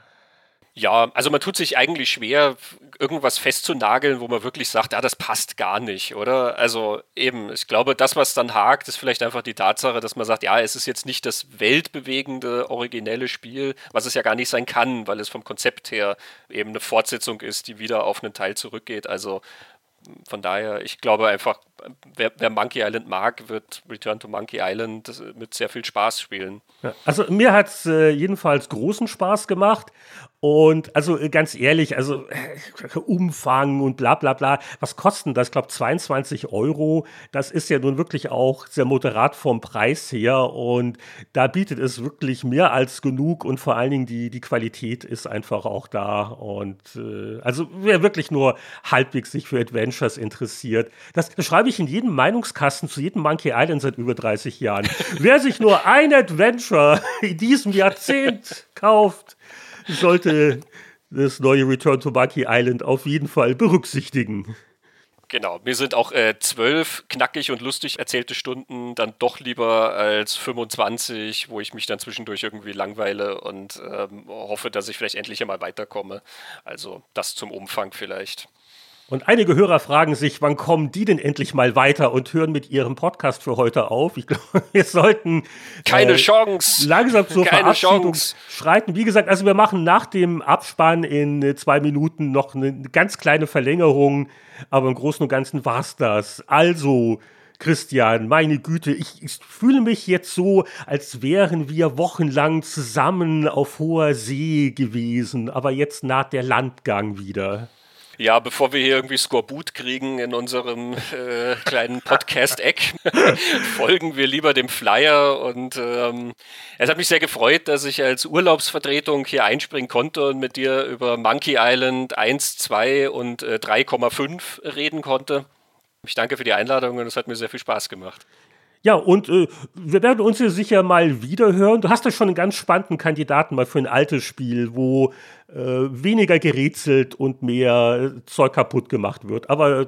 Speaker 3: Ja, also man tut sich eigentlich schwer, irgendwas festzunageln, wo man wirklich sagt, ja, das passt gar nicht, oder? Also eben, ich glaube, das, was dann hakt, ist vielleicht einfach die Tatsache, dass man sagt, ja, es ist jetzt nicht das weltbewegende, originelle Spiel, was es ja gar nicht sein kann, weil es vom Konzept her eben eine Fortsetzung ist, die wieder auf einen Teil zurückgeht. Also von daher, ich glaube einfach, wer, wer Monkey Island mag, wird Return to Monkey Island mit sehr viel Spaß spielen.
Speaker 2: Ja, also mir hat es äh, jedenfalls großen Spaß gemacht. Und also ganz ehrlich, also äh, Umfang und bla bla bla, was kosten das? Ich glaube zweiundzwanzig Euro. Das ist ja nun wirklich auch sehr moderat vom Preis her. Und da bietet es wirklich mehr als genug. Und vor allen Dingen die, die Qualität ist einfach auch da. Und äh, also wer wirklich nur halbwegs sich für Adventures interessiert, das, das schreibe ich in jedem Meinungskasten zu jedem Monkey Island seit über dreißig Jahren. Wer sich nur ein Adventure in diesem Jahrzehnt kauft, sollte das neue Return to Monkey Island auf jeden Fall berücksichtigen.
Speaker 3: Genau, mir sind auch äh, zwölf knackig und lustig erzählte Stunden dann doch lieber als fünfundzwanzig, wo ich mich dann zwischendurch irgendwie langweile und ähm, hoffe, dass ich vielleicht endlich einmal weiterkomme. Also das zum Umfang vielleicht.
Speaker 2: Und einige Hörer fragen sich, wann kommen die denn endlich mal weiter und hören mit ihrem Podcast für heute auf? Ich glaube, wir sollten
Speaker 3: keine
Speaker 2: äh,
Speaker 3: Chance.
Speaker 2: langsam zur
Speaker 3: keine
Speaker 2: Verabschiedung
Speaker 3: Chance.
Speaker 2: schreiten. Wie gesagt, also wir machen nach dem Abspann in äh, zwei Minuten noch eine ganz kleine Verlängerung, aber im Großen und Ganzen war's das. Also, Christian, meine Güte, ich, ich fühle mich jetzt so, als wären wir wochenlang zusammen auf hoher See gewesen, aber jetzt naht der Landgang wieder.
Speaker 3: Ja, bevor wir hier irgendwie Skorbut kriegen in unserem äh, kleinen Podcast-Eck, folgen wir lieber dem Flyer. Und ähm, es hat mich sehr gefreut, dass ich als Urlaubsvertretung hier einspringen konnte und mit dir über Monkey Island eins, zwei und äh, drei Komma fünf reden konnte. Ich danke für die Einladung und es hat mir sehr viel Spaß gemacht.
Speaker 2: Ja, und äh, wir werden uns hier sicher mal wieder hören. Du hast ja schon einen ganz spannenden Kandidaten mal für ein altes Spiel, wo äh, weniger gerätselt und mehr äh, Zeug kaputt gemacht wird. Aber äh,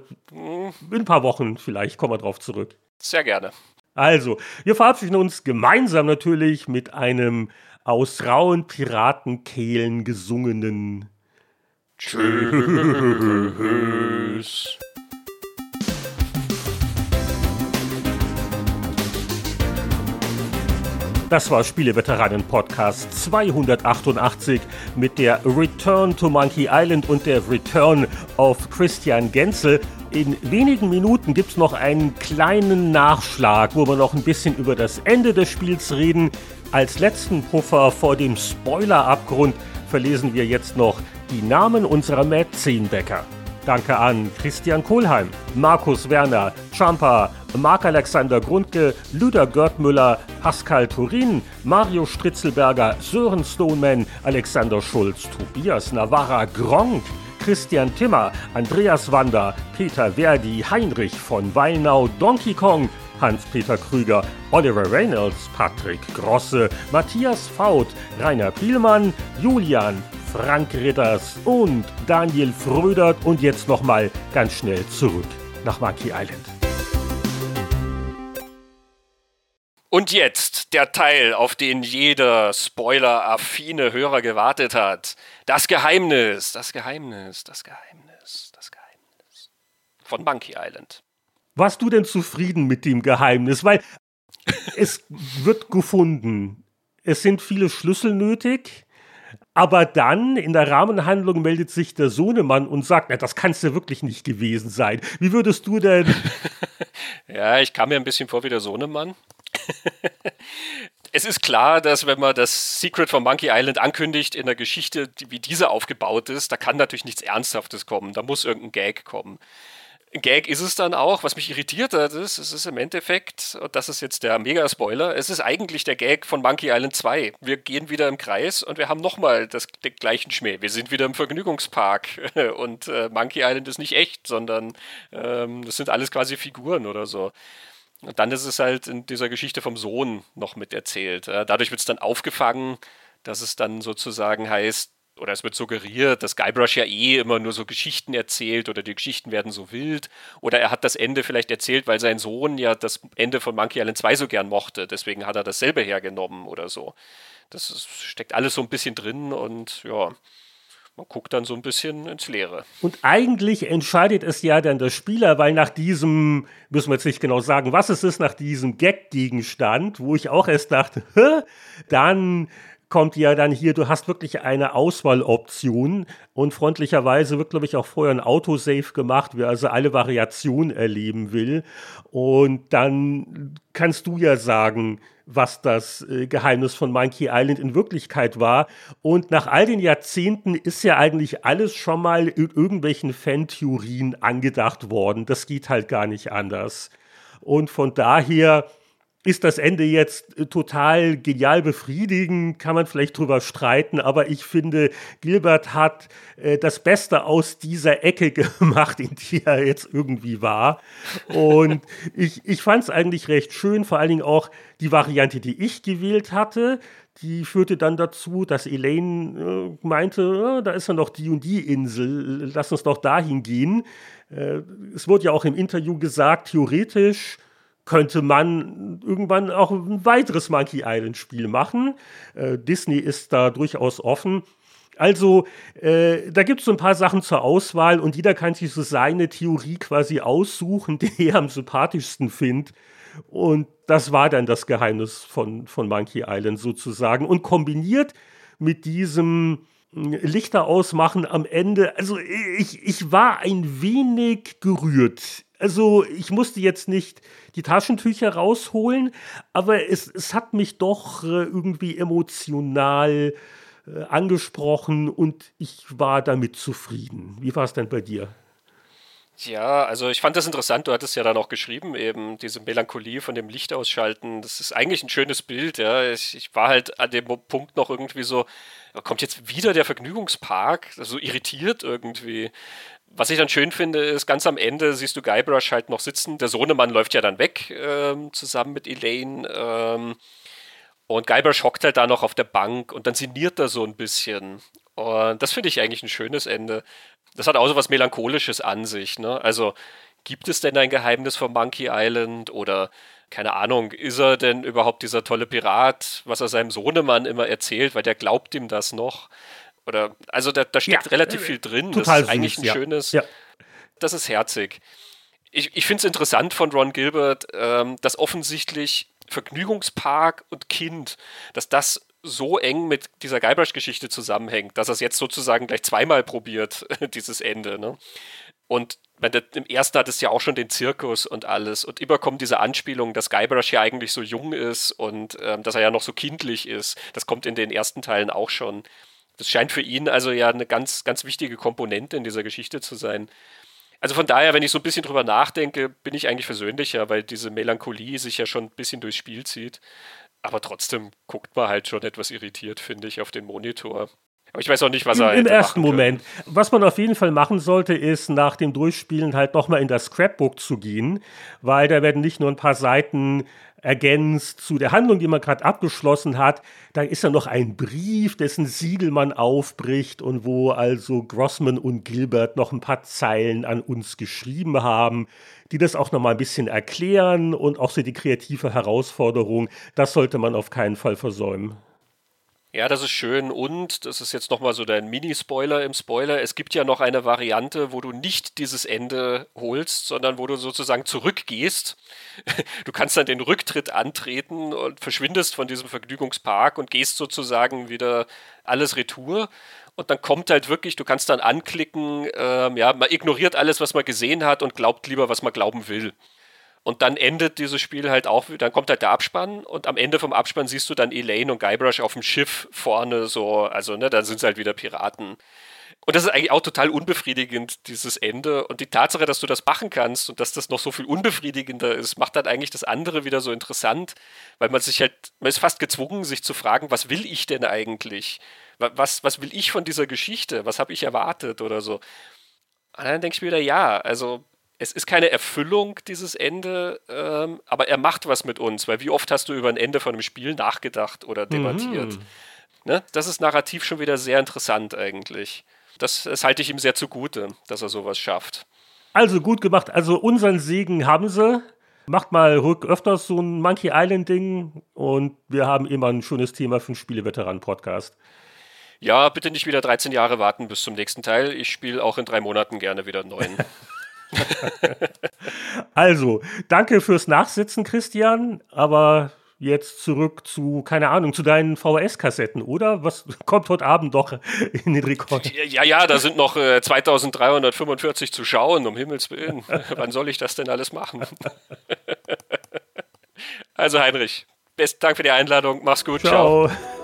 Speaker 2: in ein paar Wochen vielleicht kommen wir drauf zurück.
Speaker 3: Sehr gerne.
Speaker 2: Also, wir verabschieden uns gemeinsam natürlich mit einem aus rauen Piratenkehlen gesungenen Tschüss. Das war Spieleveteranen-Podcast zweihundertachtundachtzig mit der Return to Monkey Island und der Return of Christian Genzel. In wenigen Minuten gibt es noch einen kleinen Nachschlag, wo wir noch ein bisschen über das Ende des Spiels reden. Als letzten Puffer vor dem Spoilerabgrund verlesen wir jetzt noch die Namen unserer Mäzenbäcker. Danke an Christian Kohlheim, Markus Werner, Champa, Marc-Alexander Grundke, Lüder Görtmüller, Pascal Turin, Mario Stritzelberger, Sören Stoneman, Alexander Schulz, Tobias Navarra, Gronk, Christian Timmer, Andreas Wander, Peter Verdi, Heinrich von Weinau, Donkey Kong, Hans-Peter Krüger, Oliver Reynolds, Patrick Grosse, Matthias Faut, Rainer Pielmann, Julian, Frank Ritters und Daniel Frödert. Und jetzt nochmal ganz schnell zurück nach Monkey Island.
Speaker 3: Und jetzt der Teil, auf den jeder spoiler-affine Hörer gewartet hat. Das Geheimnis, das Geheimnis, das Geheimnis, das Geheimnis von Monkey Island.
Speaker 2: Warst du denn zufrieden mit dem Geheimnis? Weil es wird gefunden. Es sind viele Schlüssel nötig. Aber dann in der Rahmenhandlung meldet sich der Sohnemann und sagt, na, das kann es ja wirklich nicht gewesen sein. Wie würdest du denn...
Speaker 3: Ja, ich kam mir ein bisschen vor wie der Sohnemann. Es ist klar, dass wenn man das Secret von Monkey Island ankündigt in einer Geschichte, die wie diese aufgebaut ist, da kann natürlich nichts Ernsthaftes kommen. Da muss irgendein Gag kommen. Ein Gag ist es dann auch. Was mich irritiert hat, ist, es ist im Endeffekt, und das ist jetzt der Mega-Spoiler, es ist eigentlich der Gag von Monkey Island zwei. Wir gehen wieder im Kreis und wir haben nochmal den gleichen Schmäh. Wir sind wieder im Vergnügungspark und äh, Monkey Island ist nicht echt, sondern ähm, das sind alles quasi Figuren oder so. Und dann ist es halt in dieser Geschichte vom Sohn noch mit erzählt. Dadurch wird es dann aufgefangen, dass es dann sozusagen heißt, oder es wird suggeriert, dass Guybrush ja eh immer nur so Geschichten erzählt oder die Geschichten werden so wild. Oder er hat das Ende vielleicht erzählt, weil sein Sohn ja das Ende von Monkey Island zwei so gern mochte. Deswegen hat er dasselbe hergenommen oder so. Das ist, steckt alles so ein bisschen drin und ja, man guckt dann so ein bisschen ins Leere.
Speaker 2: Und eigentlich entscheidet es ja dann der Spieler, weil nach diesem, müssen wir jetzt nicht genau sagen, was es ist, nach diesem Gag-Gegenstand, wo ich auch erst dachte, hä? Dann kommt ja dann hier, du hast wirklich eine Auswahloption und freundlicherweise wird, glaube ich, auch vorher ein Autosave gemacht, wer also alle Variationen erleben will. Und dann kannst du ja sagen, was das äh, Geheimnis von Monkey Island in Wirklichkeit war. Und nach all den Jahrzehnten ist ja eigentlich alles schon mal in irgendwelchen Fantheorien angedacht worden. Das geht halt gar nicht anders. Und von daher ist das Ende jetzt total genial befriedigend, kann man vielleicht drüber streiten, aber ich finde, Gilbert hat äh, das Beste aus dieser Ecke gemacht, in die er jetzt irgendwie war. Und ich, ich fand es eigentlich recht schön, vor allen Dingen auch die Variante, die ich gewählt hatte. Die führte dann dazu, dass Elaine äh, meinte, äh, da ist ja noch die und die Insel, lass uns doch dahin gehen. Äh, es wurde ja auch im Interview gesagt, theoretisch könnte man irgendwann auch ein weiteres Monkey Island Spiel machen. Äh, Disney ist da durchaus offen. Also, äh, da gibt es so ein paar Sachen zur Auswahl und jeder kann sich so seine Theorie quasi aussuchen, die er am sympathischsten findet. Und das war dann das Geheimnis von, von Monkey Island sozusagen. Und kombiniert mit diesem Lichter ausmachen am Ende, also ich, ich war ein wenig gerührt. Also ich musste jetzt nicht die Taschentücher rausholen, aber es, es hat mich doch äh, irgendwie emotional äh, angesprochen und ich war damit zufrieden. Wie war es denn bei dir?
Speaker 3: Ja, also ich fand das interessant, du hattest ja dann auch geschrieben, eben diese Melancholie von dem Licht ausschalten, das ist eigentlich ein schönes Bild, ja. Ich, ich war halt an dem Punkt noch irgendwie so, kommt jetzt wieder der Vergnügungspark, so irritiert irgendwie. Was ich dann schön finde, ist, ganz am Ende siehst du Guybrush halt noch sitzen. Der Sohnemann läuft ja dann weg, ähm, zusammen mit Elaine. Ähm, und Guybrush hockt halt da noch auf der Bank und dann sinniert er so ein bisschen. Und das finde ich eigentlich ein schönes Ende. Das hat auch so was Melancholisches an sich, ne? Also, gibt es denn ein Geheimnis von Monkey Island? Oder, keine Ahnung, ist er denn überhaupt dieser tolle Pirat, was er seinem Sohnemann immer erzählt, weil der glaubt ihm das noch? Oder, also da, da steckt ja relativ viel drin.
Speaker 2: Total
Speaker 3: das ist eigentlich ein
Speaker 2: ja.
Speaker 3: schönes,
Speaker 2: ja.
Speaker 3: Das ist herzig. Ich, ich finde es interessant von Ron Gilbert, ähm, dass offensichtlich Vergnügungspark und Kind, dass das so eng mit dieser Guybrush-Geschichte zusammenhängt, dass er es jetzt sozusagen gleich zweimal probiert, dieses Ende. Ne? Und Im ersten hat es ja auch schon den Zirkus und alles und immer kommt diese Anspielung, dass Guybrush ja eigentlich so jung ist und ähm, dass er ja noch so kindlich ist. Das kommt in den ersten Teilen auch schon. Das scheint für ihn also ja eine ganz, ganz wichtige Komponente in dieser Geschichte zu sein. Also von daher, wenn ich so ein bisschen drüber nachdenke, bin ich eigentlich versöhnlicher, weil diese Melancholie sich ja schon ein bisschen durchs Spiel zieht. Aber trotzdem guckt man halt schon etwas irritiert, finde ich, auf den Monitor. Aber ich weiß auch nicht, was er
Speaker 2: Im
Speaker 3: hätte
Speaker 2: ersten
Speaker 3: machen
Speaker 2: Moment.
Speaker 3: können.
Speaker 2: Was man auf jeden Fall machen sollte, ist nach dem Durchspielen halt nochmal in das Scrapbook zu gehen, weil da werden nicht nur ein paar Seiten ergänzt zu der Handlung, die man gerade abgeschlossen hat. Da ist ja noch ein Brief, dessen Siegel man aufbricht und wo also Grossman und Gilbert noch ein paar Zeilen an uns geschrieben haben, die das auch nochmal ein bisschen erklären und auch so die kreative Herausforderung, das sollte man auf keinen Fall versäumen.
Speaker 3: Ja, das ist schön und, das ist jetzt nochmal so dein Mini-Spoiler im Spoiler, es gibt ja noch eine Variante, wo du nicht dieses Ende holst, sondern wo du sozusagen zurückgehst. Du kannst dann den Rücktritt antreten und verschwindest von diesem Vergnügungspark und gehst sozusagen wieder alles retour. Und dann kommt halt wirklich, du kannst dann anklicken, ähm, ja, man ignoriert alles, was man gesehen hat und glaubt lieber, was man glauben will. Und dann endet dieses Spiel halt auch, dann kommt halt der Abspann und am Ende vom Abspann siehst du dann Elaine und Guybrush auf dem Schiff vorne so, also ne, dann sind es halt wieder Piraten. Und das ist eigentlich auch total unbefriedigend, dieses Ende. Und die Tatsache, dass du das machen kannst und dass das noch so viel unbefriedigender ist, macht dann eigentlich das andere wieder so interessant, weil man sich halt, man ist fast gezwungen, sich zu fragen, was will ich denn eigentlich? Was, was will ich von dieser Geschichte? Was habe ich erwartet oder so? Und dann denke ich mir wieder, ja, also es ist keine Erfüllung, dieses Ende, ähm, aber er macht was mit uns, weil wie oft hast du über ein Ende von einem Spiel nachgedacht oder debattiert? Mhm. Ne? Das ist narrativ schon wieder sehr interessant eigentlich. Das, das halte ich ihm sehr zugute, dass er sowas schafft.
Speaker 2: Also gut gemacht. Also unseren Segen haben sie. Macht mal rück öfters so ein Monkey Island-Ding und wir haben immer ein schönes Thema für einen Spieleveteranen-Podcast.
Speaker 3: Ja, bitte nicht wieder dreizehn Jahre warten bis zum nächsten Teil. Ich spiele auch in drei Monaten gerne wieder einen neuen.
Speaker 2: Also, danke fürs Nachsitzen, Christian, aber jetzt zurück zu, keine Ahnung, zu deinen V H S-Kassetten, oder? Was kommt heute Abend doch in den Rekord?
Speaker 3: Ja, ja, da sind noch äh, zweitausenddreihundertfünfundvierzig zu schauen, um Himmels Willen. Wann soll ich das denn alles machen? Also Heinrich, besten Dank für die Einladung, mach's gut, ciao. ciao.